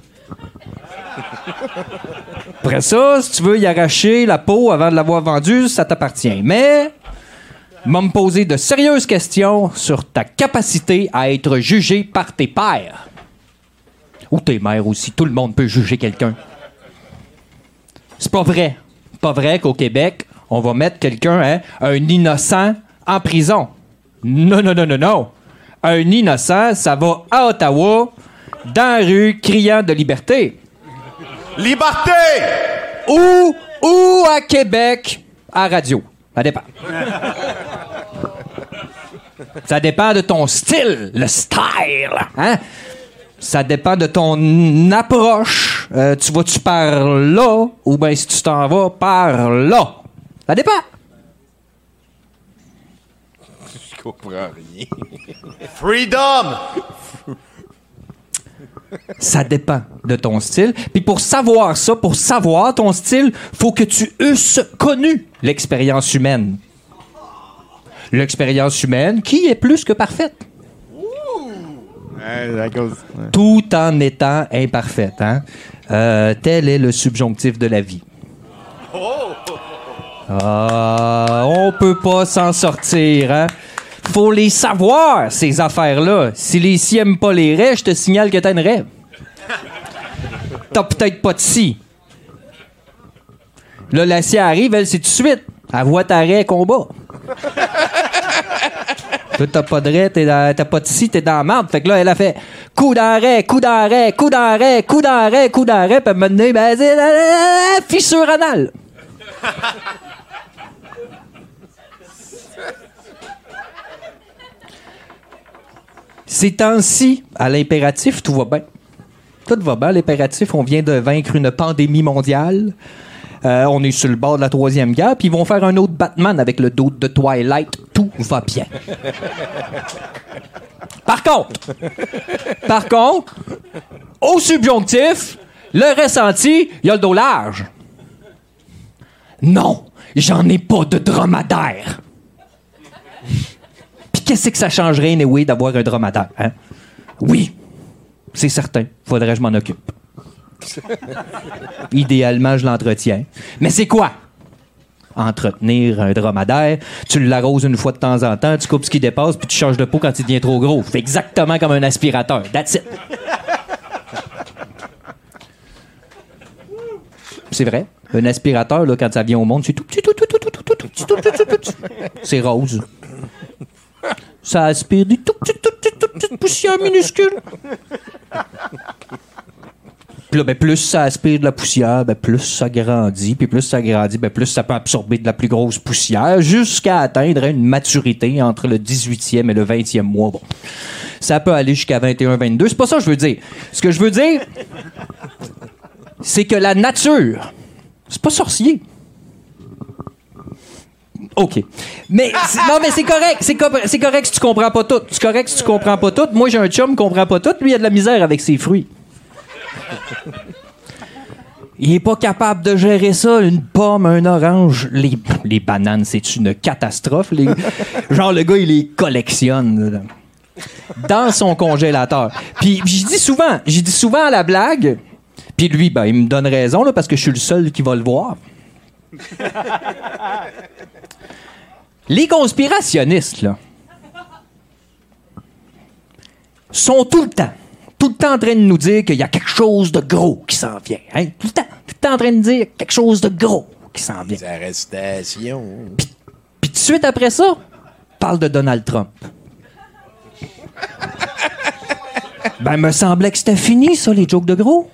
Après ça, si tu veux y arracher la peau avant de l'avoir vendue, ça t'appartient. Mais, va me poser de sérieuses questions sur ta capacité à être jugé par tes pairs. Ou tes mères aussi. Tout le monde peut juger quelqu'un. C'est pas vrai. Pas vrai qu'au Québec, on va mettre quelqu'un, hein, un innocent, en prison. Non, non, non, non, non. Un innocent, ça va à Ottawa, dans la rue, criant de liberté. Liberté! Ou, ou à Québec, à radio. Ça dépend. Ça dépend de ton style, le style. Hein? Ça dépend de ton approche. Euh, tu vas-tu par là ou bien si tu t'en vas par là? Ça dépend. Je comprends rien. Freedom! Ça dépend de ton style. Puis pour savoir ça, pour savoir ton style, faut que tu eusses connu l'expérience humaine. L'expérience humaine qui est plus que parfaite. Ouais, à cause- ouais. Tout en étant imparfaite. Hein? Euh, tel est le subjonctif de la vie. Ah, on peut pas s'en sortir. Hein? Faut les savoir, ces affaires-là. Si les si aiment pas les raies, je te signale que t'as une raie. T'as peut-être pas de si. Là, la si arrive, elle, c'est tout de suite. Elle voit ta raie combat. Toi, t'as pas de raie, t'es dans- t'as pas de si, t'es dans la merde. Fait que là, elle a fait coup d'arrêt, coup d'arrêt, coup d'arrêt, coup d'arrêt, coup d'arrêt. Puis maintenant, ben, c'est euh, fissure anale. Ces temps-ci, à l'impératif, tout va bien. Tout va bien. À l'impératif, on vient de vaincre une pandémie mondiale. Euh, on est sur le bord de la troisième guerre, puis ils vont faire un autre Batman avec le dos de Twilight. Tout va bien. Par contre, par contre, au subjonctif, le ressenti, il y a le dos large. Non, j'en ai pas de dromadaire. Puis qu'est-ce que ça changerait, anyway, d'avoir un dromadaire, hein? Oui, c'est certain. Faudrait que je m'en occupe. Idéalement, je l'entretiens. Mais c'est quoi? Entretenir un dromadaire, tu l'arroses une fois de temps en temps, tu coupes ce qui dépasse, puis tu changes de peau quand il devient trop gros. Fait exactement comme un aspirateur. That's it. C'est vrai. Un aspirateur, là, quand ça vient au monde, c'est tout petit, tout, tout, tout, tout, tout, tout, tout, tout, tout, tout, tout. C'est rose. Ça aspire des tout petites, tout petites, tout petites poussières minuscules. Puis là, ben, plus ça aspire de la poussière, ben, plus ça grandit. Puis plus ça grandit, ben, plus ça peut absorber de la plus grosse poussière jusqu'à atteindre une maturité entre le dix-huitième et le vingtième mois. Bon. Ça peut aller jusqu'à vingt et un vingt-deux. C'est pas ça que je veux dire. Ce que je veux dire, c'est que la nature, c'est pas sorcier. OK. Mais, c'est- non, mais c'est correct. C'est, co- c'est correct si tu comprends pas tout. C'est correct si tu comprends pas tout. Moi, j'ai un chum qui comprend pas tout. Lui, il a de la misère avec ses fruits. Il est pas capable de gérer ça. Une pomme, un orange. Les, les bananes, c'est une catastrophe. Les- genre, le gars, il les collectionne là, dans son congélateur. Puis j'y dis souvent, j'y dis souvent à la blague. Puis lui, ben, il me donne raison là, parce que je suis le seul qui va le voir. Les conspirationnistes, là, sont tout le temps, tout le temps en train de nous dire qu'il y a quelque chose de gros qui s'en vient. Hein? Tout le temps, tout le temps en train de dire quelque chose de gros qui s'en vient. Des arrestations. Puis tout de suite après ça, parle de Donald Trump. Ben, me semblait que c'était fini, ça, les jokes de gros.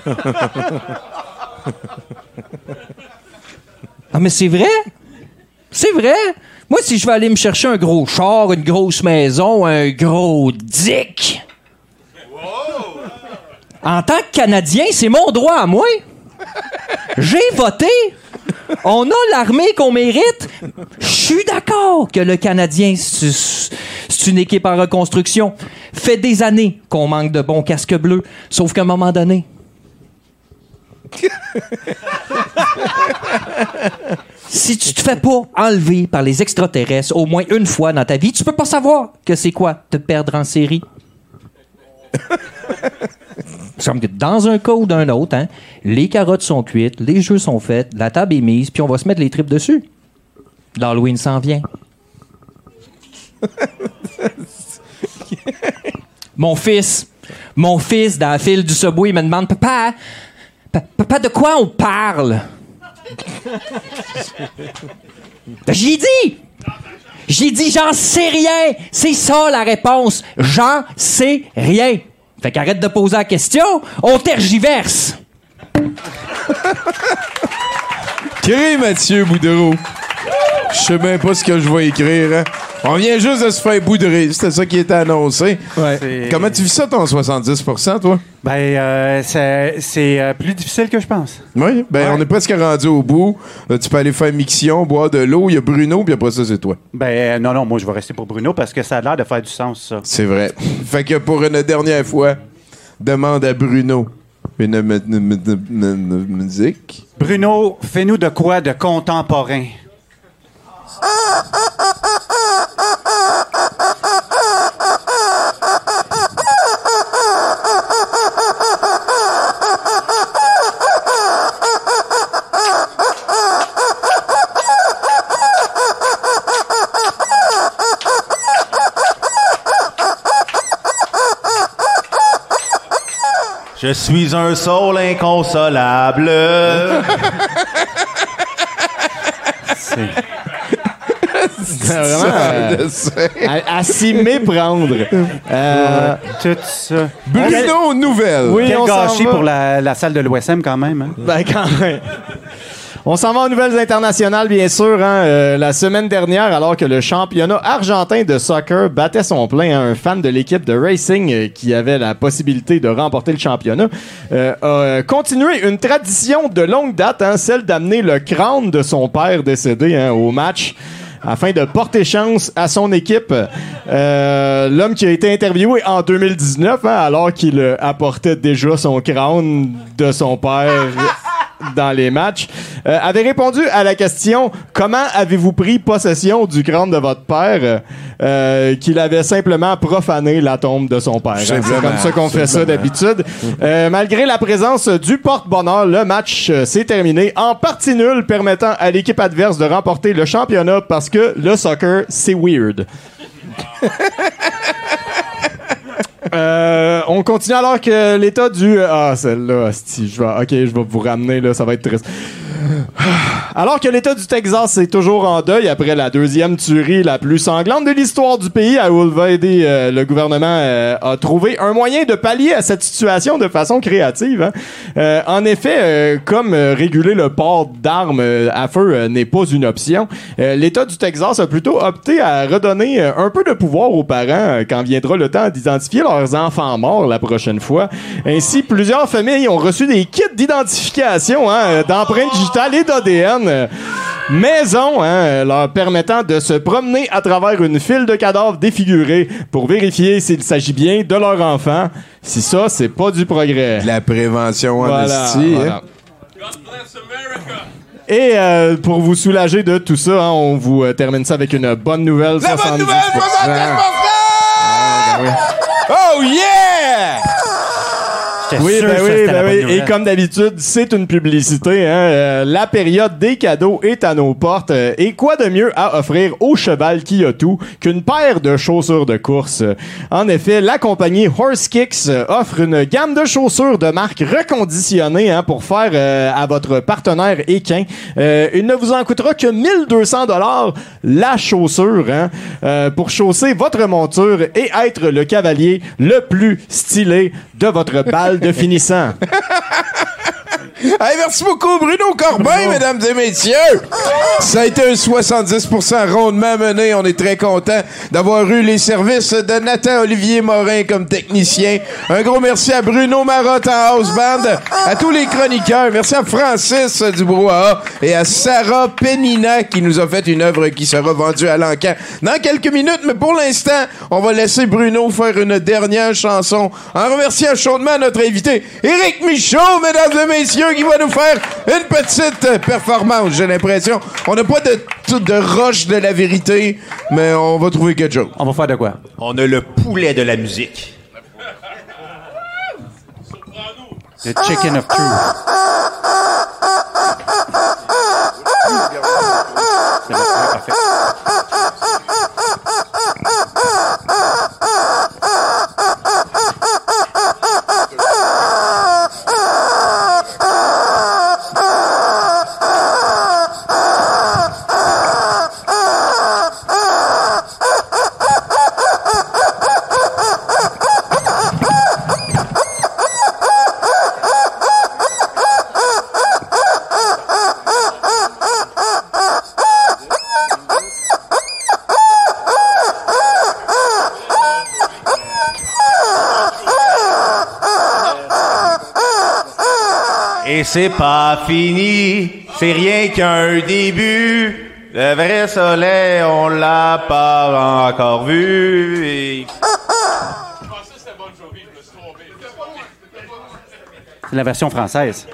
Ah, mais c'est vrai. C'est vrai. Moi, si je vais aller me chercher un gros char, une grosse maison, un gros dick, en tant que Canadien, c'est mon droit à moi. J'ai voté. On a l'armée qu'on mérite. Je suis d'accord que le Canadien, c'est c'est une équipe en reconstruction. Fait des années qu'on manque de bons casques bleus. Sauf qu'à un moment donné... si tu te fais pas enlever par les extraterrestres au moins une fois dans ta vie, tu peux pas savoir que c'est quoi te perdre en série. Il semble que dans un cas ou d'un autre, hein, les carottes sont cuites, les jeux sont faits, la table est mise, puis on va se mettre les tripes dessus. L'Halloween s'en vient. Mon fils, mon fils, dans la file du Subway, il me demande « Papa, pa- papa, de quoi on parle? » Ben, J'ai dit! J'ai dit « J'en sais rien! » C'est ça la réponse. « J'en sais rien. » Fait qu'arrête de poser la question, on tergiverse. Crée Mathieu Boudreau. Je sais même pas ce que je vais écrire. Hein. On vient juste de se faire boudrer. C'était ça qui était annoncé. Ouais. Comment tu vis ça, ton soixante-dix pour cent, toi? Ben, euh, c'est, c'est euh, plus difficile que je pense. Oui, ben Ouais. on est presque rendu au bout. Euh, tu peux aller faire mixion, boire de l'eau. Il y a Bruno, puis après ça, c'est toi. Ben, euh, non, non, moi, je vais rester pour Bruno parce que ça a l'air de faire du sens, ça. C'est vrai. Fait que pour une dernière fois, demande à Bruno une m- m- m- m- m- musique. Bruno, fais-nous de quoi de contemporain? Je suis un soul inconsolable. C'est vraiment euh, à, à s'y méprendre. Euh, Tout ça. Bruno, nouvelle. Oui, Quel on s'en gâchis va. pour la, la salle de l'O S M quand même. Hein? Ben, quand même. On s'en va aux nouvelles internationales, bien sûr. Hein. Euh, la semaine dernière, alors que le championnat argentin de soccer battait son plein, hein, un fan de l'équipe de Racing euh, qui avait la possibilité de remporter le championnat euh, a continué une tradition de longue date, hein, celle d'amener le crâne de son père décédé hein, au match afin de porter chance à son équipe. Euh, l'homme qui a été interviewé en deux mille dix-neuf, hein, alors qu'il euh, apportait déjà son crâne de son père dans les matchs, euh, avait répondu à la question « Comment avez-vous pris possession du crâne de votre père? Euh, » qu'il avait simplement profané la tombe de son père. Hein. C'est comme ça qu'on fait ça d'habitude. Euh, malgré la présence du porte-bonheur, le match euh, s'est terminé en partie nulle, permettant à l'équipe adverse de remporter le championnat parce que le soccer, c'est weird. Euh, on continue alors que l'état du... Ah, celle-là, asti, je vais... OK, je vais vous ramener, là, ça va être triste. Alors que l'État du Texas est toujours en deuil après la deuxième tuerie la plus sanglante de l'histoire du pays à Uvalde, euh, le gouvernement euh, a trouvé un moyen de pallier à cette situation de façon créative. Hein. Euh, en effet, euh, comme euh, réguler le port d'armes euh, à feu euh, n'est pas une option, euh, l'État du Texas a plutôt opté à redonner euh, un peu de pouvoir aux parents euh, quand viendra le temps d'identifier leurs enfants morts la prochaine fois. Ainsi, plusieurs familles ont reçu des kits d'identification hein, d'empreintes digitales et d'A D N euh, maison, hein, leur permettant de se promener à travers une file de cadavres défigurés pour vérifier s'il s'agit bien de leur enfant. Si ça, c'est pas du progrès. De la prévention en Voilà, esti, voilà. hein. Et euh, pour vous soulager de tout ça, hein, on vous euh, termine ça avec une bonne nouvelle. La bonne soixante-dix nouvelle, pour cent. soixante-dix pour cent! Ah, ben oui. Oh yeah! J'étais Oui, sûr ben que ça, oui, c'était ben la bonne oui. Et nouvelle. comme d'habitude, c'est une publicité. Hein? Euh, la période des cadeaux est à nos portes. Euh, et quoi de mieux à offrir au cheval qui a tout qu'une paire de chaussures de course? En effet, la compagnie Horse Kicks euh, offre une gamme de chaussures de marque reconditionnées hein, pour faire euh, à votre partenaire équin. Euh, il ne vous en coûtera que mille deux cents dollars la chaussure hein, euh, pour chausser votre monture et être le cavalier le plus stylé de votre balle de finissant. Hey, merci beaucoup, Bruno Corbin, mesdames et messieurs. Ça a été un soixante-dix pour cent rondement mené. On est très content d'avoir eu les services de Nathan Olivier Morin comme technicien. Un gros merci à Bruno Marotte en house band, à tous les chroniqueurs. Merci à Francis du Brouhaha et à Sarah Penina qui nous a fait une œuvre qui sera vendue à l'encan dans quelques minutes. Mais pour l'instant, on va laisser Bruno faire une dernière chanson en remerciant chaudement notre invité Éric Michaud, mesdames et messieurs, qui va nous faire une petite performance, j'ai l'impression. On n'a pas de, de roche de la vérité, mais on va trouver quelque chose. On va faire de quoi? On a le poulet de la musique. The Chicken of Truth. C'est bon, ouais, parfait. Et c'est pas fini, c'est rien qu'un début. Le vrai soleil, on l'a pas encore vu. Et... C'est la version française.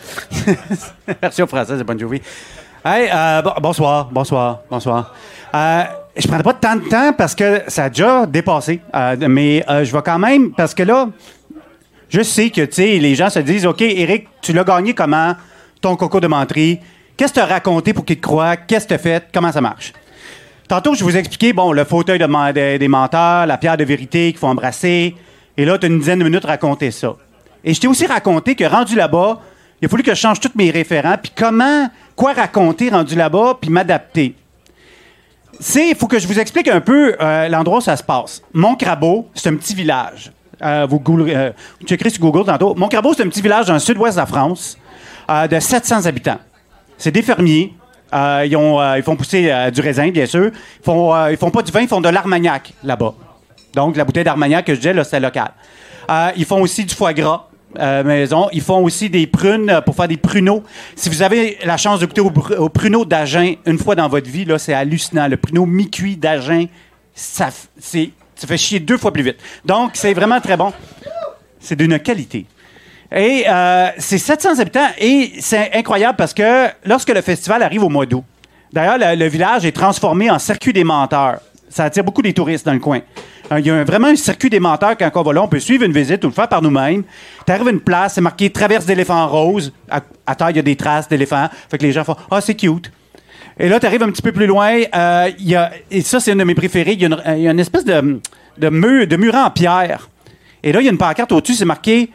La version française de Bon Jovi. Hey, euh, bon- bonsoir, bonsoir, bonsoir. Euh, je prendrai pas tant de temps parce que ça a déjà dépassé. Euh, mais euh, je vais quand même, parce que là, je sais que, tu sais, les gens se disent, OK, Éric, tu l'as gagné comment, ton concours de menterie? Qu'est-ce que tu as raconté pour qu'ils te croient? Qu'est-ce que tu as fait? Comment ça marche? Tantôt, je vous ai expliqué, bon, le fauteuil de man- de- des menteurs, la pierre de vérité qu'il faut embrasser. Et là, tu as une dizaine de minutes à raconter ça. Et je t'ai aussi raconté que, rendu là-bas, il a fallu que je change tous mes référents, puis comment, quoi raconter rendu là-bas, puis m'adapter. C'est, il faut que je vous explique un peu euh, l'endroit où ça se passe. Montcrabeau, c'est un petit village. Euh, vous Google, euh, vous checkerez sur Google tantôt. Montcrabeau, c'est un petit village dans le sud-ouest de la France euh, de sept cents habitants. C'est des fermiers. Euh, ils, ont, euh, ils font pousser euh, du raisin, bien sûr. Ils font, euh, ils font pas du vin, ils font de l'armagnac là-bas. Donc, la bouteille d'armagnac que je disais, là, c'est local. Euh, ils font aussi du foie gras. Euh, maison. Ils font aussi des prunes euh, pour faire des pruneaux. Si vous avez la chance de goûter au, br- au pruneau d'Agen une fois dans votre vie, là, c'est hallucinant. Le pruneau mi-cuit d'Agen, ça, f- c'est, ça fait chier deux fois plus vite. Donc, c'est vraiment très bon. C'est d'une qualité. Et euh, c'est sept cents habitants et c'est incroyable parce que lorsque le festival arrive au mois d'août, d'ailleurs, le, le village est transformé en circuit des menteurs. Ça attire beaucoup des touristes dans le coin. Il y a un- vraiment un circuit des menteurs quand on va là. On peut suivre une visite ou le faire par nous-mêmes. Tu arrives à une place, c'est marqué « Traverse d'éléphant rose ». À, à terre, il y a des traces d'éléphants. Fait que les gens font « Ah, c'est cute ». Et là, tu arrives un petit peu plus loin. Euh, il y a, et ça, c'est une de mes préférées. Il y a une, il y a une espèce de, de, mur, de mur en pierre. Et là, il y a une pancarte au-dessus, c'est marqué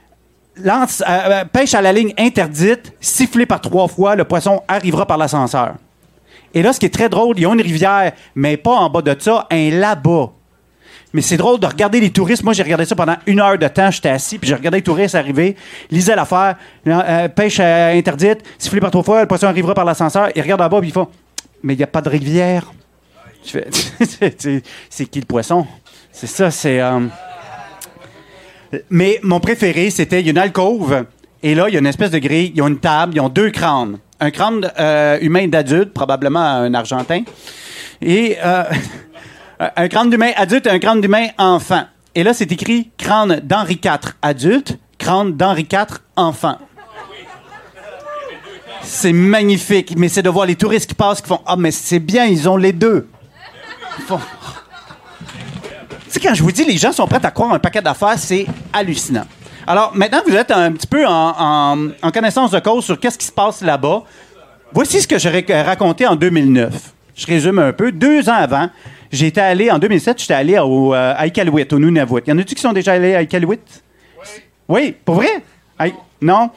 Lance, euh, « Pêche à la ligne interdite, sifflé par trois fois, le poisson arrivera par l'ascenseur ». Et là, ce qui est très drôle, il y a une rivière, mais pas en bas de ça, un là-bas. Mais c'est drôle de regarder les touristes. Moi, j'ai regardé ça pendant une heure de temps. J'étais assis, puis j'ai regardé les touristes arriver, lisaient l'affaire, euh, pêche euh, interdite, sifflé par trois fois, le poisson arrivera par l'ascenseur. Ils regardent là-bas, puis ils font « Mais il n'y a pas de rivière. » Je fais « C'est c'est qui le poisson? » C'est ça, c'est... euh, Mais mon préféré, c'était, il y a une alcôve, et là, il y a une espèce de grille, ils ont une table, ils ont deux crânes. Un crâne euh, humain d'adulte, probablement un Argentin, et euh, un crâne d'humain adulte et un crâne d'humain enfant. Et là, c'est écrit crâne d'Henri quatre adulte, crâne d'Henri quatre enfant. C'est magnifique, mais c'est de voir les touristes qui passent qui font « Ah, mais c'est bien, ils ont les deux. » Ils font... Tu sais, quand je vous dis les gens sont prêts à croire un paquet d'affaires, c'est hallucinant. Alors, maintenant, vous êtes un petit peu en, en, en connaissance de cause sur qu'est-ce qui se passe là-bas. Voici ce que j'ai raconté en deux mille neuf. Je résume un peu. Deux ans avant, j'étais allé, en deux mille sept, j'étais allé au, euh, à Iqaluit, au Nunavut. Y en a-tu qui sont déjà allés à Iqaluit? Oui, pour vrai? Aïe, non?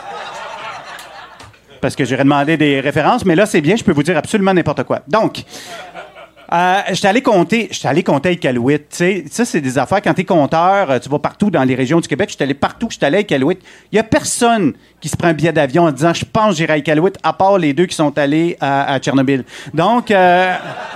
Parce que j'aurais demandé des références, mais là, c'est bien, je peux vous dire absolument n'importe quoi. Donc, Euh, j'étais allé compter, j'étais allé compter à Iqaluit. Tu sais, ça, c'est des affaires. Quand t'es compteur, euh, tu vas partout dans les régions du Québec. J'étais allé partout, j'étais allé à Iqaluit. Il y a personne qui se prend un billet d'avion en disant « Je pense que j'irai à Iqaluit », à part les deux qui sont allés à, à Tchernobyl. Donc, euh,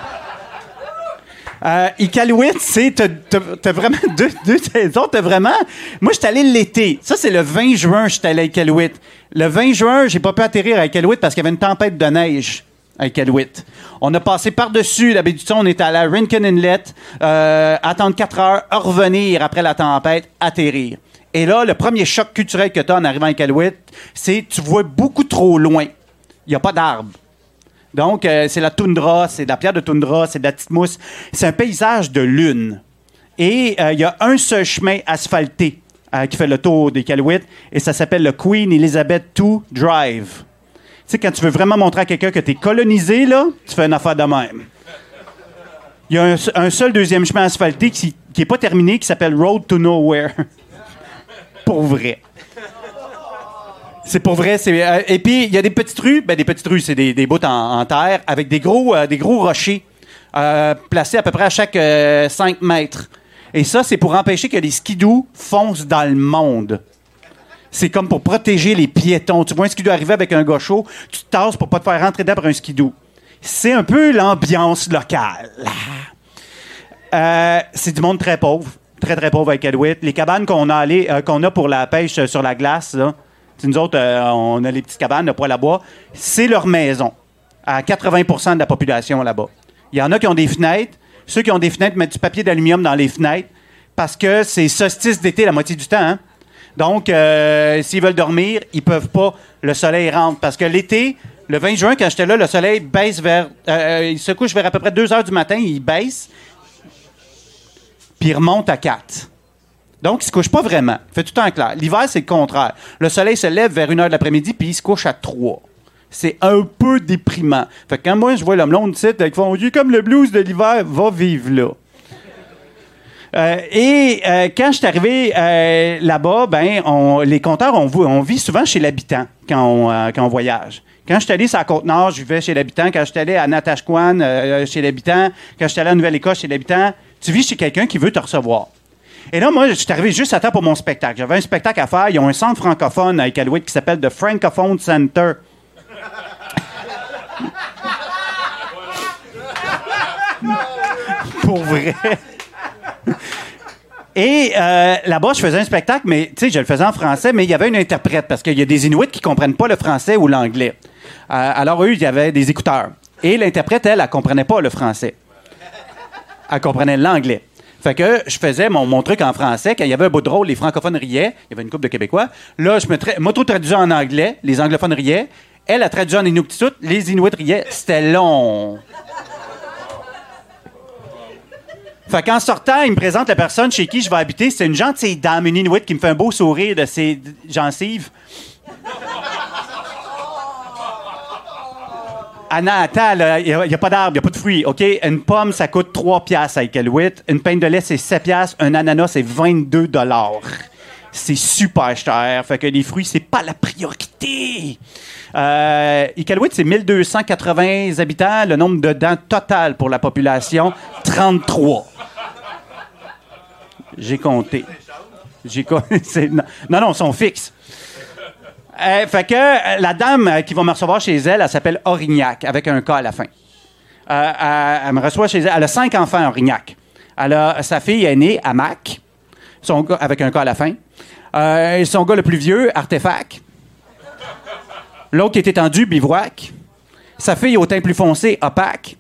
euh, Iqaluit, c'est, t'as, t'as, t'as vraiment deux, deux saisons. T'as vraiment... Moi, j'étais allé l'été. Ça, c'est le vingt juin, j'étais allé à Iqaluit. Le vingt juin, j'ai pas pu atterrir à Iqaluit parce qu'il y avait une tempête de neige à Iqaluit. On a passé par-dessus la baie du Thon, on était allé à Rincon Inlet, euh, attendre quatre heures, revenir après la tempête, atterrir. Et là, le premier choc culturel que tu as en arrivant à Iqaluit, c'est tu vois beaucoup trop loin. Il n'y a pas d'arbres. Donc, euh, c'est la toundra, c'est de la pierre de toundra, c'est de la petite mousse. C'est un paysage de lune. Et il euh, y a un seul chemin asphalté euh, qui fait le tour d'Iqaluit, et ça s'appelle le Queen Elizabeth deux Drive. Tu sais, quand tu veux vraiment montrer à quelqu'un que tu es colonisé, là, tu fais une affaire de même. Il y a un, un seul deuxième chemin asphalté qui n'est pas terminé, qui s'appelle Road to Nowhere. Pour vrai. C'est pour vrai. C'est, euh, et puis, il y a des petites rues. Ben, des petites rues, c'est des, des bouts en, en terre avec des gros, euh, des gros rochers euh, placés à peu près à chaque euh, cinq mètres. Et ça, c'est pour empêcher que les skidoo foncent dans le monde. C'est comme pour protéger les piétons. Tu vois un skidoo arriver avec un gars chaud, tu te tasses pour pas te faire rentrer dedans par un skidoo. C'est un peu l'ambiance locale. Euh, c'est du monde très pauvre. Très, très pauvre à Iqaluit. Les cabanes qu'on a, allé, euh, qu'on a pour la pêche euh, sur la glace, là, T'sais, nous autres, euh, on a les petites cabanes, le poêle à bois. C'est leur maison, à quatre-vingts pour cent de la population là-bas. Il y en a qui ont des fenêtres. Ceux qui ont des fenêtres mettent du papier d'aluminium dans les fenêtres parce que c'est solstice d'été la moitié du temps. Hein? Donc, euh, s'ils veulent dormir, ils peuvent pas. Le soleil rentre. Parce que l'été, le vingt juin, quand j'étais là, le soleil baisse vers... Euh, il se couche vers à peu près deux heures du matin, il baisse, puis il remonte à quatre. Donc, il se couche pas vraiment. Il fait tout le temps clair. L'hiver, c'est le contraire. Le soleil se lève vers une heure de l'après-midi, puis il se couche à trois. C'est un peu déprimant. Fait que quand moi, je vois l'homme long ici, ils font « comme le blues de l'hiver, va vivre là ». Euh, et euh, quand je suis arrivé euh, là-bas, ben, on, les compteurs, on, on vit souvent chez l'habitant quand on, euh, quand on voyage. Quand je suis allé sur la Côte-Nord, je vivais chez l'habitant. Quand je suis allé à Natashquan, euh, chez l'habitant. Quand je suis allé à Nouvelle-Écosse, chez l'habitant. Tu vis chez quelqu'un qui veut te recevoir. Et là, moi, je suis arrivé juste à temps pour mon spectacle. J'avais un spectacle à faire. Ils ont un centre francophone à Iqaluit qui s'appelle The Francophone Center. Pour vrai. Et euh, là-bas, je faisais un spectacle, mais tu sais, je le faisais en français, mais il y avait une interprète parce qu'il y a des Inuits qui comprennent pas le français ou l'anglais. Euh, alors eux, il y avait des écouteurs. Et l'interprète, elle, elle comprenait pas le français. Elle comprenait l'anglais. Fait que je faisais mon, mon truc en français. Quand il y avait un bout de rôle, les francophones riaient. Il y avait une couple de Québécois. Là, je me tra- m'auto-traduisais en anglais. Les anglophones riaient. Elle a traduit en Inuktitut. Les Inuits riaient. C'était long. Fait qu'en sortant, il me présente la personne chez qui je vais habiter. C'est une gentille dame, une Inuit, qui me fait un beau sourire de ses gencives. Anna, attends, il n'y a, a pas d'arbre, il n'y a pas de fruits, OK? Une pomme, ça coûte trois piastres à Iqaluit. Une pinte de lait, c'est sept piastres. Un ananas, c'est vingt-deux dollars. C'est super cher. Fait que les fruits, c'est pas la priorité. Euh, Iqaluit, c'est mille deux cent quatre-vingts habitants. Le nombre de dents total pour la population, trente-trois. J'ai compté. J'ai compté. Non, non, ils sont fixes. Euh, fait que euh, la dame euh, qui va me recevoir chez elle, elle s'appelle Aurignac, avec un K à la fin. Euh, elle, elle me reçoit chez elle. Elle a cinq enfants, Aurignac. Elle a sa fille aînée, Amac, son gars, avec un K à la fin. Euh, son gars le plus vieux, Artefact. L'autre qui est étendu, Bivouac. Sa fille au teint plus foncé, Opaque.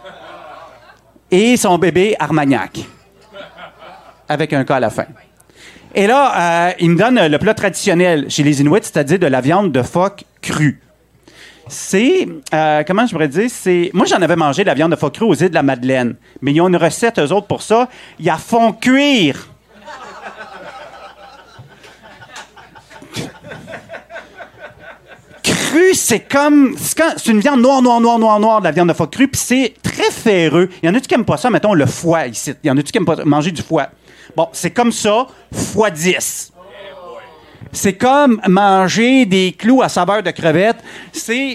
Et son bébé, Armagnac, avec un K à la fin. Et là, euh, il me donne le plat traditionnel chez les Inuits, c'est-à-dire de la viande de phoque crue. C'est, euh, comment je pourrais dire, c'est... Moi, j'en avais mangé de la viande de phoque crue aux îles de la Madeleine, mais ils ont une recette, eux autres, pour ça. Ils la font cuire. Crue, c'est comme... C'est, quand, c'est une viande noire, noire, noire, noire, noire, de la viande de phoque crue, puis c'est très ferreux. Il y en a-tu qui n'aiment pas ça, mettons, le foie, ici. Il y en a-tu qui n'aiment pas manger du foie? Bon, c'est comme ça, fois dix. C'est comme manger des clous à saveur de crevettes. C'est...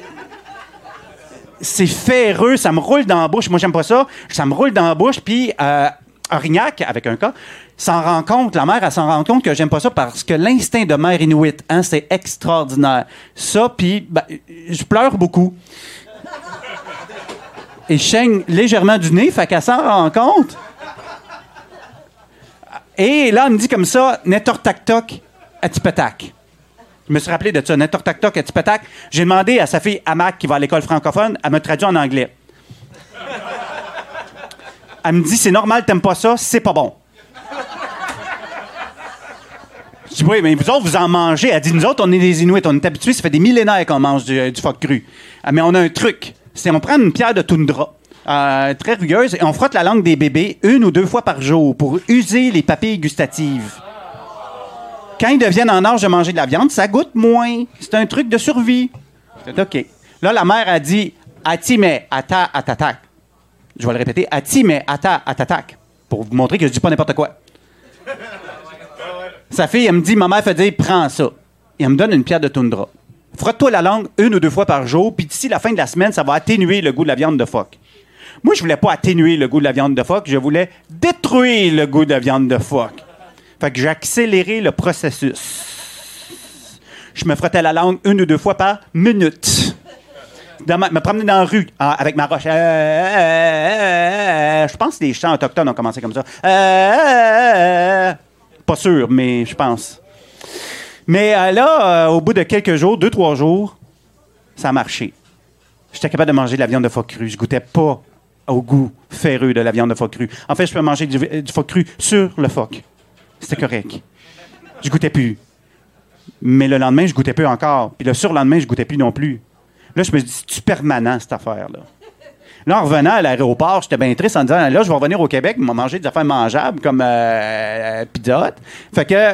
C'est ferreux, ça me roule dans la bouche. Moi, j'aime pas ça. Ça me roule dans la bouche, puis euh, Aurignac, avec un cas, s'en rend compte, la mère, elle s'en rend compte que j'aime pas ça parce que l'instinct de mère inuit, hein, c'est extraordinaire. Ça, puis ben, je pleure beaucoup. Et je saigne légèrement du nez, fait qu'elle s'en rend compte. Et là, elle me dit comme ça, Netortaktok, Atipetak. Je me suis rappelé de ça, Netortaktok, Atipetak. J'ai demandé à sa fille Amac, qui va à l'école francophone, elle me traduit en anglais. Elle me dit, c'est normal, t'aimes pas ça, c'est pas bon. Je dis, oui, mais vous autres, vous en mangez. Elle dit, nous autres, on est des Inuits, on est habitués, ça fait des millénaires qu'on mange du, du phoque cru. Mais on a un truc, c'est on prend une pierre de toundra. Euh, très rugueuse, et on frotte la langue des bébés une ou deux fois par jour pour user les papilles gustatives. Quand ils deviennent en âge de manger de la viande, ça goûte moins. C'est un truc de survie. C'est OK. Là, la mère a dit « Atime ata atatak ». Je vais le répéter. « Atime ata atatak » pour vous montrer que je dis pas n'importe quoi. Sa fille, elle me dit « Ma mère fait dire « Prends ça ». Et elle me donne une pierre de toundra. Frotte-toi la langue une ou deux fois par jour, puis d'ici la fin de la semaine, ça va atténuer le goût de la viande de phoque. Moi, je voulais pas atténuer le goût de la viande de phoque, je voulais détruire le goût de la viande de phoque. Fait que j'ai accéléré le processus. Je me frottais la langue une ou deux fois par minute. Dans ma, me promener dans la rue ah, avec ma roche. Euh, euh, euh, je pense que les chants autochtones ont commencé comme ça. Euh, euh, pas sûr, mais je pense. Mais euh, là, euh, au bout de quelques jours, deux, trois jours, ça a marché. J'étais capable de manger de la viande de phoque crue. Je goûtais pas au goût ferreux de la viande de phoque crue. En fait, je peux manger du, du phoque cru sur le phoque. C'était correct. Je goûtais plus. Mais le lendemain, je goûtais plus encore. Puis le surlendemain, je goûtais plus non plus. Là, je me suis dit, c'est permanent, cette affaire-là. Là, en revenant à l'aéroport, j'étais bien triste en disant, là, je vais revenir au Québec, m'a manger des affaires mangeables comme euh, Pizza Hut. Fait que...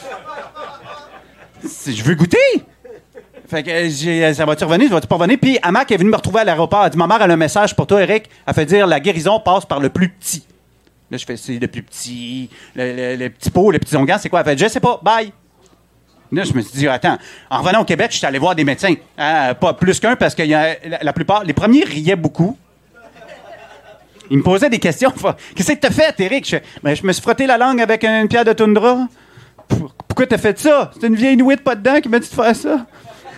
Je veux goûter. Fait que j'ai, ça va-tu revenir, ça va-tu pas revenir? Puis Amac est venu me retrouver à l'aéroport. Elle dit, ma mère a un message pour toi, Eric. Elle fait dire, la guérison passe par le plus petit. Là, je fais, c'est le plus petit, le, le, le petit pot, le petit onguent, c'est quoi? Elle fait, je sais pas, bye. Là, je me suis dit, attends, en revenant au Québec, je suis allé voir des médecins. Hein, pas plus qu'un, parce que y a, la, la plupart, les premiers riaient beaucoup. Ils me posaient des questions. Qu'est-ce que t'as fait, Eric? Je, ben, je me suis frotté la langue avec une pierre de toundra. Pourquoi t'as fait ça? C'est une vieille Inuit pas dedans qui m'a dit de faire ça.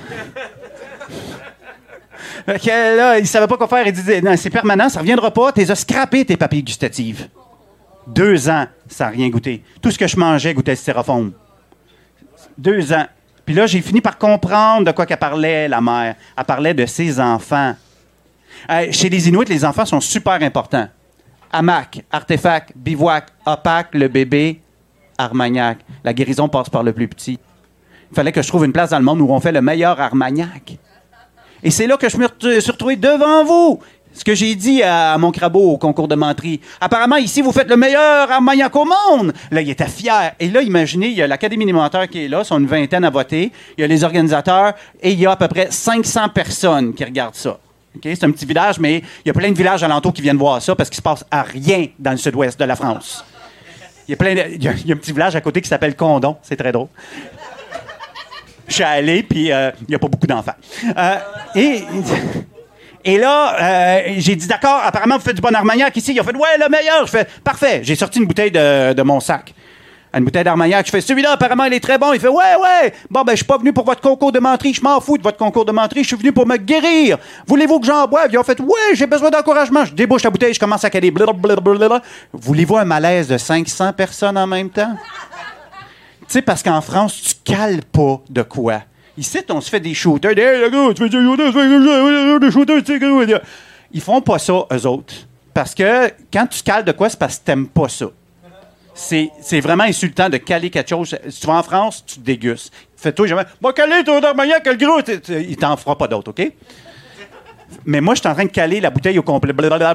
Fait que là, il savait pas quoi faire. Il disait, non, c'est permanent, ça reviendra pas. T'es scrappé tes papilles gustatives. Deux ans, ça n'a rien goûté. Tout ce que je mangeais goûtait le styrofoam. Deux ans. Puis là, j'ai fini par comprendre de quoi qu'elle parlait, la mère. Elle parlait de ses enfants. Euh, chez les Inuits, les enfants sont super importants. Hamac, artefact, bivouac, opaque, le bébé, Armagnac. La guérison passe par le plus petit. Il fallait que je trouve une place dans le monde où on fait le meilleur Armagnac. Et c'est là que je me suis retrouvé devant vous. Ce que j'ai dit à mon crabeau au concours de menterie. Apparemment, ici, vous faites le meilleur Armagnac au monde. Là, il était fier. Et là, imaginez, il y a l'Académie des menteurs qui est là, ils sont une vingtaine à voter. Il y a les organisateurs et il y a à peu près cinq cents personnes qui regardent ça. Okay? C'est un petit village, mais il y a plein de villages alentours qui viennent voir ça parce qu'il se passe à rien dans le sud-ouest de la France. Il y a plein de, il y a, il y a un petit village à côté qui s'appelle Condon. C'est très drôle. Je suis allé, puis euh, il n'y a pas beaucoup d'enfants. Euh, et, et là, euh, j'ai dit, d'accord, apparemment, vous faites du bon Armagnac ici. Il a fait, ouais, le meilleur. Je fais, parfait. J'ai sorti une bouteille de, de mon sac. Une bouteille d'Armagnac. Je fais, celui-là, apparemment, il est très bon. Il fait, ouais, ouais. Bon, ben, je suis pas venu pour votre concours de menterie. Je m'en fous de votre concours de menterie. Je suis venu pour me guérir. Voulez-vous que j'en boive? Ils ont fait, ouais, j'ai besoin d'encouragement. Je débouche la bouteille, je commence à caler. Blablabla. Voulez-vous un malaise de cinq cents personnes en même temps? Tu sais, parce qu'en France, tu cales pas de quoi. Ici, on se fait des shooters. Des, hey, gars, tu fais des shooters, tu fais des shooters, tu sais, gars. Ils font pas ça, eux autres. Parce que quand tu cales de quoi, c'est parce que t'aimes pas ça. C'est, c'est vraiment insultant de caler quelque chose. Si tu vas en France, tu te dégustes. Fais-toi jamais. Moi, caler ton Armagnac, quel gros. Il t'en fera pas d'autres, OK? Mais moi, je suis en train de caler la bouteille au complet.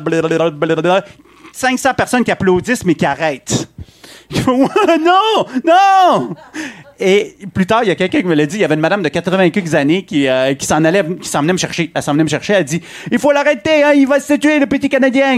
cinq cents personnes qui applaudissent, mais qui arrêtent. Non! Non! Et plus tard, il y a quelqu'un qui me l'a dit. Il y avait une madame de quatre-vingts quelques années qui, euh, qui s'en allait, qui s'en venait me chercher. Elle s'en venait me chercher. Elle dit, il faut l'arrêter, hein, il va se tuer, le petit Canadien.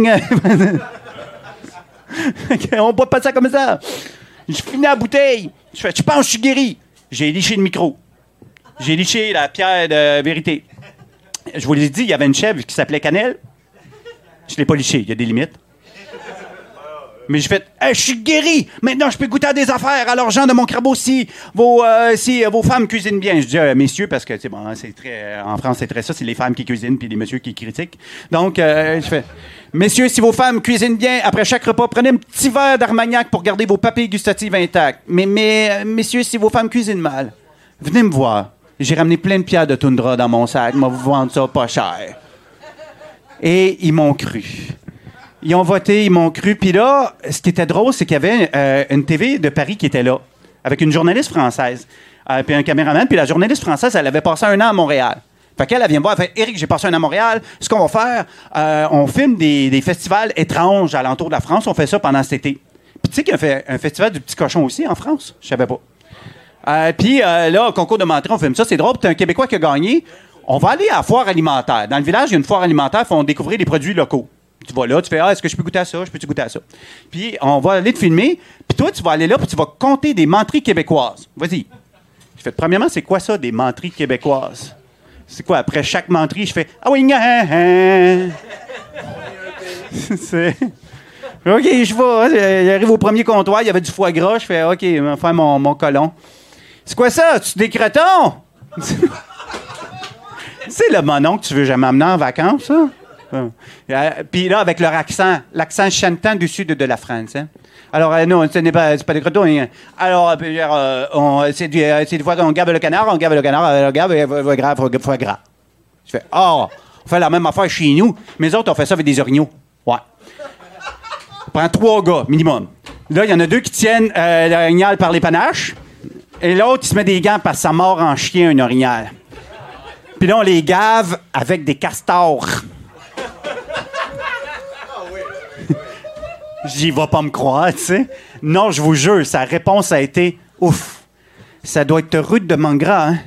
On peut pas ça comme ça. Je finis la bouteille. Je fais, je pense que je suis guéri. J'ai liché le micro. J'ai liché la pierre de vérité. Je vous l'ai dit, il y avait une chèvre qui s'appelait Cannelle. Je l'ai pas liché, il y a des limites. Mais j'ai fait, hey, je suis guéri. Maintenant, je peux goûter à des affaires. Alors, Jean de mon crabeau, si vos, euh, si euh, vos femmes cuisinent bien. Je dis, euh, messieurs, parce que, c'est bon, c'est très, euh, en France, c'est très ça, c'est les femmes qui cuisinent puis les messieurs qui critiquent. Donc, euh, je fais, messieurs, si vos femmes cuisinent bien, après chaque repas, prenez un petit verre d'Armagnac pour garder vos papilles gustatives intactes. Mais, mais, euh, messieurs, si vos femmes cuisinent mal, venez me voir. J'ai ramené plein de pierres de toundra dans mon sac. Moi, vous vendre ça pas cher. Et ils m'ont cru. Ils ont voté, ils m'ont cru. Puis là, ce qui était drôle, c'est qu'il y avait euh, une T V de Paris qui était là, avec une journaliste française, euh, puis un caméraman. Puis la journaliste française, elle avait passé un an à Montréal. Fait qu'elle, elle vient me voir, elle fait « Éric, j'ai passé un an à Montréal. Ce qu'on va faire, euh, on filme des, des festivals étranges alentour de la France. On fait ça pendant cet été. » Puis tu sais qu'il y a fait un festival du petit cochon aussi en France? Je savais pas. Euh, puis euh, là, au concours de menterie, on filme ça. C'est drôle. Puis t'as un Québécois qui a gagné. On va aller à la foire alimentaire. Dans le village, il y a une foire alimentaire. Ils font découvrir des produits locaux. Tu vas là, tu fais « Ah, est-ce que je peux goûter à ça? Je peux-tu goûter à ça? » Puis on va aller te filmer. Puis toi, tu vas aller là, puis tu vas compter des menteries québécoises. Vas-y. Je fais, premièrement, c'est quoi ça, des menteries québécoises? C'est quoi, après chaque menterie, je fais « Ah oui, hein, hein. » C'est... OK, je vais. J'arrive au premier comptoir, il y avait du foie gras. Je fais « OK, je vais faire mon, mon colon. » C'est quoi ça? Tu des cretons? C'est le monon que tu veux jamais amener en vacances, ça? Euh, puis là, avec leur accent, l'accent chantant du sud de la France. Hein? Alors, euh, non, ce n'est pas, c'est pas des croutons. Hein. Alors, euh, euh, on, c'est, du, euh, c'est des fois qu'on gave le canard, on gave le canard, euh, on gave le foie gras, foie, foie gras. Je fais, oh, on fait la même affaire chez nous. Mais autres, on fait ça avec des orignaux. Ouais. On prend trois gars, minimum. Là, il y en a deux qui tiennent euh, l'orignal par les panaches. Et l'autre, il se met des gants parce que ça mord en chien, un orignal. Puis là, on les gave avec des castors. J'y vais pas me croire, tu sais. Non, je vous jure, sa réponse a été « Ouf, ça doit être rude de mangras, hein? »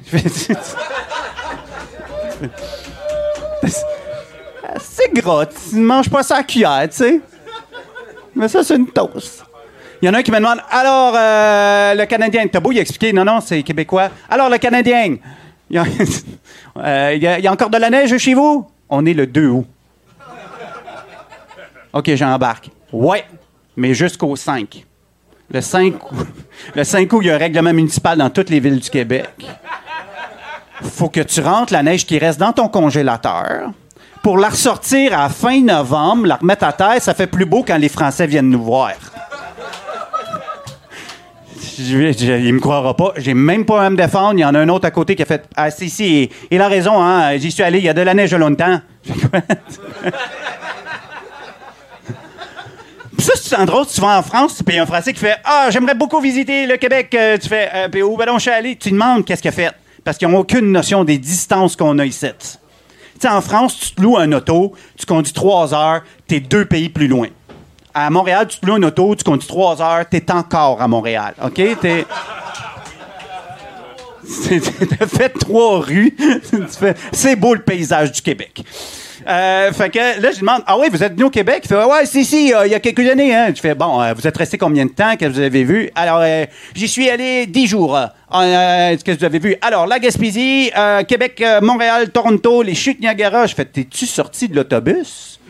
C'est gras, tu ne manges pas ça à cuillère, tu sais. Mais ça, c'est une toast. Il y en a un qui me demande « Alors, euh, le Canadien, t'as beau y expliquer? Non, non, c'est québécois. Alors, le Canadien, il y, a, euh, il, y a, il y a encore de la neige chez vous? » On est le deux août. OK, j'embarque. Ouais, mais jusqu'au cinq. Le cinq, le cinq août, il y a un règlement municipal dans toutes les villes du Québec. Faut que tu rentres la neige qui reste dans ton congélateur pour la ressortir à la fin novembre, la remettre à terre. Ça fait plus beau quand les Français viennent nous voir. Je, je, il me croira pas. J'ai même pas à me défendre. Il y en a un autre à côté qui a fait « Ah, si, si, il a raison, hein. J'y suis allé, il y a de la neige longtemps. » Ça, c'est en drôle, tu vas en France, puis il y a un Français qui fait « Ah, j'aimerais beaucoup visiter le Québec. Euh, » Tu fais euh, « Puis où ben donc je suis allé? » Tu demandes qu'est-ce qu'il a fait. Parce qu'ils n'ont aucune notion des distances qu'on a ici. Tu sais, en France, tu te loues un auto, tu conduis trois heures, t'es deux pays plus loin. À Montréal, tu te loues un auto, tu conduis trois heures, t'es encore à Montréal. OK? T'es... T'as fait trois rues. Tu fais, c'est beau le paysage du Québec. Euh, fait que là, je demande, ah oui, vous êtes venu au Québec? Il fait, ouais, si, si, euh, il y a quelques années. Hein. Je fais, bon, euh, vous êtes resté combien de temps que vous avez vu? Alors, euh, j'y suis allé dix jours. Euh, Qu'est-ce que vous avez vu? Alors, la Gaspésie, euh, Québec, euh, Montréal, Toronto, les chutes Niagara. Je fais, t'es-tu sorti de l'autobus?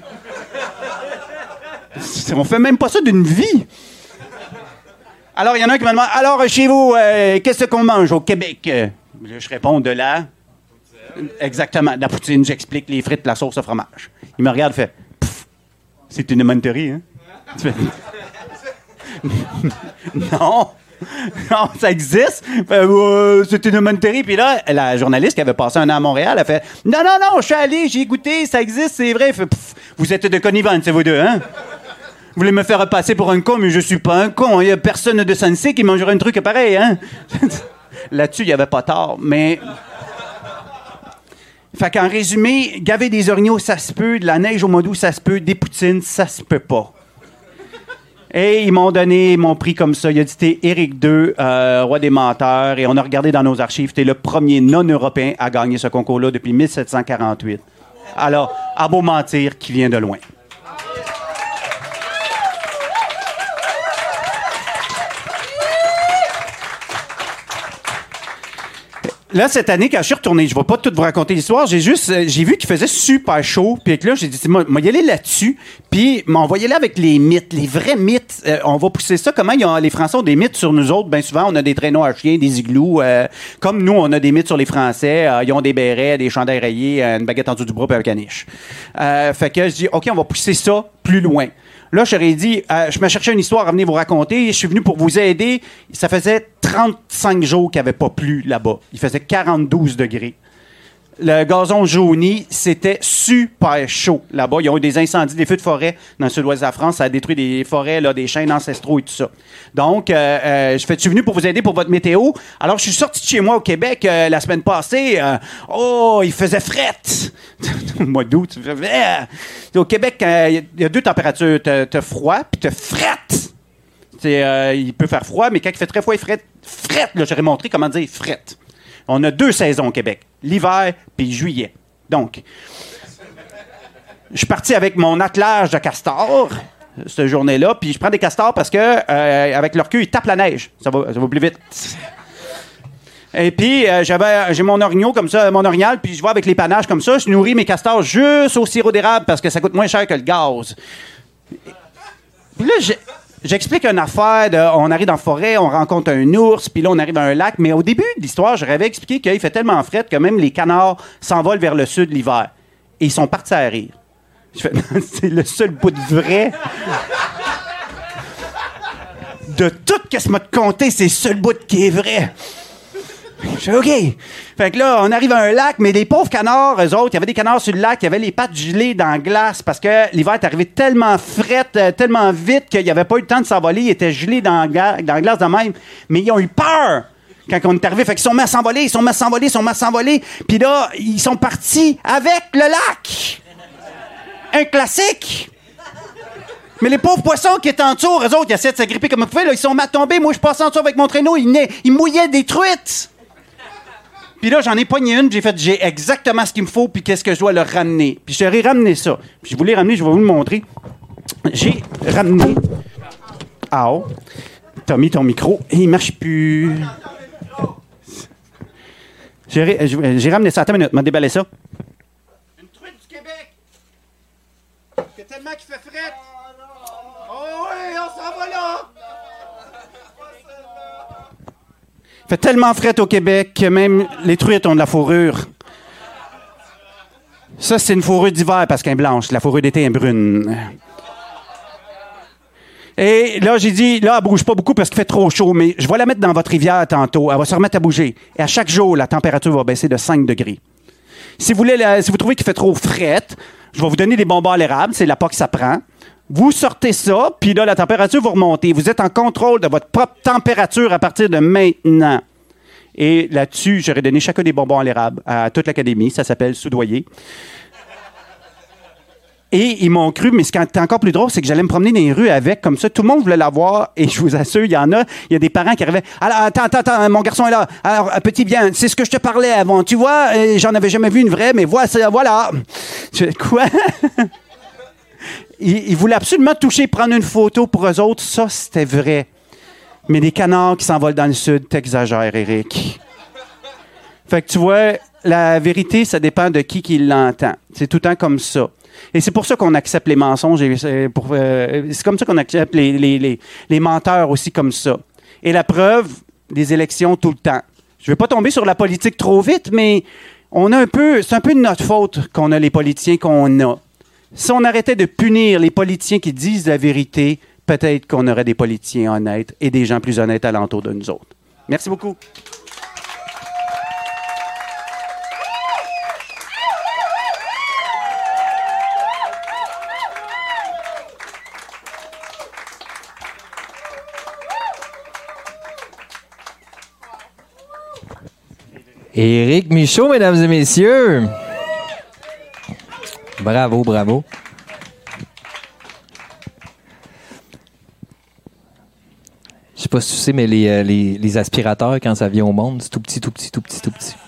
On fait même pas ça d'une vie. Alors, il y en a un qui me demande, alors, chez vous, euh, qu'est-ce qu'on mange au Québec? Là, je réponds de la... Exactement, de la poutine, j'explique les frites, la sauce au fromage. Il me regarde et fait, pff, c'est une élémentaire, hein? Tu fais, non, non, ça existe. Fait, euh, c'est une élémentaire. Puis là, la journaliste qui avait passé un an à Montréal, a fait, non, non, non, je suis allé, j'ai goûté, ça existe, c'est vrai. Fait, pff, vous êtes de connivence, c'est vous deux, hein? Vous voulez me faire passer pour un con, mais je suis pas un con. Il n'y a personne de sensé qui mangerait un truc pareil, hein? Là-dessus, il n'y avait pas tort, mais... Fait qu'en résumé, gaver des orignaux, ça se peut. De la neige au mois d'août, ça se peut. Des poutines, ça se peut pas. Et ils m'ont donné mon prix comme ça. Il a dit, t'es Éric deux, euh, roi des menteurs. Et on a regardé dans nos archives, t'es le premier non-européen à gagner ce concours-là depuis mille sept cent quarante-huit. Alors, à beau mentir, qui vient de loin. Là, cette année, quand je suis retourné, je ne vais pas tout vous raconter l'histoire, j'ai juste, euh, j'ai vu qu'il faisait super chaud, puis là, j'ai dit, moi, moi, y aller là-dessus, puis m'envoyer là avec les mythes, les vrais mythes. Euh, on va pousser ça. Comment y a, les Français ont des mythes sur nous autres? Bien souvent, on a des traîneaux à chiens, des igloos. Euh, comme nous, on a des mythes sur les Français. Euh, ils ont des bérets, des chandails rayés, euh, une baguette en dessous du bras, puis un caniche. Euh, fait que je dis, OK, on va pousser ça plus loin. Là, j'aurais dit, euh, je me cherchais une histoire à venir vous raconter. Je suis venu pour vous aider. Ça faisait trente-cinq jours qu'il n'y avait pas plu là-bas. Il faisait quarante-deux degrés. Le gazon jauni, c'était super chaud là-bas. Ils ont eu des incendies, des feux de forêt dans le sud-ouest de la France. Ça a détruit des forêts, là, des chênes ancestraux et tout ça. Donc, euh, euh, je fais, je suis venu pour vous aider pour votre météo. Alors, je suis sorti de chez moi au Québec euh, la semaine passée. Euh, oh, il faisait frette. Au mois d'août, tu fais... Au Québec, il euh, y a deux températures. T'as, t'as froid, puis t'as frette. Euh, il peut faire froid, mais quand il fait très froid, il frette. Frette, là, j'aurais montré comment dire frette. On a deux saisons au Québec, l'hiver puis juillet. Donc, je suis parti avec mon attelage de castors cette journée-là, puis je prends des castors parce que euh, avec leur queue, ils tapent la neige. Ça va, ça va plus vite. Et puis, euh, j'avais, j'ai mon orignal comme ça, mon orignal, puis je vais avec les panaches comme ça. Je nourris mes castors juste au sirop d'érable parce que ça coûte moins cher que le gaz. Puis là, j'ai... J'explique une affaire de, on arrive dans la forêt, on rencontre un ours, puis là, on arrive à un lac. Mais au début de l'histoire, je rêvais expliquer qu'il fait tellement fret que même les canards s'envolent vers le sud l'hiver. Et ils sont partis à rire. Je fais, c'est le seul bout de vrai. de tout ce que m'a compté, c'est le seul bout qui est vrai. Je fais OK. Fait que là, on arrive à un lac, mais les pauvres canards, eux autres, il y avait des canards sur le lac, il y avait les pattes gelées dans la glace parce que l'hiver est arrivé tellement fret, euh, tellement vite qu'il n'y avait pas eu le temps de s'envoler. Ils étaient gelés dans la, ga- dans la glace de même. Mais ils ont eu peur quand on est arrivé. Fait qu'ils sont mis à s'envoler, ils sont mis à s'envoler, ils sont mis à s'envoler. Puis là, ils sont partis avec le lac. Un classique. Mais les pauvres poissons qui étaient en dessous, eux autres, ils essaient de s'agripper comme ils pouvaient, là, ils sont mal tombés. Moi, je passe en dessous avec mon traîneau, ils, na- ils mouillaient des truites. Puis là, j'en ai pogné une, j'ai fait, j'ai exactement ce qu'il me faut, puis qu'est-ce que je dois leur ramener. Puis je leur ai ramené ça. Puis je voulais ramener, je vais vous le montrer. J'ai ramené... Ah oh. T'as mis ton micro et il marche plus. J'ai, j'ai ramené ça. Attends une minute, m'a déballé ça. Une truite du Québec. C'est tellement qu'il fait fret. Oh oui, on s'en va là. Il fait tellement fret au Québec que même les truites ont de la fourrure. Ça, c'est une fourrure d'hiver parce qu'elle est blanche. La fourrure d'été est brune. Et là, j'ai dit, là, elle bouge pas beaucoup parce qu'il fait trop chaud, mais je vais la mettre dans votre rivière tantôt. Elle va se remettre à bouger. Et à chaque jour, la température va baisser de cinq degrés. Si vous, voulez, la, si vous trouvez qu'il fait trop fret, je vais vous donner des bonbons à l'érable. C'est la pas que ça prend. Vous sortez ça, puis là, la température va remonter. Vous êtes en contrôle de votre propre température à partir de maintenant. Et là-dessus, j'aurais donné chacun des bonbons à l'érable à toute l'académie. Ça s'appelle soudoyer. Et ils m'ont cru, mais ce qui est encore plus drôle, c'est que j'allais me promener dans les rues avec, comme ça. Tout le monde voulait l'avoir, et je vous assure, il y en a. Il y a des parents qui arrivaient. Alors, attends, attends, attends, mon garçon est là. Alors, petit, viens, c'est ce que je te parlais avant. Tu vois, j'en avais jamais vu une vraie, mais voilà. voilà. Je, quoi? Ils, ils voulaient absolument toucher, prendre une photo pour eux autres. Ça, c'était vrai. Mais des canards qui s'envolent dans le sud, t'exagères, Eric. Fait que tu vois, la vérité, ça dépend de qui qui l'entend. C'est tout le temps comme ça. Et c'est pour ça qu'on accepte les mensonges. Et c'est, pour, euh, c'est comme ça qu'on accepte les, les, les, les menteurs aussi comme ça. Et la preuve, des élections tout le temps. Je ne vais pas tomber sur la politique trop vite, mais on a un peu, c'est un peu de notre faute qu'on a les politiciens qu'on a. Si on arrêtait de punir les politiciens qui disent la vérité, peut-être qu'on aurait des politiciens honnêtes et des gens plus honnêtes alentour de nous autres. Merci beaucoup. Éric Michaud, mesdames et messieurs. Bravo, bravo. Je sais pas si tu sais, mais les, euh, les, les aspirateurs, quand ça vient au monde, c'est tout petit, tout petit, tout petit, tout petit.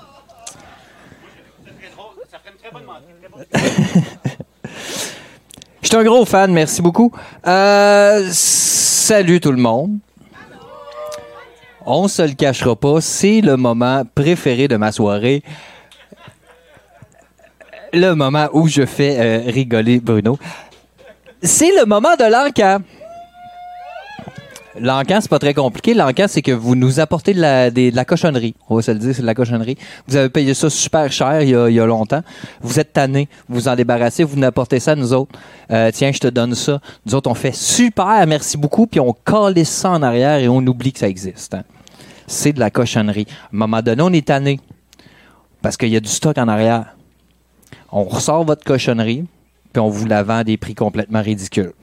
Je suis un gros fan, merci beaucoup. Euh, salut tout le monde. On se le cachera pas, c'est le moment préféré de ma soirée. Le moment où je fais euh, rigoler Bruno. C'est le moment de l'encan. L'encan, c'est pas très compliqué. L'encan, c'est que vous nous apportez de la, des, de la cochonnerie. On va se le dire, c'est de la cochonnerie. Vous avez payé ça super cher il y a, il y a longtemps. Vous êtes tannés, vous vous en débarrassez, vous nous apportez ça à nous autres. Euh, tiens, je te donne ça. Nous autres, on fait super, merci beaucoup, puis on calisse ça en arrière et on oublie que ça existe. Hein. C'est de la cochonnerie. À un moment donné, on est tanné parce qu'il y a du stock en arrière. On ressort votre cochonnerie, puis on vous la vend à des prix complètement ridicules.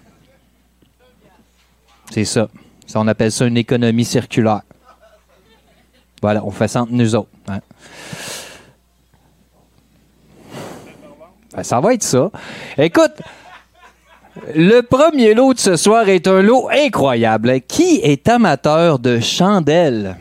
C'est ça. ça. On appelle ça une économie circulaire. Voilà, on fait ça entre nous autres. Hein. Ben, ça va être ça. Écoute, le premier lot de ce soir est un lot incroyable. Qui est amateur de chandelles?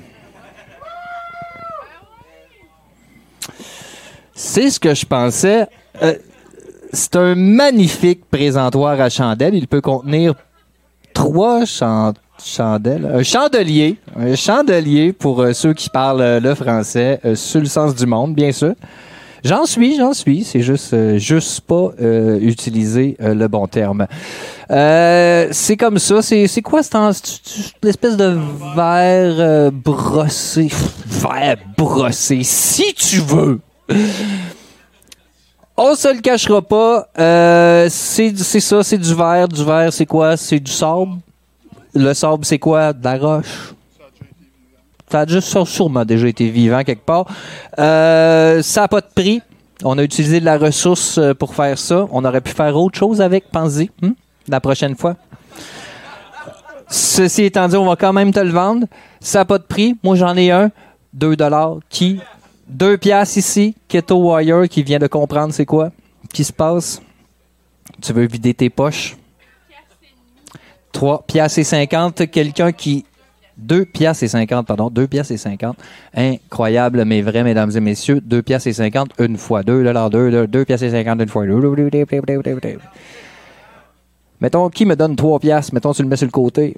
C'est ce que je pensais. Euh, c'est un magnifique présentoir à chandelles. Il peut contenir trois chan- chandelles. Un chandelier. Un chandelier pour euh, ceux qui parlent euh, le français euh, sur le sens du monde, bien sûr. J'en suis, j'en suis. C'est juste, euh, juste pas euh, utiliser euh, le bon terme. Euh, c'est comme ça. C'est, c'est quoi cette espèce de verre euh, brossé? Verre brossé, si tu veux. On se le cachera pas. Euh, c'est, c'est ça, c'est du verre. Du verre, c'est quoi? C'est du sable? Le sable, c'est quoi? De la roche. Ça a juste sûrement déjà été vivant quelque part. Euh, ça n'a pas de prix. On a utilisé de la ressource pour faire ça. On aurait pu faire autre chose avec, pensez, hmm? la prochaine fois. Ceci étant dit, on va quand même te le vendre. Ça n'a pas de prix. Moi, j'en ai un. deux dollars. Qui? deux piastres ici. Keto Wire qui vient de comprendre c'est quoi qui se passe. Tu veux vider tes poches? trois piastres et cinquante. Quelqu'un qui... deux piastres et cinquante, pardon. deux piastres et cinquante. Incroyable, mais vrai, mesdames et messieurs. deux piastres et cinquante une fois. deux dollars, deux, deux piastres et cinquante une fois. Mettons, qui me donne trois piastres? Mettons, tu le mets sur le côté.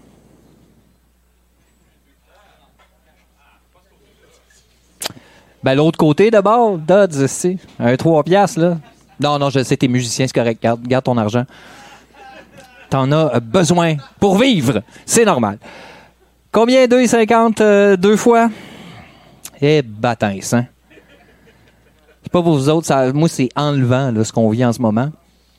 Ben, l'autre côté, d'abord, Dodds, c'est un trois piastres, là. Non, non, je sais, t'es musicien, c'est correct. Garde, garde ton argent. T'en as besoin pour vivre. C'est normal. Combien deux cinquante euh, deux fois? Eh, bâtins, hein? C'est pas pour vous autres, ça, moi, c'est enlevant, là, ce qu'on vit en ce moment.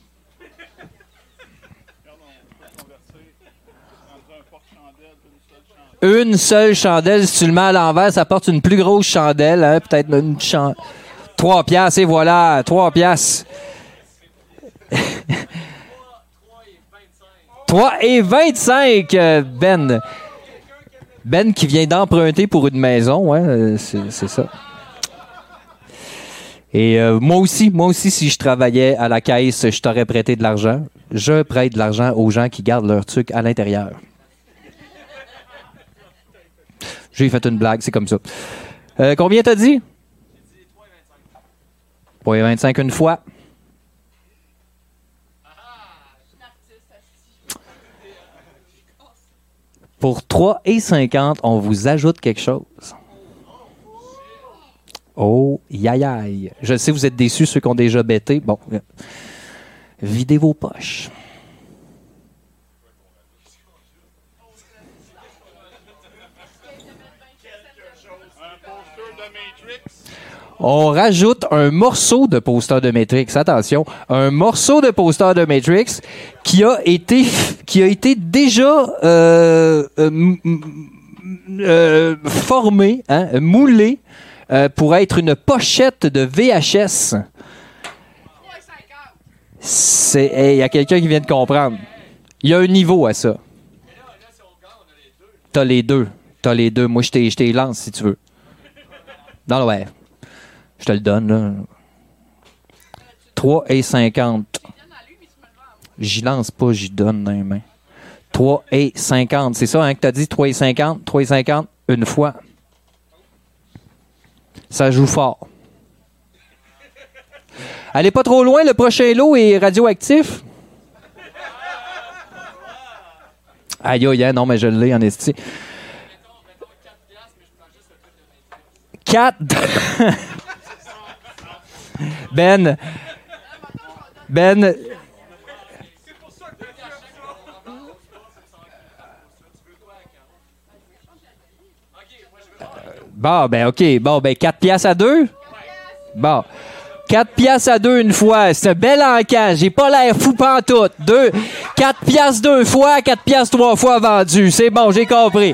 Une seule chandelle, si tu le mets à l'envers, ça porte une plus grosse chandelle, hein? Peut-être une chandelle. Trois piastres, et voilà, trois piastres. trois et vingt-cinq, Ben. Ben qui vient d'emprunter pour une maison, hein, c'est, c'est ça. Et euh, moi aussi, moi aussi, si je travaillais à la caisse, je t'aurais prêté de l'argent. Je prête de l'argent aux gens qui gardent leur truc à l'intérieur. J'ai fait une blague, c'est comme ça. Euh, combien t'as dit? trois et vingt-cinq une fois. Pour trois et cinquante, on vous ajoute quelque chose. Oh, yaï aïe. Je sais, vous êtes déçus, ceux qui ont déjà bêté. Bon, videz vos poches. On rajoute un morceau de poster de Matrix. Attention, un morceau de poster de Matrix qui a été qui a été déjà euh, euh, euh, formé, hein, moulé euh, pour être une pochette de V H S. C'est, il hey, y a quelqu'un qui vient de comprendre. Il y a un niveau à ça. T'as les deux. T'as les deux. Moi, je t'ai, je t'ai lance si tu veux. Non, ouais. Je te le donne, là. trois et cinquante. J'y lance pas, j'y donne dans les mains. trois et cinquante. C'est ça, hein, que t'as dit? trois et cinquante. trois et cinquante, une fois. Ça joue fort. Allez pas trop loin, le prochain lot est radioactif. Aïe, aïe, aïe, non, mais je l'ai en esti. quatre. Ben. Ben. Bon, ben, OK. Bon, ben, quatre piastres à deux? Bon. quatre piastres à deux une fois. C'est un bel encan. J'ai pas l'air fou pantoute. Deux. quatre piastres deux fois, quatre piastres trois fois vendu. C'est bon, j'ai compris.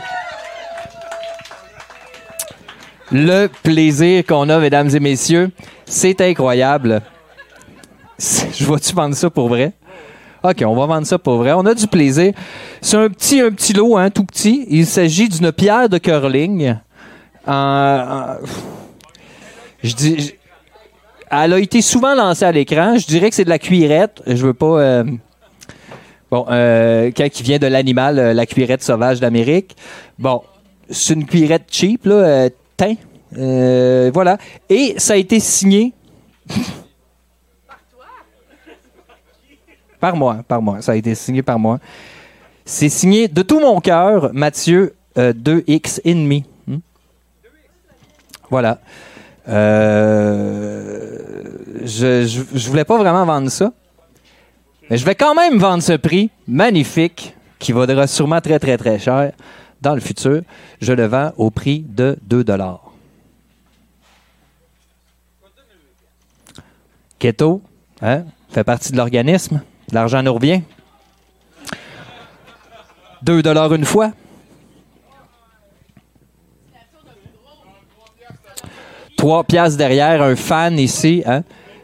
Le plaisir qu'on a, mesdames et messieurs, c'est incroyable. Je vais-tu vendre ça pour vrai? OK, on va vendre ça pour vrai. On a du plaisir. C'est un petit, un petit lot, hein, tout petit. Il s'agit d'une pierre de curling. Euh, euh, je dis... Je, elle a été souvent lancée à l'écran. Je dirais que c'est de la cuirette. Je veux pas... Euh, bon, euh, quand il vient de l'animal, euh, la cuirette sauvage d'Amérique. Bon, c'est une cuirette cheap, là, euh, teint. Euh, voilà. Et ça a été signé... Par moi, par moi. Ça a été signé par moi. C'est signé de tout mon cœur, Mathieu, euh, deux X et demi. Hmm? Voilà. Euh, je, je, je voulais pas vraiment vendre ça. Mais je vais quand même vendre ce prix magnifique, qui vaudra sûrement très, très, très cher dans le futur. Je le vends au prix de deux dollars. Keto, hein, fait partie de l'organisme. L'argent nous revient. deux dollars une fois. trois piastres derrière, un fan ici. Hein?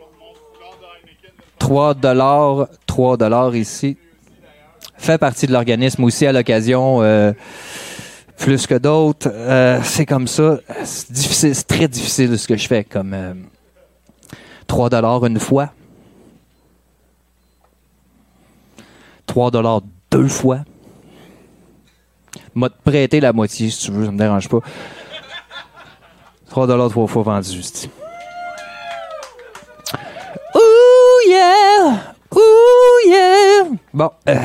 trois dollars, trois dollars ici. Fait partie de l'organisme aussi à l'occasion, euh, plus que d'autres. Euh, c'est comme ça. C'est difficile, c'est très difficile ce que je fais, comme euh, trois dollars une fois. trois dollars deux fois. M'a te prêté la moitié si tu veux, ça me dérange pas. trois dollars trois fois vendu. Ouh yeah! Ouh yeah! Bon. Euh,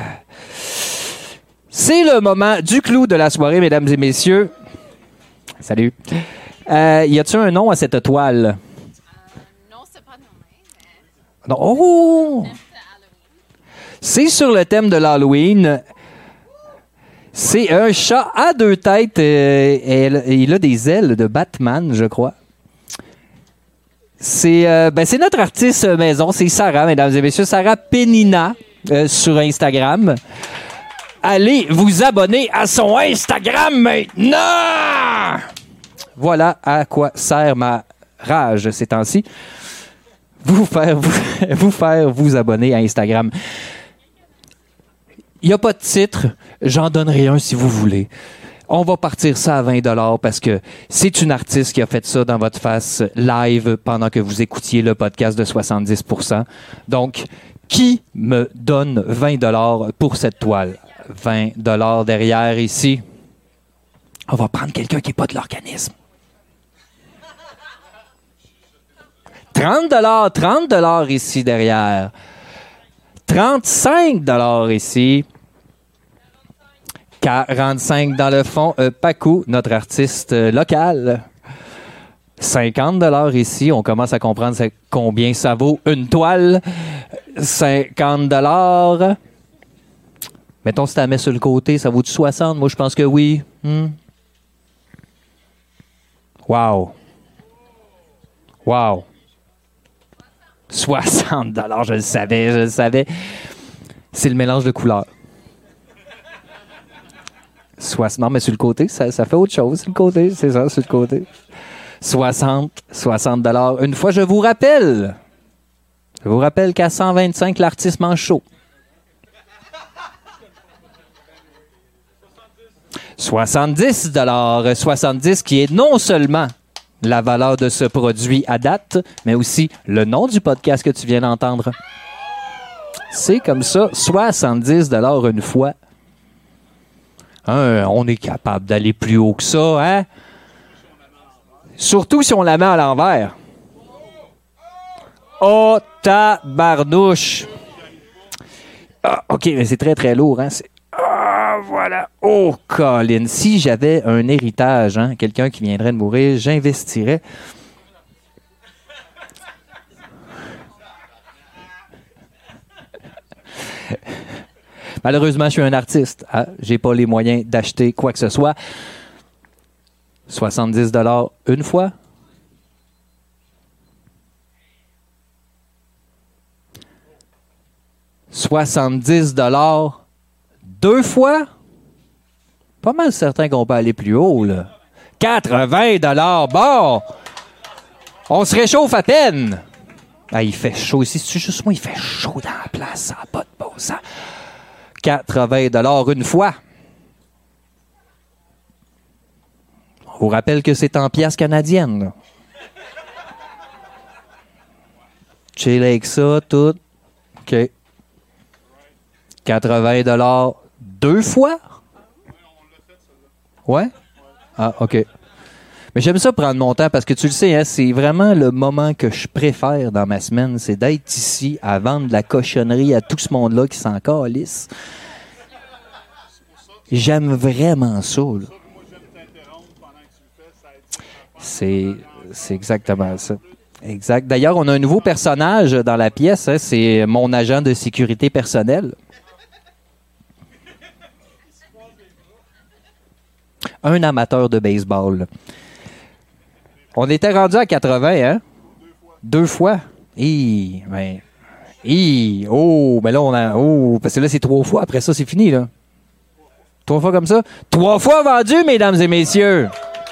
c'est le moment du clou de la soirée, mesdames et messieurs. Salut. Euh, y a-t-il un nom à cette toile? Euh, non, c'est pas nommé. Mais... Non. Oh! C'est sur le thème de l'Halloween. C'est un chat à deux têtes. Euh, et il a des ailes de Batman, je crois. C'est, euh, ben, c'est notre artiste maison. C'est Sarah, mesdames et messieurs. Sarah Penina euh, sur Instagram. Allez vous abonner à son Instagram maintenant! Voilà à quoi sert ma rage ces temps-ci. Vous faire vous, vous faire vous abonner à Instagram. Il n'y a pas de titre, j'en donnerai un si vous voulez. On va partir ça à vingt dollars parce que c'est une artiste qui a fait ça dans votre face live pendant que vous écoutiez le podcast de soixante-dix pour cent. Donc, qui me donne vingt dollars pour cette toile? vingt dollars derrière ici. On va prendre quelqu'un qui n'est pas de l'organisme. trente dollars, trente dollars ici derrière. trente-cinq dollars ici. quarante-cinq dans le fond. Euh, Paco, notre artiste euh, local. cinquante dollars ici. On commence à comprendre c'est combien ça vaut une toile. cinquante dollars. Mettons, si tu la mets sur le côté, ça vaut du soixante. Moi, je pense que oui. Hmm. Wow. Wow. soixante dollars, je le savais, je le savais. C'est le mélange de couleurs. soixante, non, mais sur le côté, ça, ça fait autre chose. Sur le côté, c'est ça, sur le côté. soixante, soixante dollars. Une fois, je vous rappelle, je vous rappelle qu'à cent vingt-cinq, l'artiste mange chaud. soixante-dix dollars. soixante-dix qui est non seulement la valeur de ce produit à date, mais aussi le nom du podcast que tu viens d'entendre. C'est comme ça, soixante-dix dollars une fois. Hein, on est capable d'aller plus haut que ça, hein? Surtout si on la met à l'envers. Oh, tabarnouche! Ah, OK, mais c'est très, très lourd, hein? C'est... Ah, voilà. Oh, Colin. Si j'avais un héritage, hein, quelqu'un qui viendrait de mourir, j'investirais. Malheureusement, je suis un artiste. Hein? J'ai pas les moyens d'acheter quoi que ce soit. soixante-dix dollars une fois. soixante-dix dollars deux fois? Pas mal certain qu'on peut aller plus haut, là. quatre-vingts dollars, bon! On se réchauffe à peine! Ah, il fait chaud ici. C'est juste moi, il fait chaud dans la place. Ça n'a pas de bon sens. quatre-vingts dollars une fois. On vous rappelle que c'est en piastres canadiennes, là. Chill avec ça, tout. OK. quatre-vingts dollars deux fois? Ouais? Ah, OK. Mais j'aime ça prendre mon temps parce que tu le sais, hein, c'est vraiment le moment que je préfère dans ma semaine, c'est d'être ici à vendre de la cochonnerie à tout ce monde-là qui s'en calisse. J'aime vraiment ça, là. C'est, c'est exactement ça. Exact. D'ailleurs, on a un nouveau personnage dans la pièce, hein, c'est mon agent de sécurité personnelle. Un amateur de baseball. On était rendu à quatre-vingts, hein? Deux fois. Hi, ben, hi, oh, ben là, on a, oh, parce que là, c'est trois fois. Après ça, c'est fini, là. Trois fois comme ça. Trois fois vendu, mesdames et messieurs.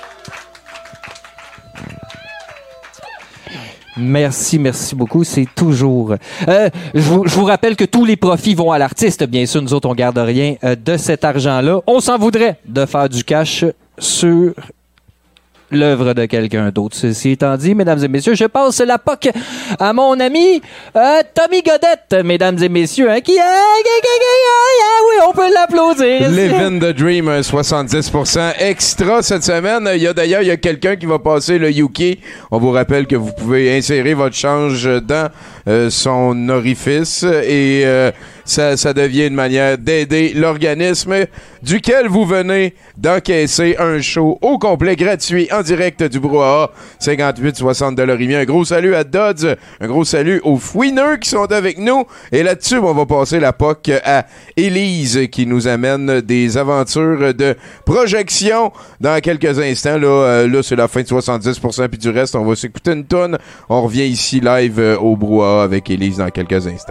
Merci, merci beaucoup. C'est toujours... Euh, je, vous, je vous rappelle que tous les profits vont à l'artiste. Bien sûr, nous autres, on garde rien euh, de cet argent-là. On s'en voudrait de faire du cash sur l'œuvre de quelqu'un d'autre. Ceci étant dit, mesdames et messieurs, je passe la P O C à mon ami euh, Tommy Godette, mesdames et messieurs, hein, qui... Ah, oui, on peut l'applaudir. Living the Dream, un soixante-dix pour cent extra cette semaine. Il y a d'ailleurs, il y a quelqu'un qui va passer le Yuki. On vous rappelle que vous pouvez insérer votre change dans euh, son orifice et euh, ça, ça devient une manière d'aider l'organisme duquel vous venez d'encaisser un show au complet gratuit en direct du Brouhaha, cinquante-huit soixante de Lorimier. Un gros salut à Dodds, un gros salut aux fouineux qui sont avec nous. Et là-dessus, on va passer la P O C à Élise qui nous amène des aventures de projection dans quelques instants. Là, euh, là c'est la fin de soixante-dix pour cent puis du reste, on va s'écouter une tonne. On revient ici live euh, au Brouhaha avec Élise dans quelques instants.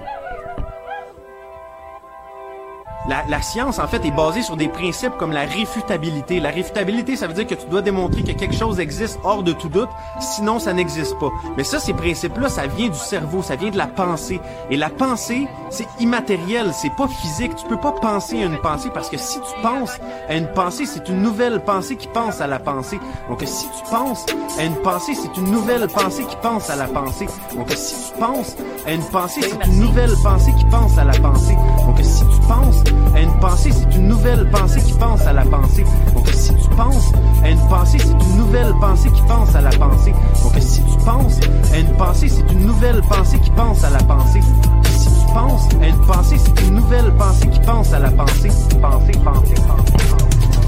La, la science, en fait, est basée sur des principes comme la réfutabilité. La réfutabilité, ça veut dire que tu dois démontrer que quelque chose existe hors de tout doute, sinon ça n'existe pas. Mais ça, ces principes-là, ça vient du cerveau, ça vient de la pensée. Et la pensée, c'est immatériel, c'est pas physique. Tu peux pas penser à une pensée parce que si tu penses à une pensée, c'est une nouvelle pensée qui pense à la pensée. Donc si tu penses à une pensée, c'est une nouvelle pensée qui pense à la pensée. Donc si tu penses à une pensée, c'est une nouvelle pensée qui pense à la pensée. Donc si tu penses à une pensée, c'est une nouvelle pensée qui pense à la pensée. Donc si tu penses à une pensée, c'est une nouvelle pensée qui pense à la pensée. Donc si tu penses à une pensée, c'est une nouvelle pensée qui pense à la pensée. Si tu penses à une pensée, c'est une nouvelle pensée qui pense à la pensée. Pensée, pensée, pensée, pensée.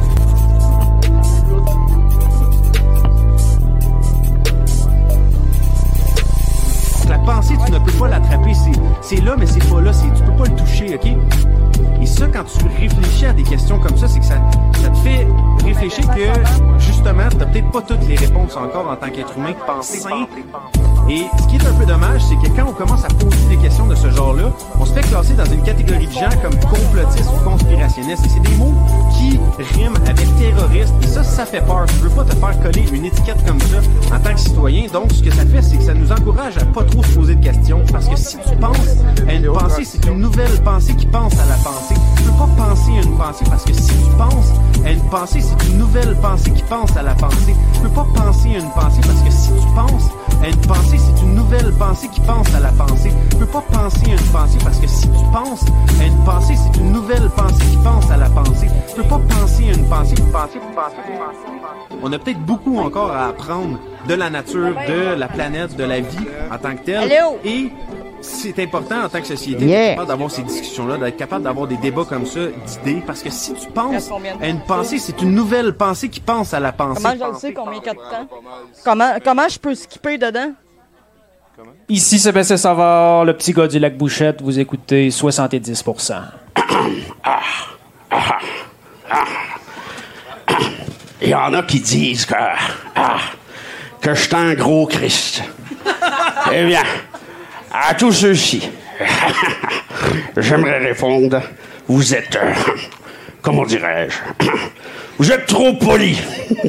La pensée, tu ne peux pas l'attraper. C'est, c'est là, mais c'est pas là. C'est, tu peux pas le toucher, OK? Et ça, quand tu réfléchis à des questions comme ça, c'est que ça, ça te fait réfléchir que, justement, t'as peut-être pas toutes les réponses encore en tant qu'être humain. Penser. Et ce qui est un peu dommage, c'est que quand on commence à poser des questions de ce genre-là, on se fait classer dans une catégorie de gens comme complotistes ou conspirationnistes. Et c'est des mots qui riment avec terroriste. Et ça, ça fait peur. Tu veux pas te faire coller une étiquette comme ça en tant que citoyen. Donc, ce que ça fait, c'est que ça nous encourage à pas trop se poser de questions. Parce que si tu penses à une pensée, c'est une nouvelle pensée qui pense à la pensée. Tu peux pas penser à une pensée parce que si tu penses à une pensée, c'est une nouvelle pensée qui pense à la pensée. Tu peux pas penser à une pensée parce que si tu penses à une pensée, c'est une nouvelle pensée qui pense à la pensée. Tu peux pas penser à une pensée parce que si tu penses à une pensée, c'est une nouvelle pensée qui pense à la pensée. Tu peux pas penser à une pensée, penser, penser, penser. On a peut-être beaucoup encore à apprendre de la nature, de la planète, de la vie en tant que telle. Et c'est important en tant que société yeah. d'être capable d'avoir ces discussions-là, d'être capable d'avoir des débats comme ça, d'idées, parce que si tu penses à une pensée, c'est une nouvelle pensée qui pense à la pensée. Comment je le sais combien il y a de temps? Comment, comment je peux skipper dedans? Ici Sébastien Savard, le petit gars du lac Bouchette, vous écoutez soixante-dix pour cent. Ah, ah, ah. Il y en a qui disent que, ah, que je suis un gros Christ. Eh bien, à tous ceux-ci, j'aimerais répondre, vous êtes, euh, comment dirais-je, vous êtes trop polis.